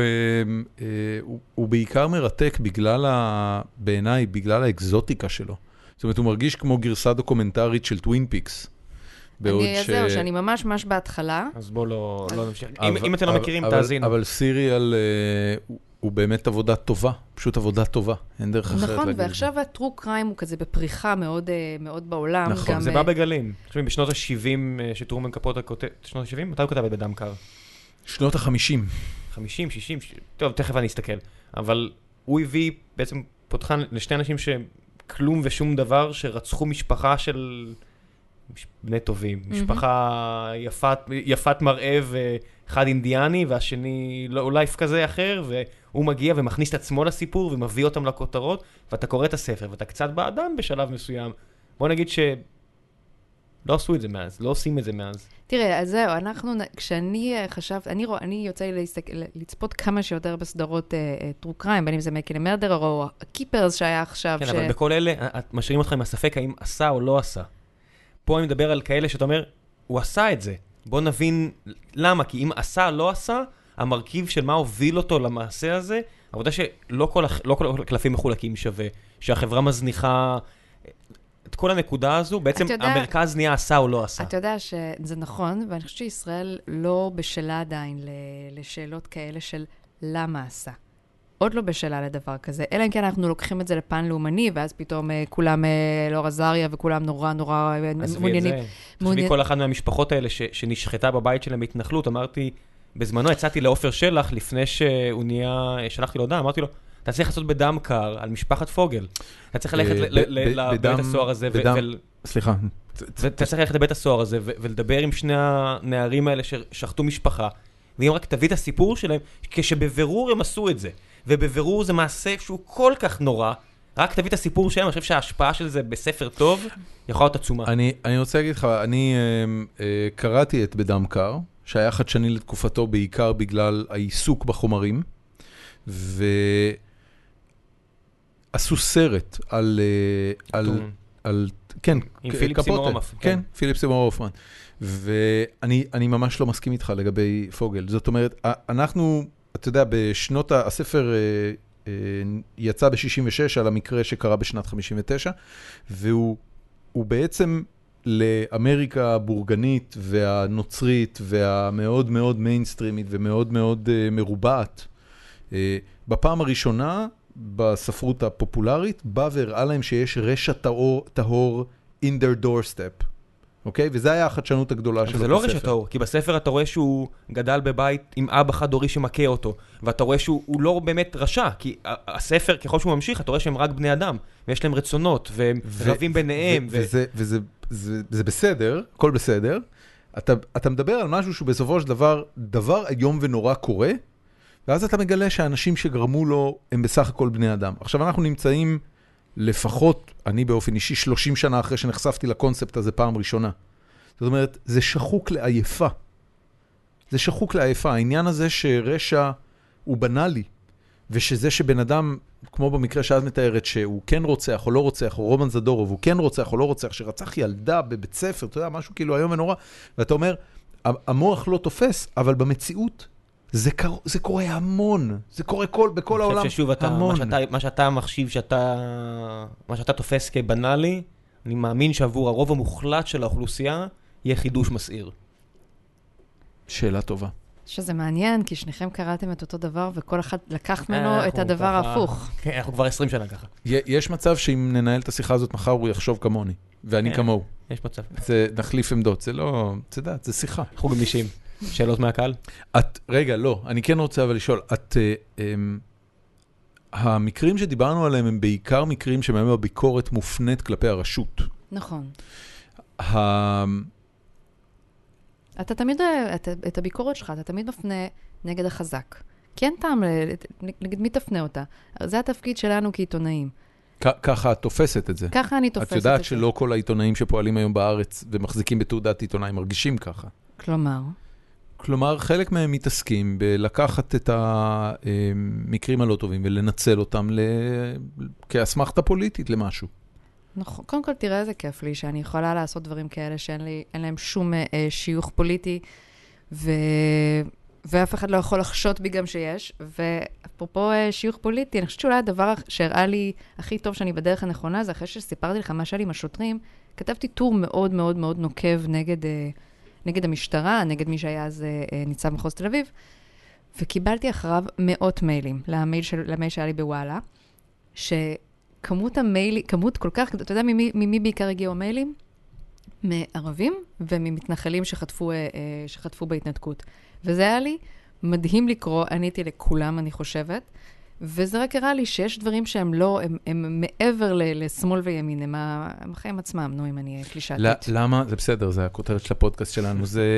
הוא בעיקר מרתק בעיניי, בגלל האקזוטיקה שלו. זאת אומרת, הוא מרגיש כמו גרסה דוקומנטרית של טווין פיקס. זהו, שאני ממש בהתחלה. אז בואו לא נמשיך. אם אתם לא מכירים, תאזינו. אבל סיריאל הוא באמת עבודה טובה, פשוט עבודה טובה, אין דרך אחרת להגיד. נכון, ועכשיו הטרו קריים הוא כזה בפריחה מאוד, מאוד בעולם. נכון, זה בא בגלים. חושבים, בשנות ה-70 שטרומן קפוטה כותב, שנות ה-70? מתי הוא כתב את בדם קר? שנות ה-50. 50, 60, טוב, תכף אני אסתכל. אבל הוא הביא בעצם פותחן לשני אנשים שכלום ושום דבר, שרצחו משפחה של בני טובים. משפחה יפת מראה ואחד אינדיאני, והשני לא לייף כזה אחר, והוא מגיע ומכניס את עצמו לסיפור ומביא אותם לכותרות, ואתה קורא את הספר, ואתה קצת באדם בשלב מסוים. בוא נגיד לא עשו את זה מאז, לא עושים את זה מאז. תראה, אז זהו, כשאני חשבת, אני יוצא לי לצפות כמה שיותר בסדרות טרו קריים, בין אם זה מקל מרדר או הקיפרס שהיה עכשיו. כן, אבל בכל אלה, משאירים אותך עם הספק האם עשה או לא עשה. פה אני מדבר על כאלה שאתה אומר, הוא עשה את זה. בוא נבין למה, כי אם עשה או לא עשה, המרכיב של מה הוביל אותו למעשה הזה, העבודה שלא כל הקלפים מחולקים שווה, שהחברה מזניחה את כל הנקודה הזו, בעצם המרכז נהיה עשה או לא עשה. אתה יודע שזה נכון, ואני חושבת שישראל לא בשלה עדיין לשאלות כאלה של למה עשה. עוד לא בשלה לדבר כזה, אלא אם כן אנחנו לוקחים את זה לפן לאומני, ואז פתאום כולם לא עזריה, וכולם נורא מעוניינים. תחשבי כל אחת מהמשפחות האלה שנשחטה בבית שלהם בהתנחלות, אמרתי, בזמנו יצאתי לעופר שלח, לפני שהוא נהיה, שלחתי לו הודעה, אמרתי לו, אתה צריך לעשות בדם קר על משפחת פוגל. אתה צריך ללכת לבית הסוהר הזה, סליחה. אתה צריך ללכת לבית הסוהר הזה, ולדבר עם שני הנערים האלה ששחטו משפחה, ואם רק תביא את הסיפור שלהם, כשבבירור הם עשו את זה, ובבירור זה מעשה שהוא כל כך נורא, רק תביא את הסיפור שלהם, אני חושב שההשפעה של זה בספר טוב, יכולה להיות עצומה. אני רוצה להגיד לך, אני קראתי את בדם קר, שהיה חדשני לתקופתו בעיקר בגלל העיסוק בחומרים, ועשו סרט על כן, עם פיליפ סימור הופמן. כן, פיליפ סימור הופמן. ואני ממש לא מסכים איתך לגבי פוגל. זאת אומרת, אנחנו, אתה יודע, הספר יצא ב-66 על המקרה שקרה בשנת 59, והוא בעצם לאמריקה הבורגנית והנוצרית והמאוד מאוד מיינסטרימית ומאוד מאוד מרובעת, בפעם הראשונה בספרות הפופולרית, בא והראה להם שיש רשע טהור in their doorstep. אוקיי? וזה היה החדשנות הגדולה שלו בספר. זה לא רשע טהור, כי בספר אתה רואה שהוא גדל בבית עם אבא חד-הורי שמכה אותו, ואתה רואה שהוא לא באמת רשע, כי הספר, ככל שהוא ממשיך, אתה רואה שהם רק בני אדם, ויש להם רצונות, והם רבים ביניהם. וזה בסדר, הכל בסדר. אתה מדבר על משהו שהוא בסופו של דבר איום ונורא קורה, ואז אתה מגלה שהאנשים שגרמו לו הם בסך הכל בני אדם. עכשיו אנחנו נמצאים לפחות, אני באופן אישי, 30 שנה אחרי שנחשפתי לקונספט הזה פעם ראשונה. זאת אומרת, זה שחוק לעייפה. זה שחוק לעייפה. העניין הזה שרשע הוא בנאלי, ושזה שבן אדם, כמו במקרה שאת מתארת, שהוא כן רוצח או לא רוצח, או רומן זדורוב, הוא כן רוצח או לא רוצח, שרצח ילדה בבית ספר, אתה יודע, משהו כאילו היום ונורא, ואתה אומר, המוח לא תופס, אבל במציאות, זה קורה המון, זה קורה בכל העולם. אני חושב ששוב, מה שאתה מחשיב, מה שאתה תופס כבנאלי, אני מאמין שעבור הרוב המוחלט של האוכלוסייה, יהיה חידוש מסעיר. שאלה טובה. שזה מעניין, כי שניכם קראתם את אותו דבר, וכל אחד לקח ממנו את הדבר ההפוך. כן, אנחנו כבר 20 שנה ככה. יש מצב שאם ננהל את השיחה הזאת מחר, הוא יחשוב כמוני, ואני כמוהו. יש מצב. נחליף עמדות, זה לא, אתה יודע, זה שיחה. אנחנו גמישים. שאלות מהקהל? רגע, לא, אני כן רוצה אבל לשאול, המקרים שדיברנו עליהם הם בעיקר מקרים שבהם הביקורת מופנית כלפי הרשות. נכון. אתה תמיד, את הביקורת שלך, אתה תמיד מפנה נגד החזק. כן טעם, נגד מי תפנה אותה? זה התפקיד שלנו כעיתונאים. ככה את תופסת את זה. ככה אני תופסת את זה. את יודעת שלא כל העיתונאים שפועלים היום בארץ ומחזיקים בתעודת עיתונאים מרגישים ככה. כלומר, חלק מהם מתעסקים בלקחת את המקרים הלא טובים ולנצל אותם כאסמכתה פוליטית למשהו. נכון, קודם כל תראה איזה כיף לי שאני יכולה לעשות דברים כאלה שאין להם שום שיוך פוליטי, ואף אחד לא יכול לחשות בי גם שיש, ואפרופו שיוך פוליטי, אני חושבת שאולי הדבר שהראה לי הכי טוב שאני בדרך הנכונה, זה אחרי שסיפרתי לך מה שהיה לי עם השוטרים, כתבתי טור מאוד מאוד מאוד נוקב נגד המשטרה, נגד מי שהיה אז ניצב מחוז תל אביב, וקיבלתי אחריו מאות מיילים, למייל שהיה לי בוואלה, שכמות המיילים, כמות כל כך, אתה יודע ממי בעיקר הגיעו המיילים? מערבים וממתנחלים שחטפו בהתנתקות. וזה היה לי מדהים לקרוא, עניתי לכולם, אני חושבת, וזה רק הראה לי שיש דברים שהם לא, הם מעבר לשמאל וימין, הם החיים עצמם, נו, אם אני קלישתית. למה? זה בסדר, זה הכותרת של הפודקאסט שלנו. זה,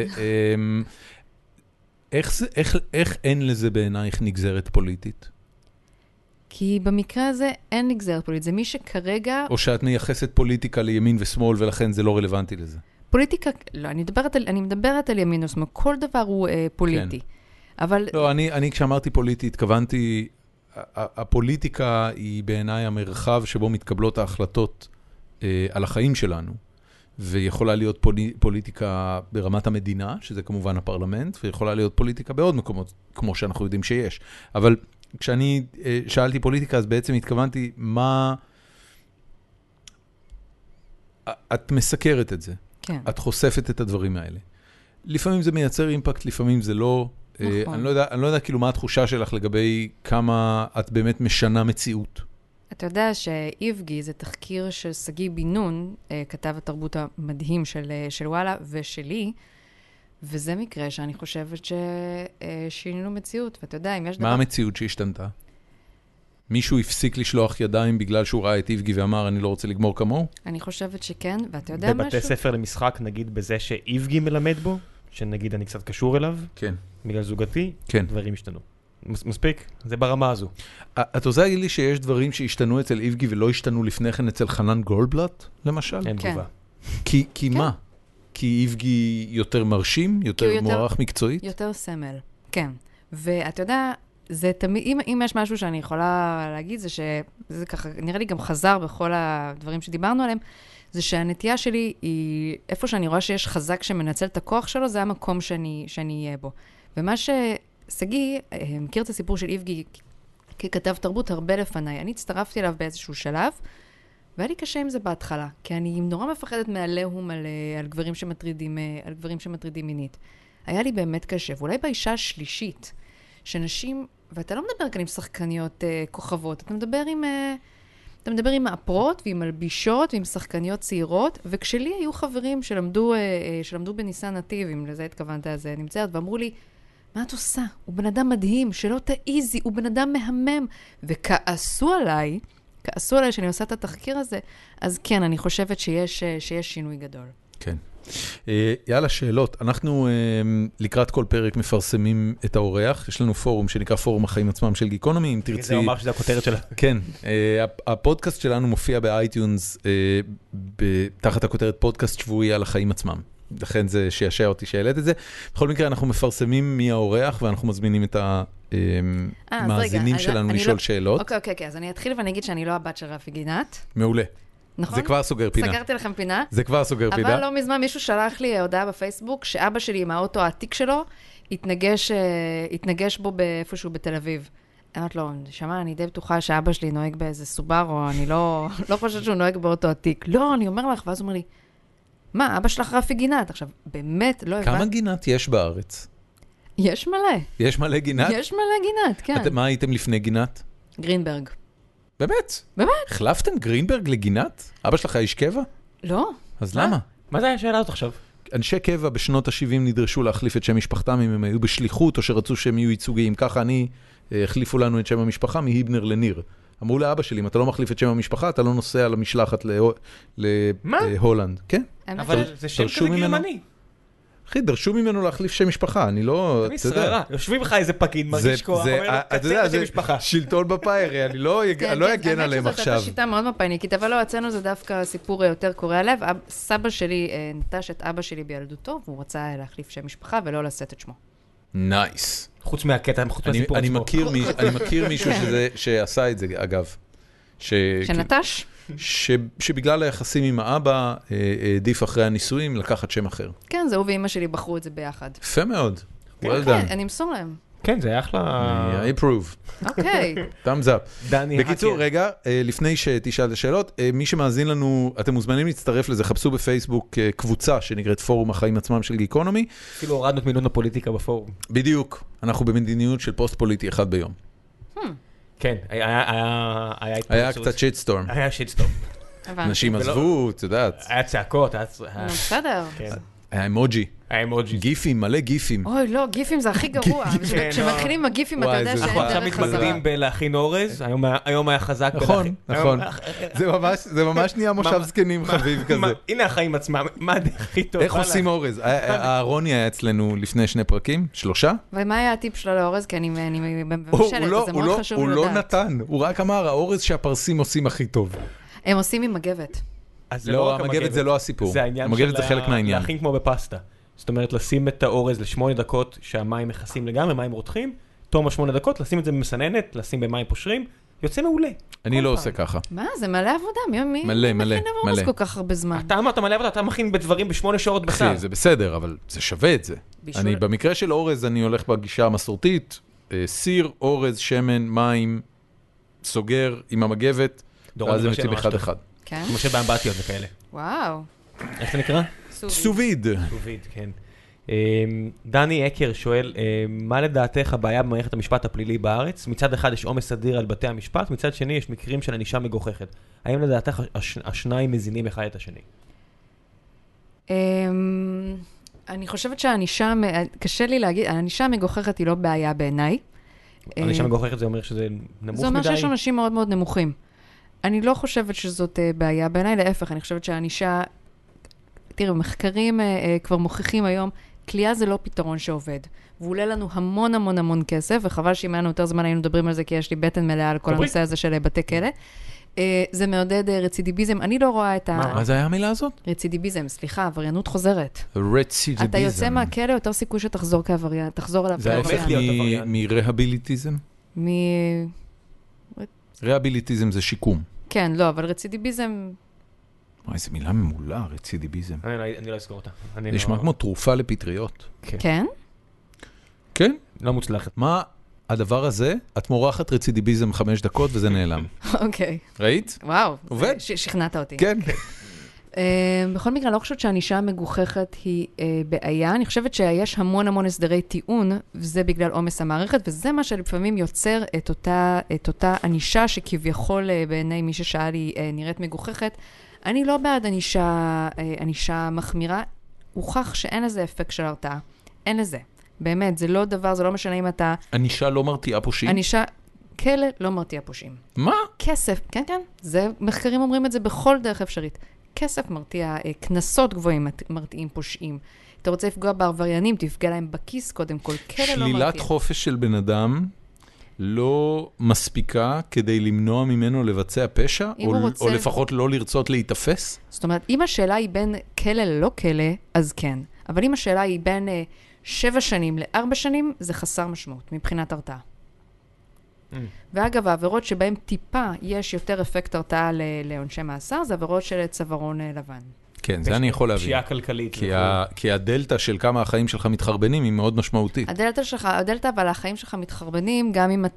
איך אין לזה בעינייך נגזרת פוליטית? כי במקרה הזה אין נגזרת פוליטית, זה מי שכרגע... או שאת מייחסת פוליטיקה לימין ושמאל, ולכן זה לא רלוונטי לזה. פוליטיקה, לא, אני מדברת על ימין ושמאל, כל דבר הוא פוליטי. אבל... לא, אני כשאמרתי פוליטי, התכוונתי, הפוליטיקה היא בעיניי המרחב שבו מתקבלות ההחלטות על החיים שלנו, ויכולה להיות פוליטיקה ברמת המדינה, שזה כמובן הפרלמנט, ויכולה להיות פוליטיקה בעוד מקומות, כמו שאנחנו יודעים שיש. אבל כשאני שאלתי פוליטיקה, אז בעצם התכוונתי, מה... את מסקרת את זה. כן. את חושפת את הדברים האלה. לפעמים זה מייצר אימפקט, לפעמים זה לא. נכון. אני לא יודע כאילו מה התחושה שלך לגבי כמה את באמת משנה מציאות. אתה יודע שאיבגי זה תחקיר של סגי בן נון, כתב התרבות המדהים של וואלה ושלי, וזה מקרה שאני חושבת ששינינו מציאות, ואתה יודע, אם יש דבר... מה המציאות שהשתנתה? מישהו הפסיק לשלוח ידיים בגלל שהוא ראה את איבגי ואמר, אני לא רוצה לגמור כמוהו? אני חושבת שכן, ואתה יודע משהו? בבתי ספר למשחק, נגיד בזה שאיבגי מלמד בו, שנגיד אני קצת קשור אליו, כן. בגלל זוגתי, כן. דברים השתנו. מספיק? זה ברמה הזו. את רוצה להגיד לי שיש דברים שהשתנו אצל איבגי ולא השתנו לפני כן אצל חנן גולדבלט, למשל? אין כן. תגובה. כי מה? כי איבגי יותר מרשים, יותר מוערך מקצועית? יותר סמל, כן. ואתה יודע, זה תמיד, אם יש משהו שאני יכולה להגיד, זה שזה ככה, נראה לי גם חזר בכל הדברים שדיברנו עליהם, זה שהנטייה שלי היא, איפה שאני רואה שיש חזק שמנצל את הכוח שלו, זה המקום שאני אהיה בו. ומה שסגי, מכיר את הסיפור של איבגי ככתב תרבות הרבה לפניי. אני הצטרפתי אליו באיזשהו שלב, והיה לי קשה עם זה בהתחלה, כי אני נורא מפחדת מעליהום על גברים שמטרידים מינית. היה לי באמת קשה, ואולי באישה השלישית, שנשים, ואתה לא מדבר כאן עם שחקניות כוכבות, אתה מדבר עם מאפרות ועם מלבישות ועם שחקניות צעירות, וכשלי היו חברים שלמדו בניסן נתיב, אם לזה התכוונת, אז נמצאת, ואמרו לי, מה את עושה? הוא בן אדם מדהים, שלא תעיזי, הוא בן אדם מהמם. וכעסו עליי שאני עושה את התחקיר הזה, אז כן, אני חושבת שיש שינוי גדול. כן. יאללה, שאלות. אנחנו לקראת כל פרק מפרסמים את האורח. יש לנו פורום שנקרא פורום החיים עצמם של גיקונומי, אם תרצי... זה אומר שזה הכותרת שלה. כן. הפודקאסט שלנו מופיע באייטיונס, תחת הכותרת פודקאסט שבועי על החיים עצמם. לכן זה שישע אותי שהעלית את זה. בכל מקרה, אנחנו מפרסמים מי האורח, ואנחנו מזמינים את המאזינים שלנו לשאול שאלות. אוקיי, אז אני אתחיל ואני אגיד שאני לא הבת של רפי גינת. מעולה. נכון? זה כבר סוגר פינה. סגרתי לכם פינה. זה כבר סוגר פינה. אבל לא מזמן מישהו שלח לי הודעה בפייסבוק, שאבא שלי עם האוטו העתיק שלו, התנגש בו באיפשהו בתל אביב. אמרת לו, שמע, אני די בטוחה שאבא שלי נוהג באיזה סובארו, אני לא חושבת שהוא נוהג באוטו עתיק. לא, אני אומר לך, ואז הוא אומר לי, מה, אבא שלך רפי גינת? עכשיו, באמת, לא הבנת. כמה גינת יש בארץ? יש מלא. יש מלא גינת? יש מלא גינת, כן. מה הייתם לפני גינת? גרינברג. באמת? באמת? החלפתם גרינברג לגינת? אבא שלך איש קבע? לא. אז למה? מה זה היה שאלה הזאת עכשיו? אנשי קבע בשנות ה-70 נדרשו להחליף את שם משפחתם אם הם היו בשליחות או שרצו שהם יהיו ייצוגיים. ככה החליפו לנו את שם המשפחה מהיבנר לניר. אמרו לאבא שלי, אם אתה לא מחליף את שם המשפחה, אתה לא נוסע למשלחת להולנד. כן. אבל זה שם כזה גרמני. אחי, דרשו ממנו להחליף שם משפחה, אני לא... תמיד סערה. יושבים לך איזה פקיד, מרגיש כוח, אומר, קצר את שם משפחה. שלטון בפיירי, אני לא אגן עליהם עכשיו. האמת שזאת שיטה מאוד מפאיניקית, אבל לא, אצלנו זה דווקא סיפור יותר קורע לב. סבא שלי נטש את אבא שלי בילדותו, והוא רצה להחליף שם משפחה ולא לשאת את שמו. נייס. חוץ מהקטע, חוץ מהסיפור עצמו. אני מכיר מישהו שעשה את זה, אגב. שנטש? שבגלל היחסים עם האבא, העדיף אחרי הנישואים לקחת שם אחר. כן, זה הוא ואמא שלי בחרו את זה ביחד. יפה מאוד. כן, אני אמסור להם. כן, זה היה אחלה. I approve. אוקיי. thumbs up. דני בקיצור, האקר. רגע, לפני שתשאל את השאלות, מי שמאזין לנו, אתם מוזמנים להצטרף לזה, חפשו בפייסבוק קבוצה שנקראת פורום החיים עצמם של גיקונומי. אפילו הורדנו את מילון הפוליטיקה בפורום. בדיוק, אנחנו במדיניות של פוסט פוליטי אחד ביום. כן, היה קצת שיטסטורם. היה שיטסטורם. הבנתי. אנשים עזבו, את יודעת. היה צעקות, היה... בסדר. כן. היה אמוג'י. היה אמוג'י. גיפים, מלא גיפים. אוי, לא, גיפים זה הכי גרוע. כן, כשמתחילים עם הגיפים, אתה וואי, יודע זה שאין נכון. עכשיו דרך חזרה. מתמקדים בלהכין אורז, היום היה חזק נכון, בלהכין. נכון. זה ממש נהיה מושב זקנים חביב כזה. הנה החיים עצמם, מה הדרך הכי טובה? איך עושים אורז? אהרוני היה אצלנו לפני 2 פרקים, 3. ומה היה הטיפ שלו לאורז? כי אני מבשלת, אז זה מאוד חשוב הוא לי לא לדעת. נתן, הוא רק אמר, האורז שהפרסים עושים הכי טוב. הם עושים עם מגבת. אז זה לא, רק המגבת זה לא הסיפור. זה העניין המגבת של זה חלק מהעניין. להכין כמו בפסטה. זאת אומרת, לשים את האורז ל8 דקות שהמים מכסים לגמרי, מים רותחים, תום 8 דקות, לשים את זה במסננת, לשים במים פושרים, יוצא מעולה. אני לא עושה ככה. מה? זה מלא עבודה. מי מלא, מכין אורז כל כך הרבה זמן? אתה אמרת מלא עבודה, אתה מכין בדברים ב8 שעות בשר. אחי, זה בסדר, אבל זה שווה את זה. בישול. אני במקרה של אורז, אני הולך בגישה המסורתית, סיר, אורז, שמן, מים, סוגר עם המגבת, דורון ואז זה מבשל מציב ממש אחד טוב. אחד. כן? כמו שבאמבטיות וכאלה. וואו. איך זה נקרא? סוביד. סוביד, כן. דני האקר שואל, מה לדעתך הבעיה במערכת המשפט הפלילי בארץ? מצד אחד יש עומס אדיר על בתי המשפט, מצד שני יש מקרים של ענישה מגוחכת. האם לדעתך השניים מזינים אחד את השני? אני חושבת שהענישה, קשה לי להגיד, הענישה המגוחכת היא לא בעיה בעיניי. ענישה מגוחכת זה אומר שזה נמוך מדי? זה אומר שיש אנשים מאוד מאוד נמוכים. אני לא חושבת שזאת בעיה בעיניי, להפך, אני חושבת שהענישה, תראו, מחקרים כבר מוכיחים היום, כליאה זה לא פתרון שעובד. והוא עולה לנו המון המון המון כסף, וחבל שאם היה לנו יותר זמן היינו מדברים על זה, כי יש לי בטן מלאה על כל הנושא הזה של בתי כלא. זה מעודד רצידיביזם. אני לא רואה את מה זה היה המילה הזאת? רצידיביזם, סליחה, עבריינות חוזרת. רצידיביזם. אתה יוצא מהכלא, יותר סיכוי שתחזור כעבריין, תחזור אליו זה ההפך מרהביליטיזם? רהביליטיזם זה שיקום. כן, לא, אבל רצידיביזם... וואי, זו מילה ממולה, רצידיביזם. אני לא אזכור אותה. נשמע כמו תרופה לפטריות. כן? כן? לא מוצלחת. מה הדבר הזה? את מורחת רצידיביזם 5 דקות וזה נעלם. אוקיי. ראית? וואו. עובד? שכנעת אותי. כן. בכל מקרה, אני לא חושבת שהענישה המגוחכת היא בעיה. אני חושבת שיש המון המון הסדרי טיעון, וזה בגלל עומס המערכת, וזה מה שלפעמים יוצר את אותה ענישה שכביכול בעיני מי ששאל היא נראית מגוחכת. אני לא בעד ענישה מחמירה. הוכח שאין לזה אפקט של הרתעה. אין לזה. באמת, זה לא דבר, זה לא משנה אם אתה... ענישה לא מרתיעה פושעים? ענישה... כלא לא מרתיע פושעים. מה? כסף, כן, כן. זה, מחקרים אומרים את זה בכל דרך אפשרית. כסף מרתיע, קנסות גבוהים מרתיעים פושעים. אתה רוצה לפגוע בעבריינים, תפגע להם בכיס קודם כל. כלא לא מרתיע. שלילת חופש של בן אדם לא מספיקה כדי למנוע ממנו לבצע פשע? או לפחות לא לרצות להתאפס? זאת אומרת, אם השאלה היא בין כלא ללא כלא, אז כן. אבל אם השאלה היא בין 7 שנים ל4 שנים, זה חסר משמעות מבחינת הרתעה. ואגב, העבירות שבהן טיפה יש יותר אפקט הרתעה לעונשי מאסר, זה עבירות של צווארון לבן. כן, זה אני יכול להבין. פשיעה כלכלית. כי הדלטה של כמה החיים שלך מתחרבנים היא מאוד משמעותית. הדלטה אבל החיים שלך מתחרבנים,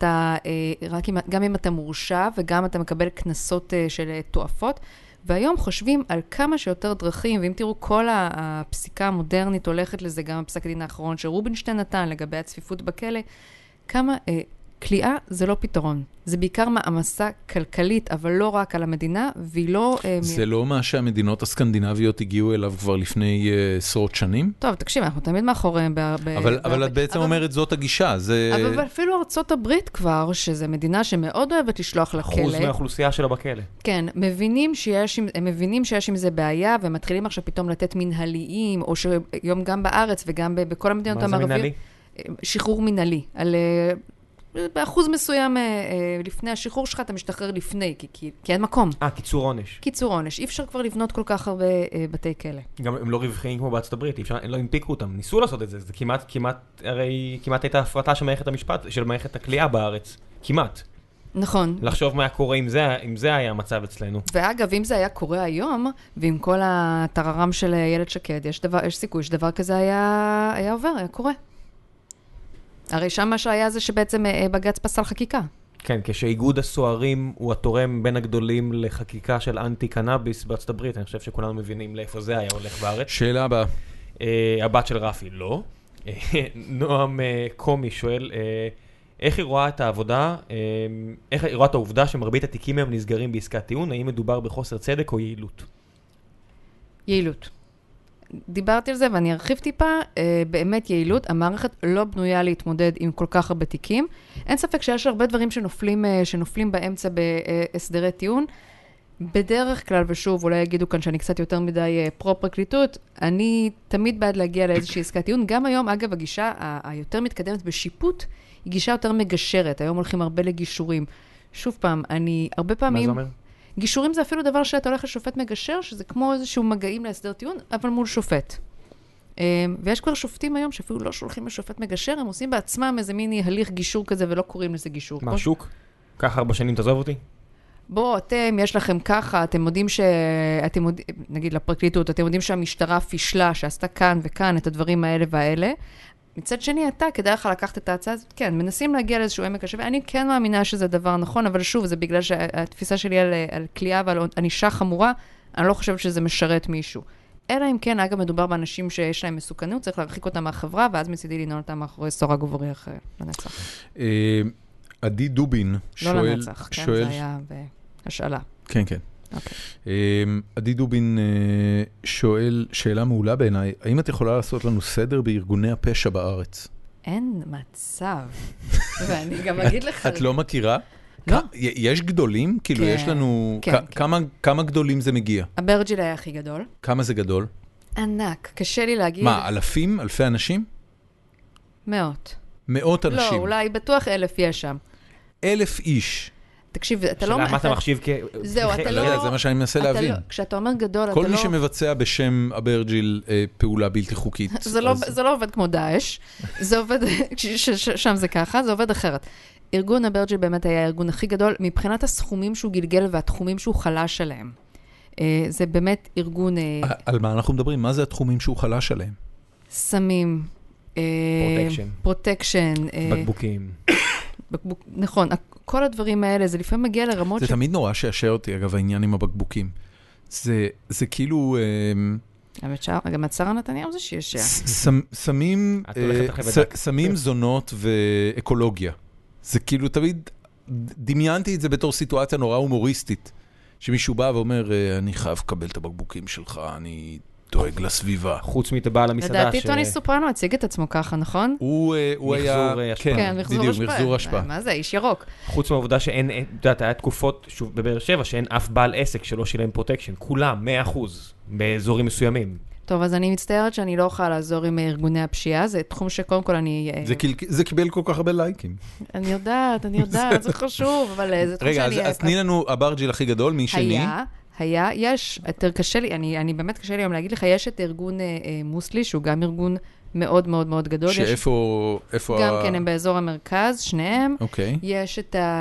גם אם אתה מורשע, וגם אתה מקבל כנסות של תועפות, והיום חושבים על כמה שיותר דרכים, ואם תראו, כל הפסיקה המודרנית הולכת לזה, גם הפסק הדין האחרון שרובינשטיין נתן לגבי הצפיפות בכלא, כמה... כליאה זה לא פתרון. זה בעיקר מעמסה כלכלית, אבל לא רק על המדינה, והיא לא... זה לא מה שהמדינות הסקנדינביות הגיעו אליו כבר לפני עשרות שנים? טוב, תקשיב, אנחנו תמיד מאחוריהם. אבל את בעצם אומרת זאת הגישה. אבל אפילו ארצות הברית כבר, שזו מדינה שמאוד אוהבת לשלוח לכלא. אחוז מהאוכלוסייה שלה בכלא. כן, הם מבינים שיש עם זה בעיה, ומתחילים עכשיו פתאום לתת מנהליים, או שהיום גם בארץ וגם בכל המדינות המערביות. מה זה מנהלי? שחרור מנהלי, על... באחוז מסוים לפני השחרור שלך, אתה משתחרר לפני, כי אין מקום. קיצור עונש. קיצור עונש. אי אפשר כבר לבנות כל כך הרבה בתי כלא. גם הם לא רווחיים כמו בארצות הברית, הם לא הנפיקו אותם. ניסו לעשות את זה, זה כמעט הייתה הפרטה של מערכת המשפט, של מערכת הכליאה בארץ. כמעט. נכון. לחשוב מה היה קורה אם זה היה המצב אצלנו. ואגב, אם זה היה קורה היום, ועם כל הטררם של ילד שקד, יש סיכוי שדבר כזה היה עובר, היה קורה. הרי שם מה שהיה זה שבעצם בג"ץ פסל חקיקה. כן, כשאיגוד הסוהרים הוא התורם בין הגדולים לחקיקה של אנטי-קנאביס בארצות הברית, אני חושב שכולנו מבינים לאיפה זה היה הולך בארץ. שאלה הבאה. הבת של רפי, לא. נועם קומי שואל, איך היא רואה את העבודה, איך היא רואה את העובדה שמרבית התיקים הם נסגרים בעסקת טיעון, האם מדובר בחוסר צדק או יעילות? יעילות. דיברתי על זה ואני ארחיב טיפה, באמת יעילות, המערכת לא בנויה להתמודד עם כל כך הרבה תיקים. אין ספק שיש הרבה דברים שנופלים באמצע בהסדרי טיעון. בדרך כלל, ושוב, אולי יגידו כאן שאני קצת יותר מדי פרו-פרקליטות, אני תמיד בעד להגיע לאיזושהי עסקת טיעון. גם היום, אגב, הגישה היותר מתקדמת בשיפוט, היא גישה יותר מגשרת. היום הולכים הרבה לגישורים. שוב פעם, אני הרבה פעמים... מה זה אומר? גישורים זה אפילו דבר שאתה הולך לשופט מגשר, שזה כמו איזשהו מגעים להסדר טיעון, אבל מול שופט. ויש כבר שופטים היום שאפילו לא שולחים לשופט מגשר, הם עושים בעצמם איזה מיני הליך גישור כזה, ולא קוראים לזה גישור. מה, שוק? ככה 4 שנים תעזוב אותי? בואו, יש לכם ככה, אתם יודעים נגיד לפרקליטות, אתם יודעים שהמשטרה פישלה, שעשתה כאן וכאן את הדברים האלה והאלה. מצד שני, אתה, כדאי לך לקחת את ההצעה הזאת, כן, מנסים להגיע לאיזשהו עמק השווה, אני כן מאמינה שזה דבר נכון, אבל שוב, זה בגלל שהתפיסה שלי על כליאה ועל ענישה חמורה, אני לא חושבת שזה משרת מישהו. אלא אם כן, אגב, מדובר באנשים שיש להם מסוכנות, צריך להרחיק אותם מהחברה, ואז מצידי לנעול אותם מאחורי סורג ובריח אחרי לנצח. עדי דובין שואל... לא לנצח, כן, זה היה בהשאלה. כן, כן. עדי דובין שואל שאלה מעולה בעיניי, האם את יכולה לעשות לנו סדר בארגוני הפשע בארץ? אין מצב. ואני גם אגיד לך... את לא מכירה? לא. יש גדולים? כאילו יש לנו... כמה גדולים זה מגיע? הברג'יל היה הכי גדול. כמה זה גדול? ענק. קשה לי להגיד... מה, אלפים? אלפי אנשים? 100. אנשים? לא, אולי בטוח 1,000 יש שם. 1,000 איש. תקשיב, אתה לא... מה אתה מחשיב זהו, אתה לא... זה מה שאני מנסה להבין. כשאתה אומר גדול, אתה לא... כל מי שמבצע בשם הברג'יל פעולה בלתי חוקית. זה לא עובד כמו דאעש. זה עובד... שם זה ככה, זה עובד אחרת. ארגון הברג'יל באמת היה הארגון הכי גדול, מבחינת הסכומים שהוא גלגל והתחומים שהוא חלש עליהם. זה באמת ארגון... על מה אנחנו מדברים? מה זה התחומים שהוא חלש עליהם? סמים. פרוטקשן. בקבוקים. נכון, כל הדברים האלה, זה לפעמים מגיע לרמות זה תמיד נורא שישר אותי, אגב, העניין עם הבקבוקים. זה כאילו... גם את שרה נתניהו זה שישע. סמים, זונות ואקולוגיה. זה כאילו תמיד, דמיינתי את זה בתור סיטואציה נורא הומוריסטית, שמישהו בא ואומר, אני חייב לקבל את הבקבוקים שלך, אני דואג לסביבה. חוץ מבעל המסעדה לדעתי טוני סופרנו הציג את עצמו ככה, נכון? הוא היה... כן, מחזור השפעה. מה זה, איש ירוק. חוץ מהעובדה שאין, את יודעת, היה תקופות, שוב, בבאר שבע, שאין אף בעל עסק שלא שילם פרוטקשן. כולם, 100%, באזורים מסוימים. טוב, אז אני מצטערת שאני לא אוכל לעזור עם ארגוני הפשיעה, זה תחום שקודם כל אני... זה קיבל כל כך הרבה לייקים. אני יודעת, זה חשוב, אבל זה תחום שאני... רגע, אז תני לנו הברג'יל הכי גדול, מי שני? יש, יותר קשה לי, אני באמת קשה לי היום להגיד לך, יש את ארגון מוסלי, שהוא גם ארגון מאוד מאוד מאוד גדול. שאיפה... גם כן, הם באזור המרכז, שניהם. אוקיי. יש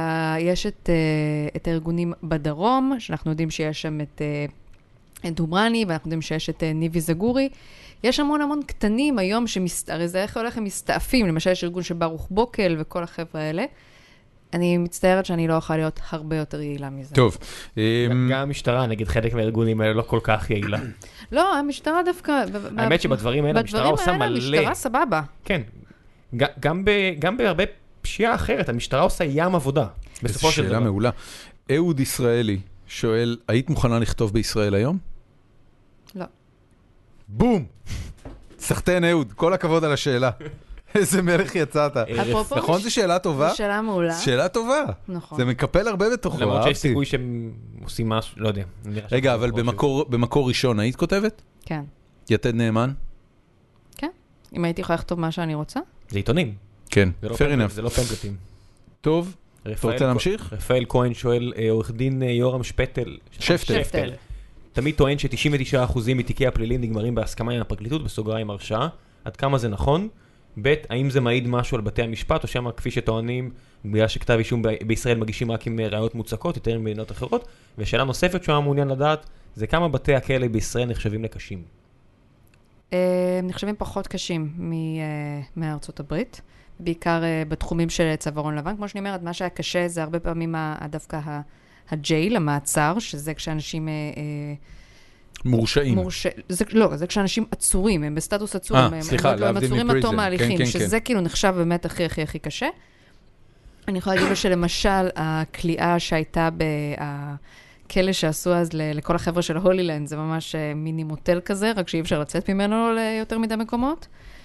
את הארגונים בדרום, שאנחנו יודעים שיש שם את דומרני, ואנחנו יודעים שיש את ניבי זגורי. יש המון המון קטנים היום, הרי זה איך הולך הם מסתעפים, למשל יש ארגון שברוך בוקל וכל החבר'ה האלה. אני מצטערת שאני לא יכולה להיות הרבה יותר יעילה מזה. טוב. גם המשטרה, נגיד חלק מהארגונים האלה לא כל כך יעילה. לא, המשטרה דווקא... האמת שבדברים האלה המשטרה עושה מלא. המשטרה סבבה. כן. גם בהרבה פשיעה אחרת, המשטרה עושה ים עבודה. בסופו של דבר. שאלה מעולה. אהוד ישראלי שואל, היית מוכנה לכתוב בישראל היום? לא. בום! סחטן אהוד, כל הכבוד על השאלה. איזה מלך יצאת. נכון, זו שאלה טובה? זו שאלה מעולה. שאלה טובה. נכון. זה מקפל הרבה בתוכו. למרות שיש סיכוי שהם עושים משהו, לא יודע. רגע, אבל במקור ראשון היית כותבת? כן. יתד נאמן? כן. אם הייתי יכולה לכתוב מה שאני רוצה? זה עיתונים. כן, fair enough. זה לא פמפלטים. טוב, אתה רוצה להמשיך? רפאל כהן שואל, עורך דין יורם שפטל. תמיד טוען ש99% מתיקי הפלילים נגמרים בהסכמה עם הפרקליטות, בסוגריים הרשעה. עד כמה זה נכון? ב', האם זה מעיד משהו על בתי המשפט, או שמה כפי שטוענים, בגלל שכתב אישום בישראל מגישים רק עם ראיות מוצקות, יותר עם מדינות אחרות. ושאלה נוספת שהוא מעוניין לדעת, זה כמה בתי הכלא בישראל נחשבים לקשים? נחשבים פחות קשים מארצות הברית. בעיקר בתחומים של צווארון לבן. כמו שאני אומרת, מה שהיה קשה זה הרבה פעמים דווקא הג'ייל, המעצר, שזה כשאנשים... מורשעים. לא, זה כשאנשים עצורים, הם בסטטוס עצור, הם עצורים עד תום ההליכים, שזה כאילו נחשב באמת הכי הכי הכי קשה. אני יכולה להגיד לו שלמשל, הכליאה שהייתה בכלא שעשו אז לכל החבר'ה של הולילנד, זה ממש מיני מוטל כזה, רק שאי אפשר לצאת ממנו ליותר מדי מקומות.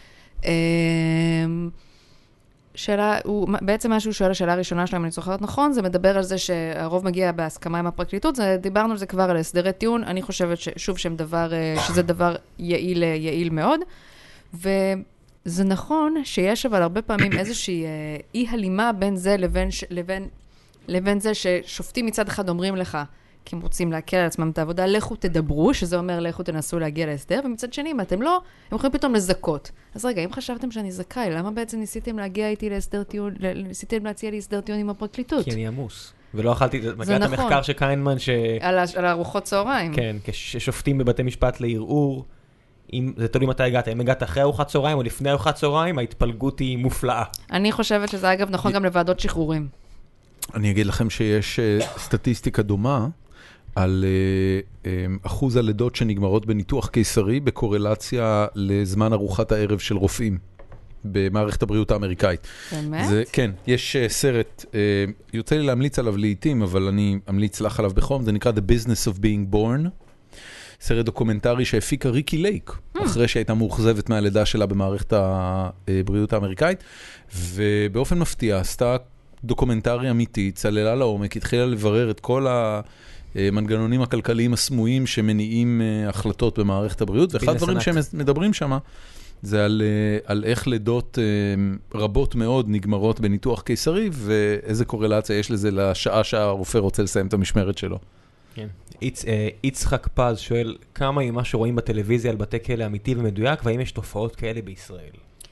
בעצם מה שהוא שואל, השאלה הראשונה שלהם, אני זוכרת נכון, זה מדבר על זה שהרוב מגיע בהסכמה עם הפרקליטות, דיברנו על זה כבר על הסדרי טיעון, אני חושבת שוב שזה דבר יעיל מאוד, וזה נכון שיש אבל הרבה פעמים איזושהי אי הלימה בין זה לבין זה ששופטים מצד אחד אומרים לך, כי הם רוצים להקל על עצמם את העבודה, לכו תדברו, שזה אומר לכו תנסו להגיע להסדר, ומצד שני, אם אתם לא, הם יכולים פתאום לזכות. אז רגע, אם חשבתם שאני זכאי, למה בעצם ניסיתם להגיע איתי להסדר טיעון, ניסיתם להציע לי הסדר טיעון עם הפרקליטות? כי אני עמוס. ולא אכלתי, מכירה את המחקר של קיינמן על ארוחות צהריים. כן, כששופטים בבתי משפט לערעור, זה תלוי מתי הגעת, אם הגעת אחרי ארוחת צהריים או לפני ארוחת צהריים, ההתפלגות היא מופלאה. אני חושבת שזה אגב נכון גם לוועדות שחרורים. אני אגיד לכם שיש סטטיסטיקה דומה, על אחוז הלידות שנגמרות בניתוח קיסרי, בקורלציה לזמן ארוחת הערב של רופאים, במערכת הבריאות האמריקאית. באמת? כן, יש סרט, יוצא לי להמליץ עליו לעתים, אבל אני אמליץ לך עליו בחום, זה נקרא The Business of Being Born, סרט דוקומנטרי שהפיקה ריקי לייק, אחרי שהייתה מאוכזבת מהלידה שלה במערכת הבריאות האמריקאית, ובאופן מפתיע עשתה דוקומנטרי אמיתי, צללה לעומק, התחילה לברר את כל המנגנונים הכלכליים הסמויים שמניעים החלטות במערכת הבריאות, ואחד הדברים שהם מדברים שם, זה על איך לידות רבות מאוד נגמרות בניתוח קיסרי, ואיזה קורלציה יש לזה לשעה שהרופא רוצה לסיים את המשמרת שלו. כן. יצחק פז שואל, כמה ממה שרואים בטלוויזיה על בתי כלא אמיתי ומדויק, והאם יש תופעות כאלה בישראל?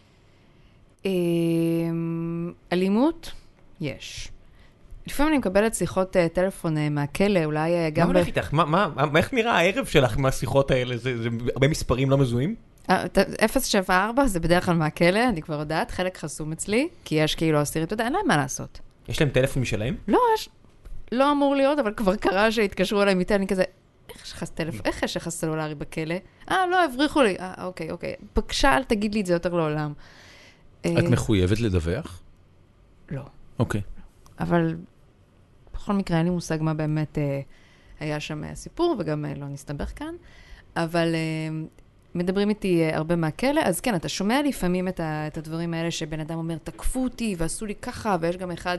אלימות? יש. לפעמים אני מקבלת שיחות טלפון מהכלא, אולי גם... מה הולך איתך? איך נראה הערב שלך מהשיחות האלה? זה הרבה מספרים לא מזוהים? 074 זה בדרך כלל מהכלא, אני כבר יודעת, חלק חסום אצלי, כי יש כאילו אסירים, אתה יודע, אין להם מה לעשות. יש להם טלפון משלהם? לא, לא אמור להיות, אבל כבר קרה שהתקשרו אליי מיטה, אני כזה, איך יש לך סלולרי בכלא? לא, הבריחו לי. אוקיי. בבקשה, אל תגיד לי את זה יותר לעולם. את מחויבת לדווח? לא. אוקיי. אבל בכל מקרה, אין לי מושג מה באמת היה שם הסיפור, וגם לא נסתבך כאן. אבל מדברים איתי הרבה מהכלא, אז כן, אתה שומע לפעמים את הדברים האלה שבן אדם אומר, תקפו אותי ועשו לי ככה, ויש גם אחד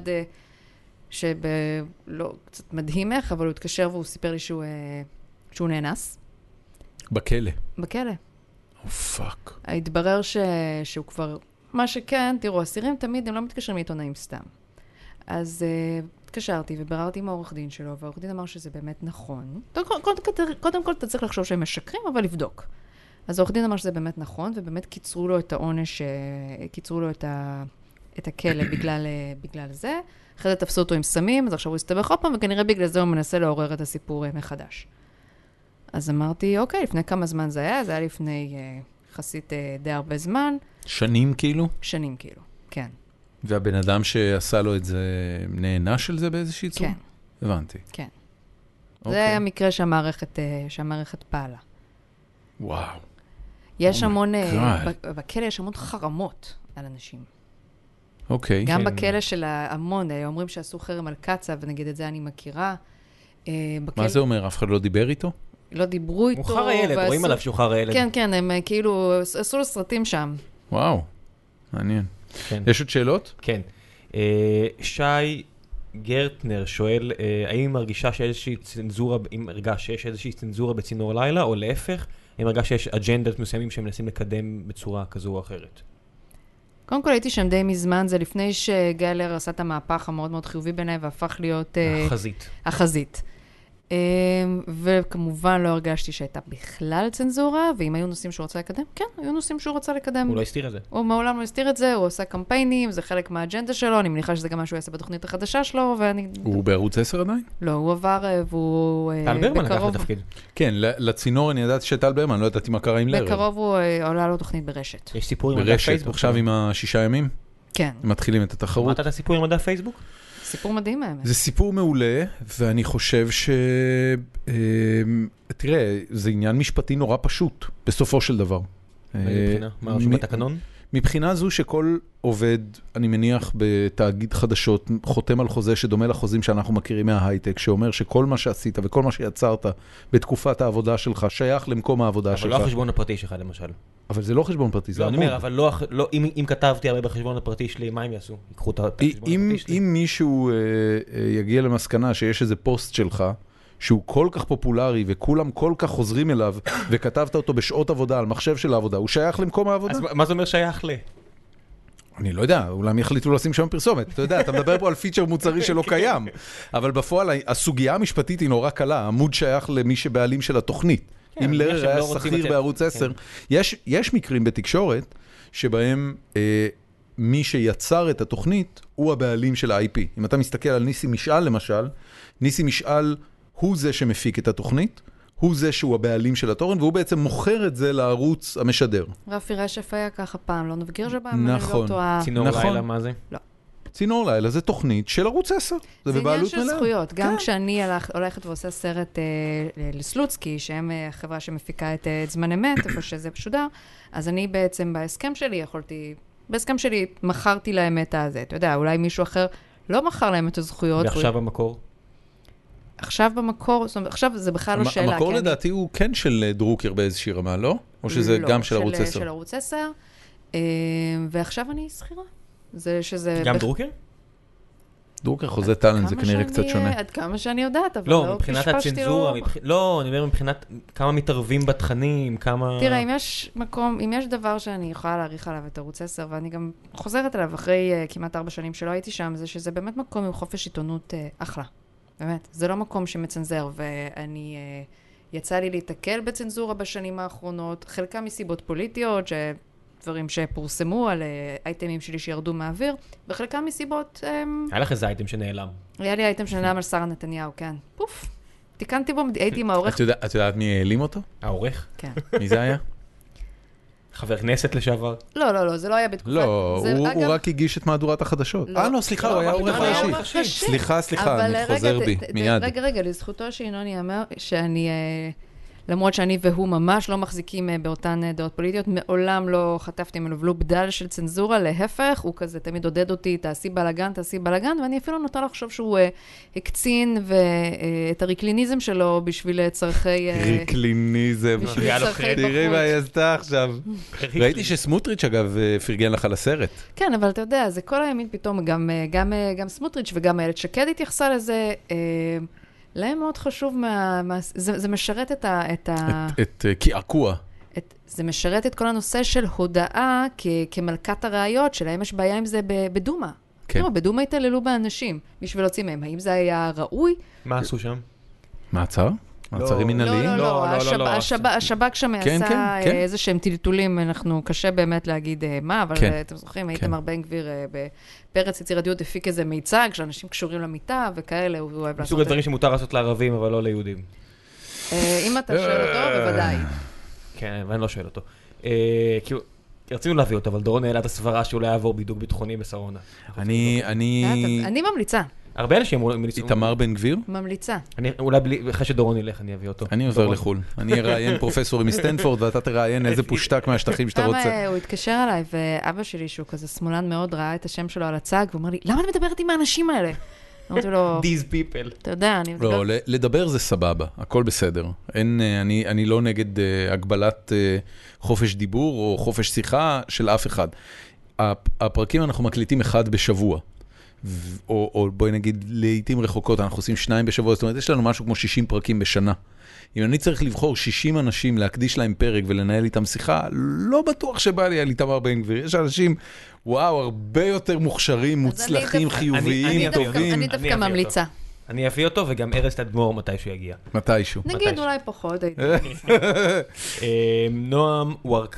שלא קצת מדהים איך, אבל הוא התקשר והוא סיפר לי שהוא נאנס. בכלא? בכלא. פאק. התברר שהוא כבר, מה שכן, תראו, אסירים תמיד הם לא מתקשרים מעיתונאים סתם. אז התקשרתי ובררתי עם העורך דין שלו, והעורך דין אמר שזה באמת נכון. קודם כל אתה צריך לחשוב שהם משקרים, אבל לבדוק. אז העורך דין אמר שזה באמת נכון, ובאמת קיצרו לו את העונש, קיצרו לו את הכלא בגלל זה. אחרי זה תפסו אותו עם סמים, אז עכשיו הוא הסתבך עוד פעם, וכנראה בגלל זה הוא מנסה לעורר את הסיפור מחדש. אז אמרתי, אוקיי, לפני כמה זמן זה היה? זה היה לפני יחסית די הרבה זמן. שנים כאילו? שנים כאילו, כן. והבן אדם שעשה לו את זה נענש של זה באיזושהי צורה? כן. הבנתי. כן. זה היה מקרה שהמערכת פעלה. וואו. יש המון, בכלא יש המון חרמות על אנשים. אוקיי. גם בכלא של המון, אומרים שעשו חרם על קצה, ונגיד את זה אני מכירה. מה זה אומר? אף אחד לא דיבר איתו? לא דיברו איתו. מוכר הילד, רואים עליו שהוא חר הילד. כן, כן, הם כאילו עשו לו סרטים שם. וואו, מעניין. יש עוד שאלות? כן. שי גרטנר שואל, האם מרגישה שיש איזושהי צנזורה בצינור לילה, או להפך, האם מרגישה שיש אג'נדות מסוימים שהם מנסים לקדם בצורה כזו או אחרת? קודם כל הייתי שם די מזמן, זה לפני שגלר עשה את המהפך המאוד מאוד חיובי בעיניי, והפך להיות... החזית. וכמובן לא הרגשתי שהייתה בכלל צנזורה, ואם היו נושאים שהוא רצה לקדם, כן, היו נושאים שהוא רצה לקדם. הוא לא הסתיר את זה. הוא מעולם לא הסתיר את זה, הוא עושה קמפיינים, זה חלק מהאג'נדה שלו, אני מניחה שזה גם מה שהוא יעשה בתוכנית החדשה שלו, הוא בערוץ 10 עדיין? לא, הוא עבר, והוא... טל ברמן לקח לתפקיד. כן, לצינור אני ידעתי שטל ברמן, לא ידעתי מה קרה עם לרר. בקרוב הוא עולה לו תוכנית ברשת. יש סיפור עם ברשת, עכשיו עם 6 ימים? כן. הם מתחילים את התחרות. שמעת את הסיפור עם מדף פייסבוק? סיפור מדהים האמת. זה סיפור מעולה, ואני חושב תראה, זה עניין משפטי נורא פשוט, בסופו של דבר. מבחינה? מה רשום בתקנון? מבחינה זו שכל עובד, אני מניח, בתאגיד חדשות, חותם על חוזה שדומה לחוזים שאנחנו מכירים מההייטק, שאומר שכל מה שעשית וכל מה שיצרת בתקופת העבודה שלך, שייך למקום העבודה שלך. אבל לא החשבון הפרטי שלך, למשל. אבל זה לא חשבון פרטי, זה לא, עמוד. אני אומר, אבל לא, אם כתבתי הרבה בחשבון הפרטי שלי, מה הם יעשו? ייקחו את החשבון הפרטי שלי? אם מישהו יגיע למסקנה שיש איזה פוסט שלך, שהוא כל כך פופולרי וכולם כל כך חוזרים אליו, וכתבת אותו בשעות עבודה על מחשב של העבודה, הוא שייך למקום העבודה? אז מה זה אומר שייך ל? אני לא יודע, אולי הם יחליטו לשים שם פרסומת. אתה יודע, אתה מדבר פה על פיצ'ר מוצרי שלא קיים, אבל בפועל הסוגיה המשפטית היא נורא קלה, העמוד שייך למי שבעלים של התוכנית. אם לרר היה שכיר בערוץ 10, יש מקרים בתקשורת שבהם מי שיצר את התוכנית הוא הבעלים של ה-IP. אם אתה מסתכל על ניסי משאל למשל, ניסי משאל הוא זה שמפיק את התוכנית, הוא זה שהוא הבעלים של התורן, והוא בעצם מוכר את זה לערוץ המשדר. רפי רשף היה ככה פעם, לא נבגיר שבהם, נכון. צינור לילה, מה זה? לא. צינור לילה זה תוכנית של ערוץ 10. זה בבעלות מלאה. עניין של זכויות. גם כשאני הולכת ועושה סרט לסלוצקי, שהם החברה שמפיקה את זמן אמת, איפה שזה משודר, אז אני בעצם בהסכם שלי בהסכם שלי מכרתי להם את הזה. אתה יודע, אולי מישהו אחר לא מכר להם את הזכויות. ועכשיו במקור? עכשיו במקור, זאת אומרת, עכשיו זה בכלל לא שאלה. המקור לדעתי הוא כן של דרוקר באיזושהי רמה, לא? או שזה גם של ערוץ 10? לא, של ערוץ 10, ועכשיו אני שכירה. גם דרוקר? דרוקר חוזה טלנט, זה כנראה קצת שונה. עד כמה שאני יודעת, אבל לא, מבחינת הצנזורה, לא, אני אומר מבחינת כמה מתערבים בתכנים, כמה... תראה, אם יש דבר שאני יכולה להעריך עליו את ערוץ 10, ואני גם חוזרת עליו אחרי כמעט 4 שנים שלא הייתי שם, זה שזה באמת מקום עם חופש עיתונות אחלה. באמת, זה לא מקום שמצנזר, ואני, יצא לי להתקל בצנזורה בשנים האחרונות, חלקם מסיבות פוליטיות, דברים שפורסמו על אייטמים שלי שירדו מהאוויר, וחלקם מסיבות... היה לך איזה אייטם שנעלם? היה לי אייטם שנעלם על שרה נתניהו, כן. פוף, תיקנתי בו, הייתי עם העורך. את יודעת מי העלים אותו? העורך? כן. מי זה היה? חבר כנסת לשעבר? לא, זה לא היה בתקופת... לא, הוא רק הגיש את מהדורת החדשות. לא, סליחה, הוא היה עורך ראשי. סליחה, אני חוזר בי, מיד. רגע, לזכותו שינוני אמר שאני... למרות שאני והוא ממש לא מחזיקים באותן דעות פוליטיות, מעולם לא חטפתי ממנו ולו בדל של צנזורה, להפך, הוא כזה תמיד עודד אותי, תעשי בלגן, ואני אפילו נוטה לחשוב שהוא הקצין את הריקליניזם שלו בשביל צרכי... ריקליניזם. תראי מה היא עשתה עכשיו. ראיתי שסמוטריץ' אגב פרגן לך על הסרט. כן, אבל אתה יודע, זה כל הימין פתאום, גם סמוטריץ' וגם איילת שקד התייחסה לזה, להם מאוד חשוב, זה משרת את קעקוע. זה משרת את כל הנושא של הודאה כמלכת הראיות, שלהם יש בעיה עם זה בדומה. תראו, בדומה התעללו באנשים, בשביל להוציא מהם. האם זה היה ראוי? מה עשו שם? מעצר? מעצרים מנהליים? לא, השב"כ שם עשה איזה שהם טלטולים, אנחנו קשה באמת להגיד מה, אבל אתם זוכרים, הייתם הרבה גביר בפרץ יצירתיות, הפיק איזה מיצג, שאנשים קשורים למיטה וכאלה, הוא אוהב לעשות... מסוג הדברים שמותר לעשות לערבים, אבל לא ליהודים. אם אתה שואל אותו, בוודאי. כן, ואני לא שואל אותו. כי רצינו להביא אותו, אבל דורון העלה את הסברה שאולי יעבור בידוק ביטחוני בשרונה. אני ממליצה. הרבה אנשים ממליצו. איתמר בן גביר? ממליצה. אולי אחרי שדורון ילך, אני אביא אותו. אני עובר לחול. אני אראיין פרופסורים מסטנפורד, ואתה תראיין איזה פושטק מהשטחים שאתה רוצה. הוא התקשר אליי, ואבא שלי, שהוא כזה שמאלן מאוד, ראה את השם שלו על הצג, ואומר לי, למה את מדברת עם האנשים האלה? אמרתי לו... These people. אתה יודע, אני... לא, לדבר זה סבבה, הכל בסדר. אני לא נגד הגבלת חופש דיבור או חופש שיחה של אף אחד. הפרקים אנחנו מקליטים 1 בשבוע. או בואי נגיד, לעתים רחוקות, אנחנו עושים 2 בשבוע, זאת אומרת, יש לנו משהו כמו 60 פרקים בשנה. אם אני צריך לבחור 60 אנשים, להקדיש להם פרק ולנהל איתם שיחה, לא בטוח שבא לי על איתמר בן גביר. יש אנשים, וואו, הרבה יותר מוכשרים, מוצלחים, חיוביים, טובים. אני דווקא ממליצה. אני אביא אותו, וגם ארז תדמור מתישהו יגיע. מתישהו. נגיד אולי פחות. נועם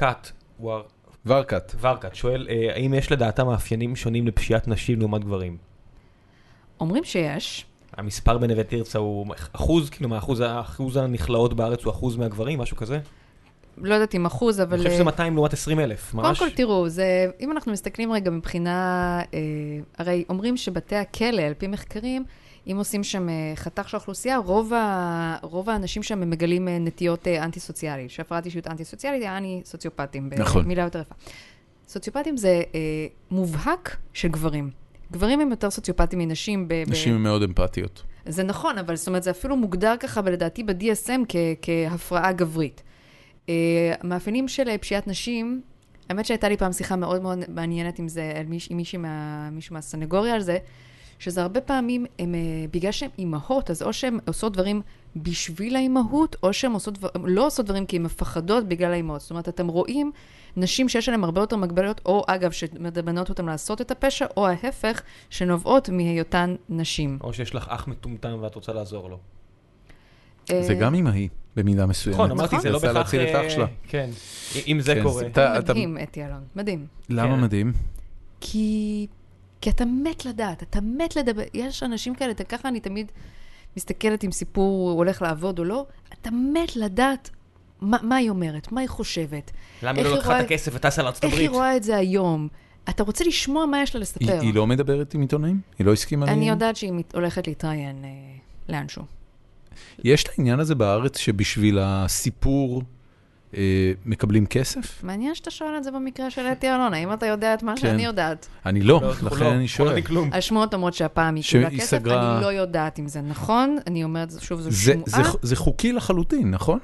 ורקת שואל, האם יש לדעתה מאפיינים שונים לפשיעת נשים לעומת גברים? אומרים שיש. המספר בנווה תרצה הוא אחוז, כאילו אחוז הנכלאות בארץ הוא אחוז מהגברים, משהו כזה? לא יודעת אם אחוז, אבל... אני חושב שזה 200 לעומת 20,000, ממש. קודם כל, תראו, אם אנחנו מסתכלים רגע מבחינה... הרי אומרים שבתי הכלא, על פי מחקרים, אם עושים שם חתך של האוכלוסייה, רוב האנשים שם מגלים נטיות אנטי-סוציאלית. שהפרעת אישיות אנטי-סוציאלית היא אנטי-סוציופטים. נכון. במילה יותר יפה. סוציופטים זה מובהק של גברים. גברים הם יותר סוציופטים מנשים. נשים הם מאוד אמפתיות. זה נכון, אבל זאת אומרת, זה אפילו מוגדר ככה, ולדעתי ב-DSM כהפרעה גברית. המאפיינים של פשיעת נשים, האמת שהייתה לי פעם שיחה מאוד מאוד מעניינת עם זה, עם מישהו מהסנגוריה על זה, שזה הרבה פעמים, בגלל שהן אימהות, אז או שהן עושות דברים בשביל האימהות, או שהן לא עושות דברים כי הן מפחדות בגלל האימהות. זאת אומרת, אתם רואים נשים שיש עליהן הרבה יותר מגבלות, או אגב, שמדבנות אותן לעשות את הפשע, או ההפך, שנובעות מהיותן נשים. או שיש לך אח מטומטם ואת רוצה לעזור לו. זה גם אמהי, במידה מסוימת. נכון, אמרתי, זה לא בכך... להציל את אח שלה. כן, אם זה קורה. מדהים, אתי אלון, מדהים. למה מדהים? כי אתה מת לדעת, אתה מת לדבר. יש אנשים כאלה, ככה אני תמיד מסתכלת אם סיפור הולך לעבוד או לא, אתה מת לדעת מה היא אומרת, מה היא חושבת. למה לא לקחה את הכסף וטסה לארצות הברית? איך היא רואה את זה היום? אתה רוצה לשמוע מה יש לה לספר. היא לא מדברת עם עיתונאים? היא לא הסכימה? אני יודעת שהיא הולכת להתראיין לאנשהו. יש את העניין הזה בארץ שבשביל הסיפור מקבלים כסף? מעניין שאתה שואל את זה במקרה של אתי אלון, האם אתה יודע את מה שאני יודעת? אני לא, לכן אני שואל. השמועות אומרות שהפעם היא קיבלה כסף, אני לא יודעת אם זה נכון, אני אומרת שוב, זו שמועה. זה חוקי לחלוטין, נכון?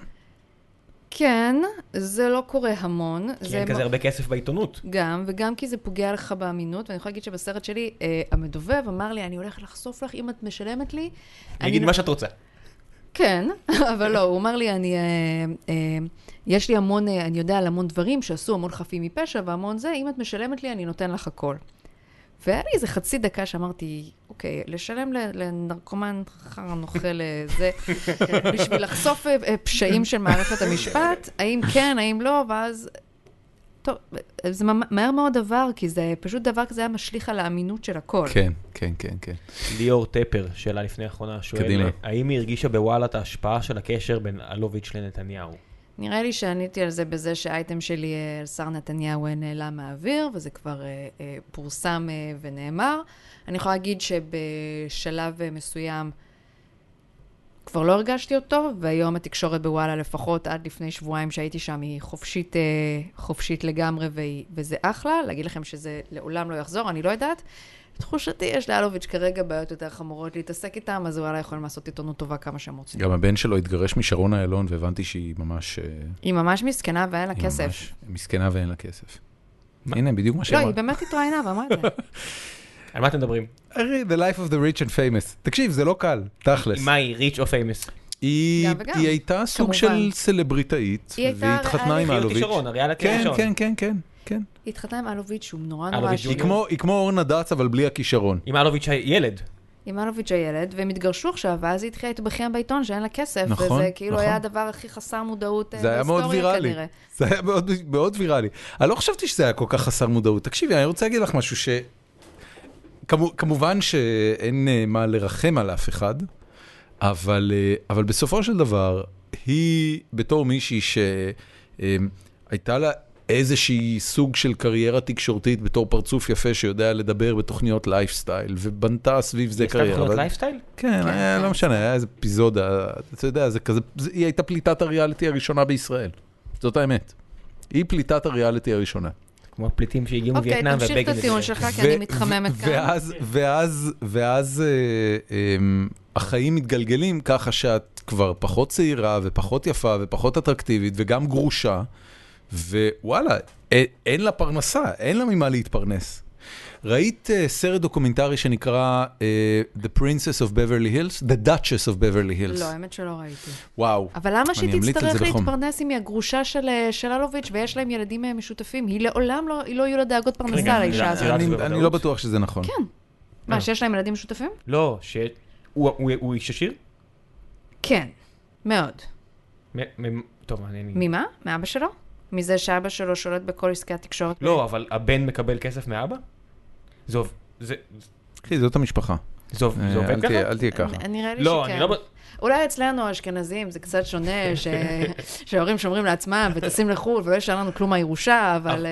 כן, זה לא קורה המון. כי אין כזה הרבה כסף בעיתונות. גם, וגם כי זה פוגע לך באמינות, ואני יכולה להגיד שבסרט שלי, המדובב אמר לי, אני הולך לחשוף לך אם את משלמת לי. אני אגיד מה שאת רוצה. כן, אבל לא, הוא אמר לי, יש לי המון, אני יודע על המון דברים שעשו המון חפים מפשע, והמון זה, אם את משלמת לי, אני נותן לך הכל. והיה לי איזה חצי דקה שאמרתי, אוקיי, לשלם לנרקומן נוכל זה, בשביל לחשוף פשעים של מערכת המשפט, האם כן, האם לא, ואז, טוב, זה מהר מאוד דבר, כי זה פשוט דבר כזה היה משליך על האמינות של הכל. כן, כן, כן, כן. ליאור טפר, שאלה לפני האחרונה, שואל, האם היא הרגישה בוואלה את ההשפעה של הקשר בין אלוביץ' לנתניהו? נראה לי שעניתי על זה בזה שהאייטם שלי על שר נתניהו נעלם מהאוויר, וזה כבר פורסם ונאמר. אני יכולה להגיד שבשלב מסוים כבר לא הרגשתי אותו, והיום התקשורת בוואלה לפחות עד לפני שבועיים שהייתי שם היא חופשית לגמרי, וזה אחלה. להגיד לכם שזה לעולם לא יחזור, אני לא יודעת. תחושתי, יש לאלוביץ' כרגע בעיות יותר חמורות להתעסק איתם, אז אולי יכולים לעשות עיתונות טובה כמה שהם רוצים. גם הבן שלו התגרש משרון איילון, והבנתי שהיא ממש... היא ממש מסכנה ואין לה כסף. ממש מסכנה ואין לה כסף. הנה, בדיוק מה שאמרת. לא, היא באמת התראיינה ואמרה את זה. על מה אתם מדברים? The life of the rich and famous. תקשיב, זה לא קל, תכלס. מה היא, rich או famous? היא הייתה סוג של סלבריטאית, והיא התחתנה עם אלוביץ'. כן, כן, כן, כן. כן. היא התחתנה עם אלוביץ' שהוא נורא נורא... היא כמו אורנה דאץ, אבל בלי הכישרון. עם אלוביץ' הילד. עם אלוביץ' הילד, והם התגרשו עכשיו, ואז היא התחילה להתבכיין בעיתון שאין לה כסף, נכון, וזה כאילו היה הדבר הכי חסר מודעות זה היה מאוד ויראלי. זה היה מאוד ויראלי. אני לא חשבתי שזה היה כל כך חסר מודעות. תקשיבי, אני רוצה להגיד לך משהו כמובן שאין מה לרחם על אף אחד, אבל בסופו של דבר, היא בתור מישהי שהייתה לה איזושהי סוג של קריירה תקשורתית בתור פרצוף יפה שיודע לדבר בתוכניות לייפסטייל, ובנתה סביב זה קריירה. יש תוכניות לייפסטייל? כן, לא משנה, היה איזה אפיזודה, אתה יודע, זה כזה, היא הייתה פליטת הריאליטי הראשונה בישראל. זאת האמת. היא פליטת הריאליטי הראשונה. כמו הפליטים שהגיעו מווייטנאם ובגין. אוקיי, תמשיך את הטיעון שלך, כי אני מתחממת כאן. ואז החיים מתגלגלים ככה שאת כבר פחות צעירה ופחות יפה ופחות אטרקטיבית וגם גרושה, ווואלה, אין לה פרנסה, אין לה ממה להתפרנס. ראית סרט דוקומנטרי שנקרא The Princess of Beverly Hills? The Duchess of Beverly Hills. לא, האמת שלא ראיתי. וואו. אבל למה שהיא תצטרך להתפרנס אם היא הגרושה של אלוביץ' ויש להם ילדים משותפים? היא לעולם לא יהיו לה דאגות פרנסה לאישה הזאת. אני לא בטוח שזה נכון. כן. מה, שיש להם ילדים משותפים? לא, הוא איש עשיר? כן, מאוד. טוב, מעניין. ממה? מאבא שלו? מזה שאבא שלו שולט בכל עסקי התקשורת? לא, אבל הבן מקבל כסף מאבא? אחי, זאת המשפחה. זה עובד ככה? אל תהיה ככה. נראה לי לא, שכן. אני לא... אולי אצלנו האשכנזים זה קצת שונה, שההורים שומרים לעצמם וטסים לחו"ל ולא ישאר לנו כלום מהירושה, אבל...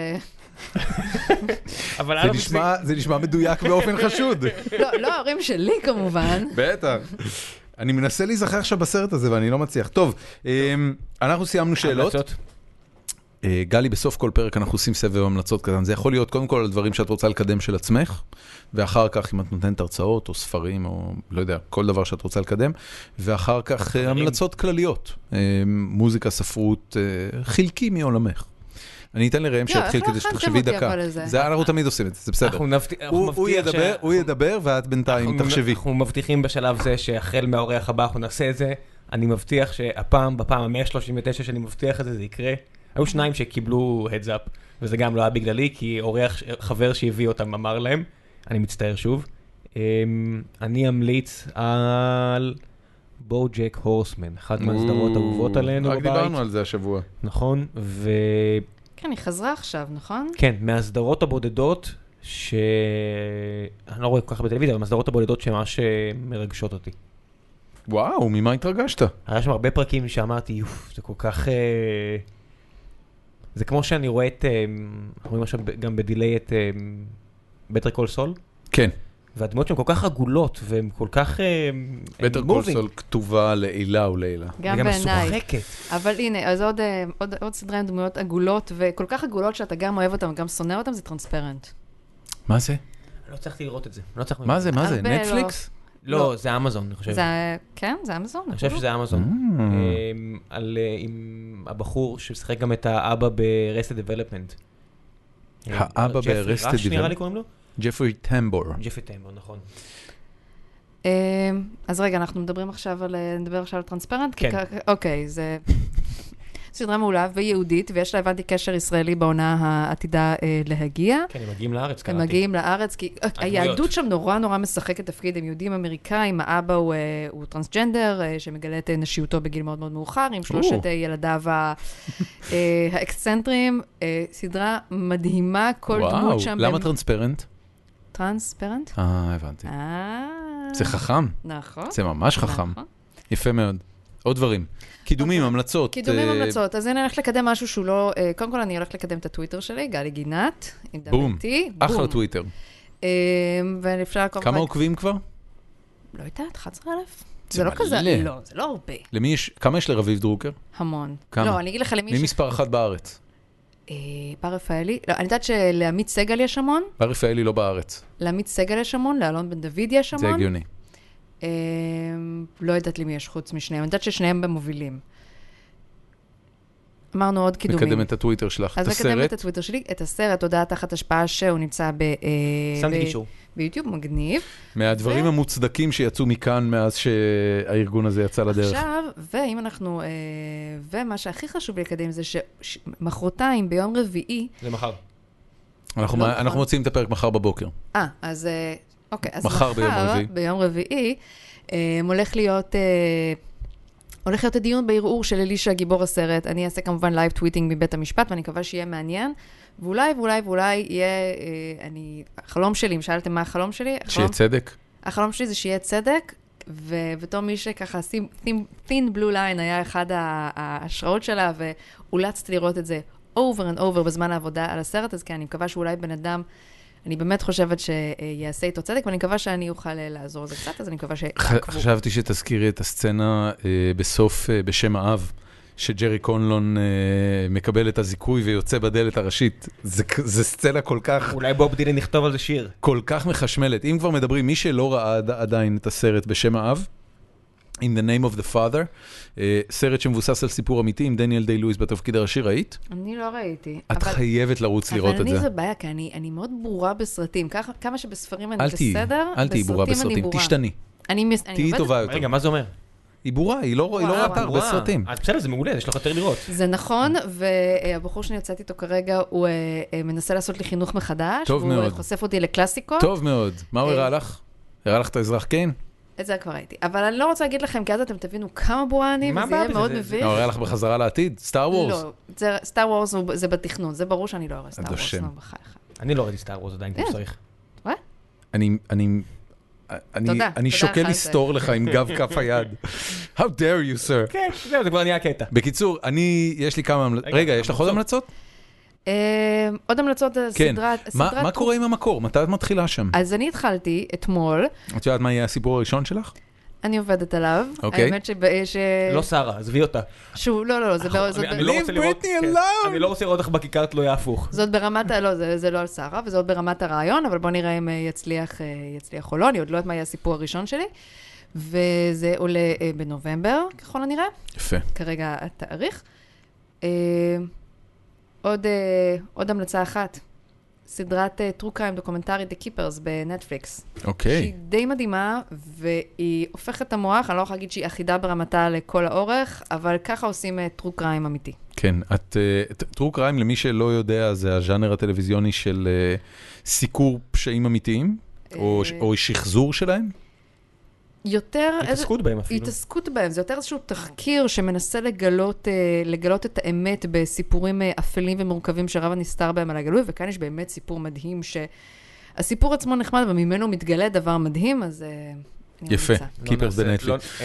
זה נשמע מדויק באופן חשוד. לא ההורים שלי כמובן. בטח. אני מנסה להיזכר עכשיו בסרט הזה ואני לא מצליח. טוב, אנחנו סיימנו שאלות. גלי, בסוף כל פרק אנחנו עושים סבב המלצות קטן. זה יכול להיות קודם כל על דברים שאת רוצה לקדם של עצמך, ואחר כך אם את נותנת הרצאות או ספרים או לא יודע, כל דבר שאת רוצה לקדם, ואחר כך המלצות כלליות, מוזיקה, ספרות, חלקי מעולמך. אני אתן לראם שיתחיל כדי שתחשבי דקה. זה אנחנו תמיד עושים את זה, זה בסדר. הוא ידבר ואת בינתיים תחשבי. אנחנו מבטיחים בשלב זה שהחל מהאורח הבא אנחנו נעשה את זה. אני מבטיח שהפעם, בפעם ה-139 שאני מבטיח את זה, זה יקרה. היו שניים שקיבלו heads up, וזה גם לא היה בגללי, כי אורח חבר שהביא אותם אמר להם, אני מצטער שוב. אני אמליץ על בוג'ק הורסמן, אחת מהסדרות האהובות עלינו רק בבית. דיברנו על זה השבוע. נכון, כן, היא חזרה עכשיו, נכון? כן, מהסדרות הבודדות, שאני לא רואה כל כך בטלוויזיה, אבל מהסדרות הבודדות שממש מרגשות אותי. וואו, ממה התרגשת? היה שם הרבה פרקים שאמרתי, יוף, זה כל כך... זה כמו שאני רואה את... אנחנו רואים עכשיו גם בדילי את Better Call Saul. כן. והדמות שהן כל כך עגולות, והן כל כך... Better Call Saul כתובה לעילה ולעילה. גם וגם בעיניי. משוחקת. אבל הנה, אז עוד סדרה עם דמויות עגולות, וכל כך עגולות שאתה גם אוהב אותן וגם שונא אותן, זה טרנספרנט. מה זה? לא צריכתי לראות את זה. מה זה? מה זה? הרבה נטפליקס? לא, זה אמזון, אני חושב. כן, זה אמזון. אני חושב שזה אמזון. עם הבחור ששחק גם את האבא ב-Arrested Development. האבא ב-Arrested ראש נראה לי קוראים לו? ג'פרי טמבור. ג'פרי טמבור, נכון. אז רגע, אנחנו נדבר עכשיו על טרנספרנט? כן. אוקיי, זה סדרה מעולה ויהודית, ויש לה הבנתי קשר ישראלי בעונה העתידה להגיע. כן, הם מגיעים לארץ, קראתי. הם מגיעים לארץ, כי היהדות שם נורא משחקת תפקיד, הם יהודים אמריקאים, האבא הוא טרנסג'נדר, שמגלה את נשיותו בגיל מאוד מאוד מאוחר, עם שלושת ילדיו האקסצנטריים. סדרה מדהימה, כל דמות שם. למה טרנספרנט? טרנספרנט? הבנתי. זה חכם. נכון. זה ממש חכם. יפה מאוד. עוד דברים. קידומים, המלצות. קידומים, המלצות. אז אני הולכת לקדם משהו שהוא לא... קודם כל אני הולכת לקדם את הטוויטר שלי, גלי גינת. בום. אחלה טוויטר. ואפשר... כמה עוקבים כבר? לא יודעת, 11,000. זה לא כזה, לא, זה לא הרבה. כמה יש לרביב דרוקר? המון. כמה? לא, אני אגיד לך למי מי מספר אחת בארץ? בר רפאלי. לא, אני יודעת שלעמית סגל יש המון. בר רפאלי לא בארץ. לעמית סגל יש המון, לאלון בן דוד יש המון. זה הגיוני. לא יודעת למי יש חוץ משניהם. אני יודעת ששניהם במובילים. אמרנו עוד קידומים. מקדם את הטוויטר שלך. אז מקדם את הטוויטר שלי. את הסרט, הודעה תחת השפעה שהוא נמצא שמתי קישור. ביוטיוב, מגניב. מהדברים המוצדקים שיצאו מכאן מאז שהארגון הזה יצא לדרך. עכשיו, ואם אנחנו... ומה שהכי חשוב לי לקדם זה שמחרתיים ביום רביעי... זה מחר. אנחנו מוצאים את הפרק מחר בבוקר. אז... אוקיי, אז מחר ביום רביעי הולך להיות הדיון בערעור של אלישה גיבור הסרט. אני אעשה כמובן לייב טוויטינג מבית המשפט, ואני מקווה שיהיה מעניין. ואולי יהיה, החלום שלי, אם שאלתם מה החלום שלי? שיהיה צדק? החלום שלי זה שיהיה צדק, ובתור מי שככה, thin blue line היה אחד ההשראות שלה, ואולצתי לראות את זה over and over בזמן העבודה על הסרט, אז כן, אני מקווה שאולי בן אדם, אני באמת חושבת שיעשה איתו צדק, ואני מקווה שאני אוכל לעזור לזה קצת, אז אני מקווה שיעקבו. חשבתי שתזכירי את הסצנה בסוף בשם האב, שג'רי קונלון מקבל את הזיכוי ויוצא בדלת הראשית. זה סצנה כל כך... אולי בוב דילן נכתוב על זה שיר. כל כך מחשמלת. אם כבר מדברים, מי שלא ראה עדיין את הסרט בשם האב, In the Name of the Father, סרט שמבוסס על סיפור אמיתי עם דניאל די לואיס בתפקיד הראשי, ראית? אני לא ראיתי. את חייבת לרוץ לראות את זה. אבל אני זה בעיה, כי אני מאוד ברורה בסרטים. כמה שבספרים אני בסדר, אל תהי ברורה בסרטים, תשתני. תהיי טובה יותר. רגע, מה זה אומר? היא ברורה, היא לא ראתה הרבה סרטים. אז בסדר, זה מעולה, יש לך יותר לראות. זה נכון, והבחור שאני יוצאת איתו כרגע, הוא מנסה לעשות לי חינוך מחדש. טוב מאוד. הוא חושף אותי לקלאסיקות. טוב מאוד. מה הוא הראה לך? הראה לך את האזרח קיין? את זה כבר ראיתי. אבל אני לא רוצה להגיד לכם, כי אז אתם תבינו כמה ברורה אני, וזה יהיה מאוד מביך. הוא הראה לך בחזרה לעתיד? סטאר וורס? לא, סטאר וורס זה בתכנון, זה ברור שאני לא אראה סטאר וורס. אני לא ראיתי סטאר וורס עדיין כמו שצריך. מה? אני אני שוקל לסתור לך עם גב כף היד. How dare you, sir. כן, זהו, זה כבר נהיה קטע. בקיצור, יש לי כמה המלצות. רגע, יש לך עוד המלצות? עוד המלצות על סדרת... מה קורה עם המקור? מתי את מתחילה שם? אז אני התחלתי אתמול. את יודעת מה יהיה הסיפור הראשון שלך? אני עובדת עליו. אוקיי. האמת לא שרה, עזבי אותה. שהוא, לא, זה אני לא רוצה לראות איך בכיכר תלויה הפוך. זאת ברמת, לא, זה לא על שרה, וזה עוד ברמת הרעיון, אבל בוא נראה אם יצליח או לא, אני עוד לא יודעת מה יהיה הסיפור הראשון שלי. וזה עולה בנובמבר, ככל הנראה. יפה. כרגע התאריך. עוד המלצה אחת. סדרת True Crime דוקומנטרית The Keepers בנטפליקס. אוקיי. שהיא די מדהימה, והיא הופכת את המוח, אני לא יכולה להגיד שהיא אחידה ברמתה לכל האורך, אבל ככה עושים True Crime אמיתי. כן, True Crime, למי שלא יודע, זה הז'אנר הטלוויזיוני של סיקור פשעים אמיתיים, או שחזור שלהם? יותר... התעסקות בהם אפילו. התעסקות בהם, זה יותר איזשהו תחקיר שמנסה לגלות את האמת בסיפורים אפלים ומורכבים שרב הנסתר בהם על הגלוי, וכאן יש באמת סיפור מדהים שהסיפור עצמו נחמד, וממנו מתגלה דבר מדהים, אז... יפה, קיפרס בנטפליקס.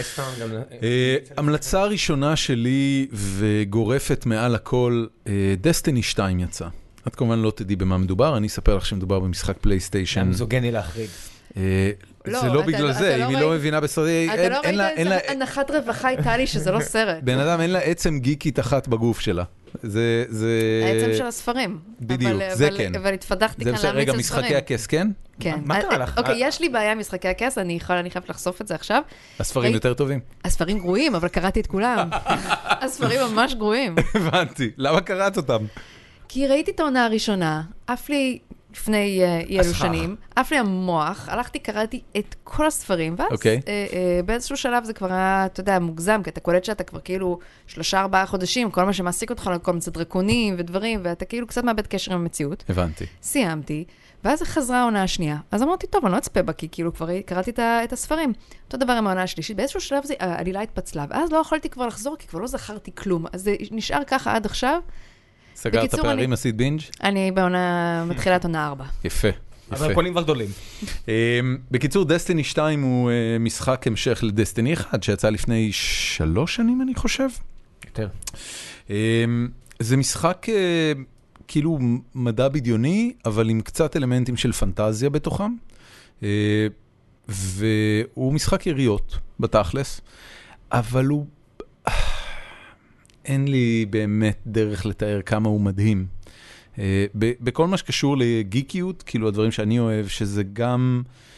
המלצה הראשונה שלי וגורפת מעל הכל, דסטיני 2 יצא. את כמובן לא תדעי במה מדובר, אני אספר לך שמדובר במשחק פלייסטיישן. המזוגני להחריד. זה לא בגלל זה, אם היא לא מבינה בסרטים, אתה לא ראית איזה הנחת רווחה הייתה לי שזה לא סרט. בן אדם אין לה עצם גיקית אחת בגוף שלה. העצם של הספרים. בדיוק, זה כן. אבל התפתחתי כאן להמיץ על ספרים. רגע, משחקי הכס, כן? כן. מה קרה לך? אוקיי, יש לי בעיה עם משחקי הכס, אני חייבת לחשוף את זה עכשיו. הספרים יותר טובים. הספרים גרועים, אבל קראתי את כולם. הספרים ממש גרועים. הבנתי. למה קראת אותם? כי ראיתי את העונה הראשונה, אף לי לפני אלו שנים, אף לי המוח, הלכתי, קראתי את כל הספרים, ואז באיזשהו שלב זה כבר היה, אתה יודע, מוגזם, כי אתה קולט שאתה כבר כאילו 3-4 חודשים, כל מה שמעסיק אותך לכל מצד דרקונים ודברים, ואתה כאילו קצת מאבד קשר עם המציאות. הבנתי. סיימתי, ואז חזרה העונה השנייה. אז אמרתי, טוב, אני לא אצפה בה, כי כאילו כבר קראתי את הספרים. אותו דבר עם העונה השלישית, באיזשהו שלב העלילה התפצלה, ואז לא יכולתי כבר לחזור, כי כבר לא זכרתי כלום. אז זה נשאר ככה עד עכשיו. סגרת פערים, עשית בינג'? אני מתחילת עונה 4. יפה. אבל הקולים כבר גדולים. בקיצור, דסטיני 2 הוא משחק המשך לדסטיני 1, שיצא לפני 3 שנים, אני חושב. יותר. זה משחק כאילו מדע בדיוני, אבל עם קצת אלמנטים של פנטזיה בתוכם. והוא משחק יריות, בתכלס. אבל הוא... אין לי באמת דרך לתאר כמה הוא מדהים. בכל מה שקשור לגיקיות, כאילו הדברים שאני אוהב, שזה גם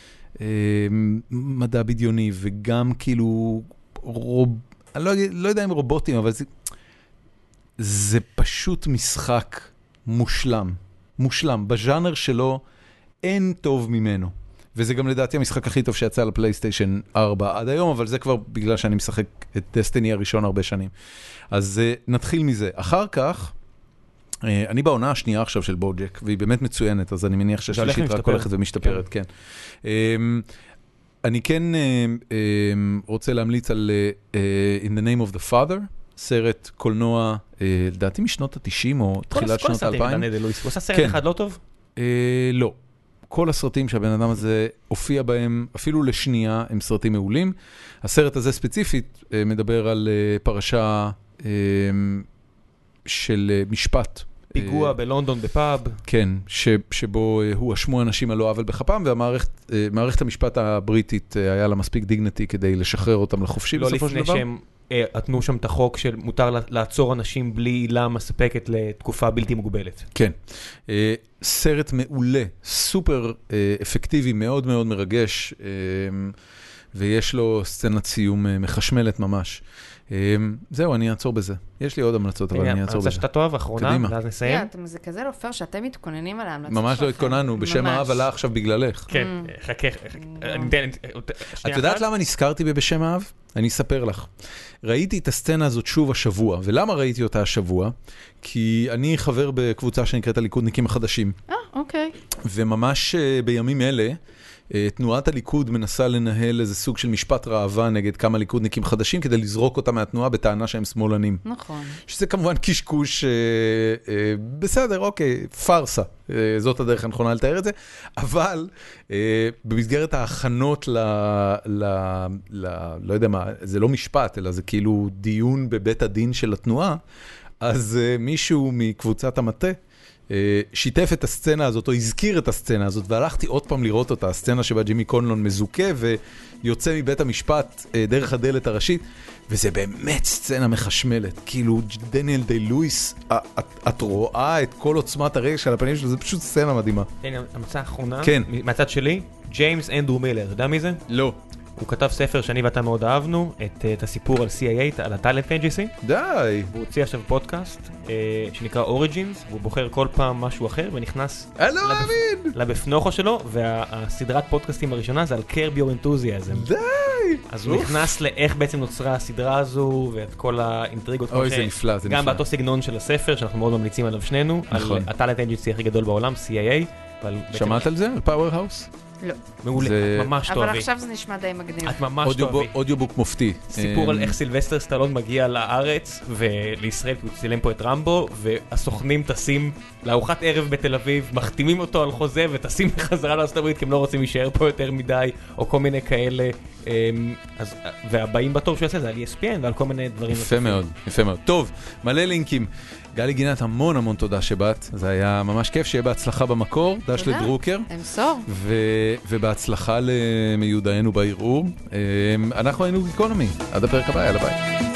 מדע בדיוני, וגם כאילו, אני לא יודע אם רובוטים, אבל זה פשוט משחק מושלם. מושלם. בז'אנר שלו אין טוב ממנו. וזה גם לדעתי המשחק הכי טוב שיצא לפלייסטיישן 4 עד היום, אבל זה כבר בגלל שאני משחק את דסטיני הראשון הרבה שנים. אז נתחיל מזה. אחר כך, אני בעונה השנייה עכשיו של בוג'ק, והיא באמת מצוינת, אז אני מניח שהשלישית רק הולכת ומשתפרת, כן. אני כן רוצה להמליץ על In the Name of the Father, סרט קולנוע, לדעתי משנות ה-90 או תחילת שנות ה-2000. הוא עושה סרט אחד לא טוב? לא. כל הסרטים שהבן אדם הזה הופיע בהם, אפילו לשנייה, הם סרטים מעולים. הסרט הזה ספציפית מדבר על פרשה של משפט. פיגוע בלונדון בפאב. כן, שבו הואשמו אנשים על לא עוול בכפם, ומערכת המשפט הבריטית היה לה מספיק דיגניטי כדי לשחרר אותם לחופשי בסופו של דבר. לא לפני שהם עתנו שם את החוק של מותר לעצור אנשים בלי עילה מספקת לתקופה בלתי מוגבלת. כן. סרט מעולה, סופר אפקטיבי, מאוד מאוד מרגש, ויש לו סצנת סיום מחשמלת ממש. זהו, אני אעצור בזה. יש לי עוד המלצות, אבל אני אעצור בזה. שאתה תאהב, אחרונה, ואז נסיים. זה כזה לא פייר שאתם מתכוננים על ההמלצות. ממש לא התכוננו, בשם האב עלה עכשיו בגללך. כן, חכה. את יודעת למה נזכרתי בבשם האב? אני אספר לך. ראיתי את הסצנה הזאת שוב השבוע, ולמה ראיתי אותה השבוע? כי אני חבר בקבוצה שנקראת הליכודניקים החדשים. אוקיי. וממש בימים אלה, תנועת הליכוד מנסה לנהל איזה סוג של משפט ראווה נגד כמה ליכודניקים חדשים, כדי לזרוק אותם מהתנועה בטענה שהם שמאלנים. נכון. שזה כמובן קשקוש, בסדר, אוקיי, פרסה, זאת הדרך הנכונה לתאר את זה, אבל במסגרת ההכנות לא יודע מה, זה לא משפט, אלא זה כאילו דיון בבית הדין של התנועה, אז מישהו מקבוצת המטה, שיתף את הסצנה הזאת, או הזכיר את הסצנה הזאת, והלכתי עוד פעם לראות אותה, הסצנה שבה ג'ימי קונלון מזוכה, ויוצא מבית המשפט דרך הדלת הראשית, וזה באמת סצנה מחשמלת. כאילו, דניאל די לואיס, את רואה את כל עוצמת הרגש על הפנים שלו, זה פשוט סצנה מדהימה. הנה, המצאה האחרונה, כן. מהצד שלי, ג'יימס אנדרו מילר, אתה יודע מי זה? לא. הוא כתב ספר שאני ואתה מאוד אהבנו, את הסיפור על CIA, על הטאלנט אג'נסי. די. והוא הוציא עכשיו פודקאסט שנקרא Origins, והוא בוחר כל פעם משהו אחר ונכנס אני לא מאמין. לבפנוכו שלו, והסדרת פודקאסטים הראשונה זה על Curb Your Enthusiasm. די. אז הוא נכנס לאיך בעצם נוצרה הסדרה הזו, ואת כל האינטריגות. אוי, זה נפלא, זה נפלא. גם באותו סגנון של הספר, שאנחנו מאוד ממליצים עליו שנינו, על הטאלנט אג'נסי הכי גדול בעולם, CIA. שמעת על זה? על פאוור-האוס? לא. מעולה, את ממש תאהבי. אבל עכשיו זה נשמע די מגניב. את ממש תאהבי. אודיובוק מופתי. סיפור על איך סילבסטר סטלון מגיע לארץ ולישראל, הוא צילם פה את רמבו, והסוכנים טסים לארוחת ערב בתל אביב, מחתימים אותו על חוזה וטסים בחזרה לארצות הברית, כי הם לא רוצים להישאר פה יותר מדי, או כל מיני כאלה. והבאים בתור שהוא יעשה זה על ESPN ועל כל מיני דברים. יפה מאוד, יפה מאוד. טוב, מלא לינקים. גלי גינת, המון תודה שבאת, זה היה ממש כיף, שיהיה בהצלחה במקור, דש לדרוקר. אמסור. ובהצלחה למיודענו בערעור. אנחנו היינו גיקונומי, עד הפרק הבא, יאללה ביי.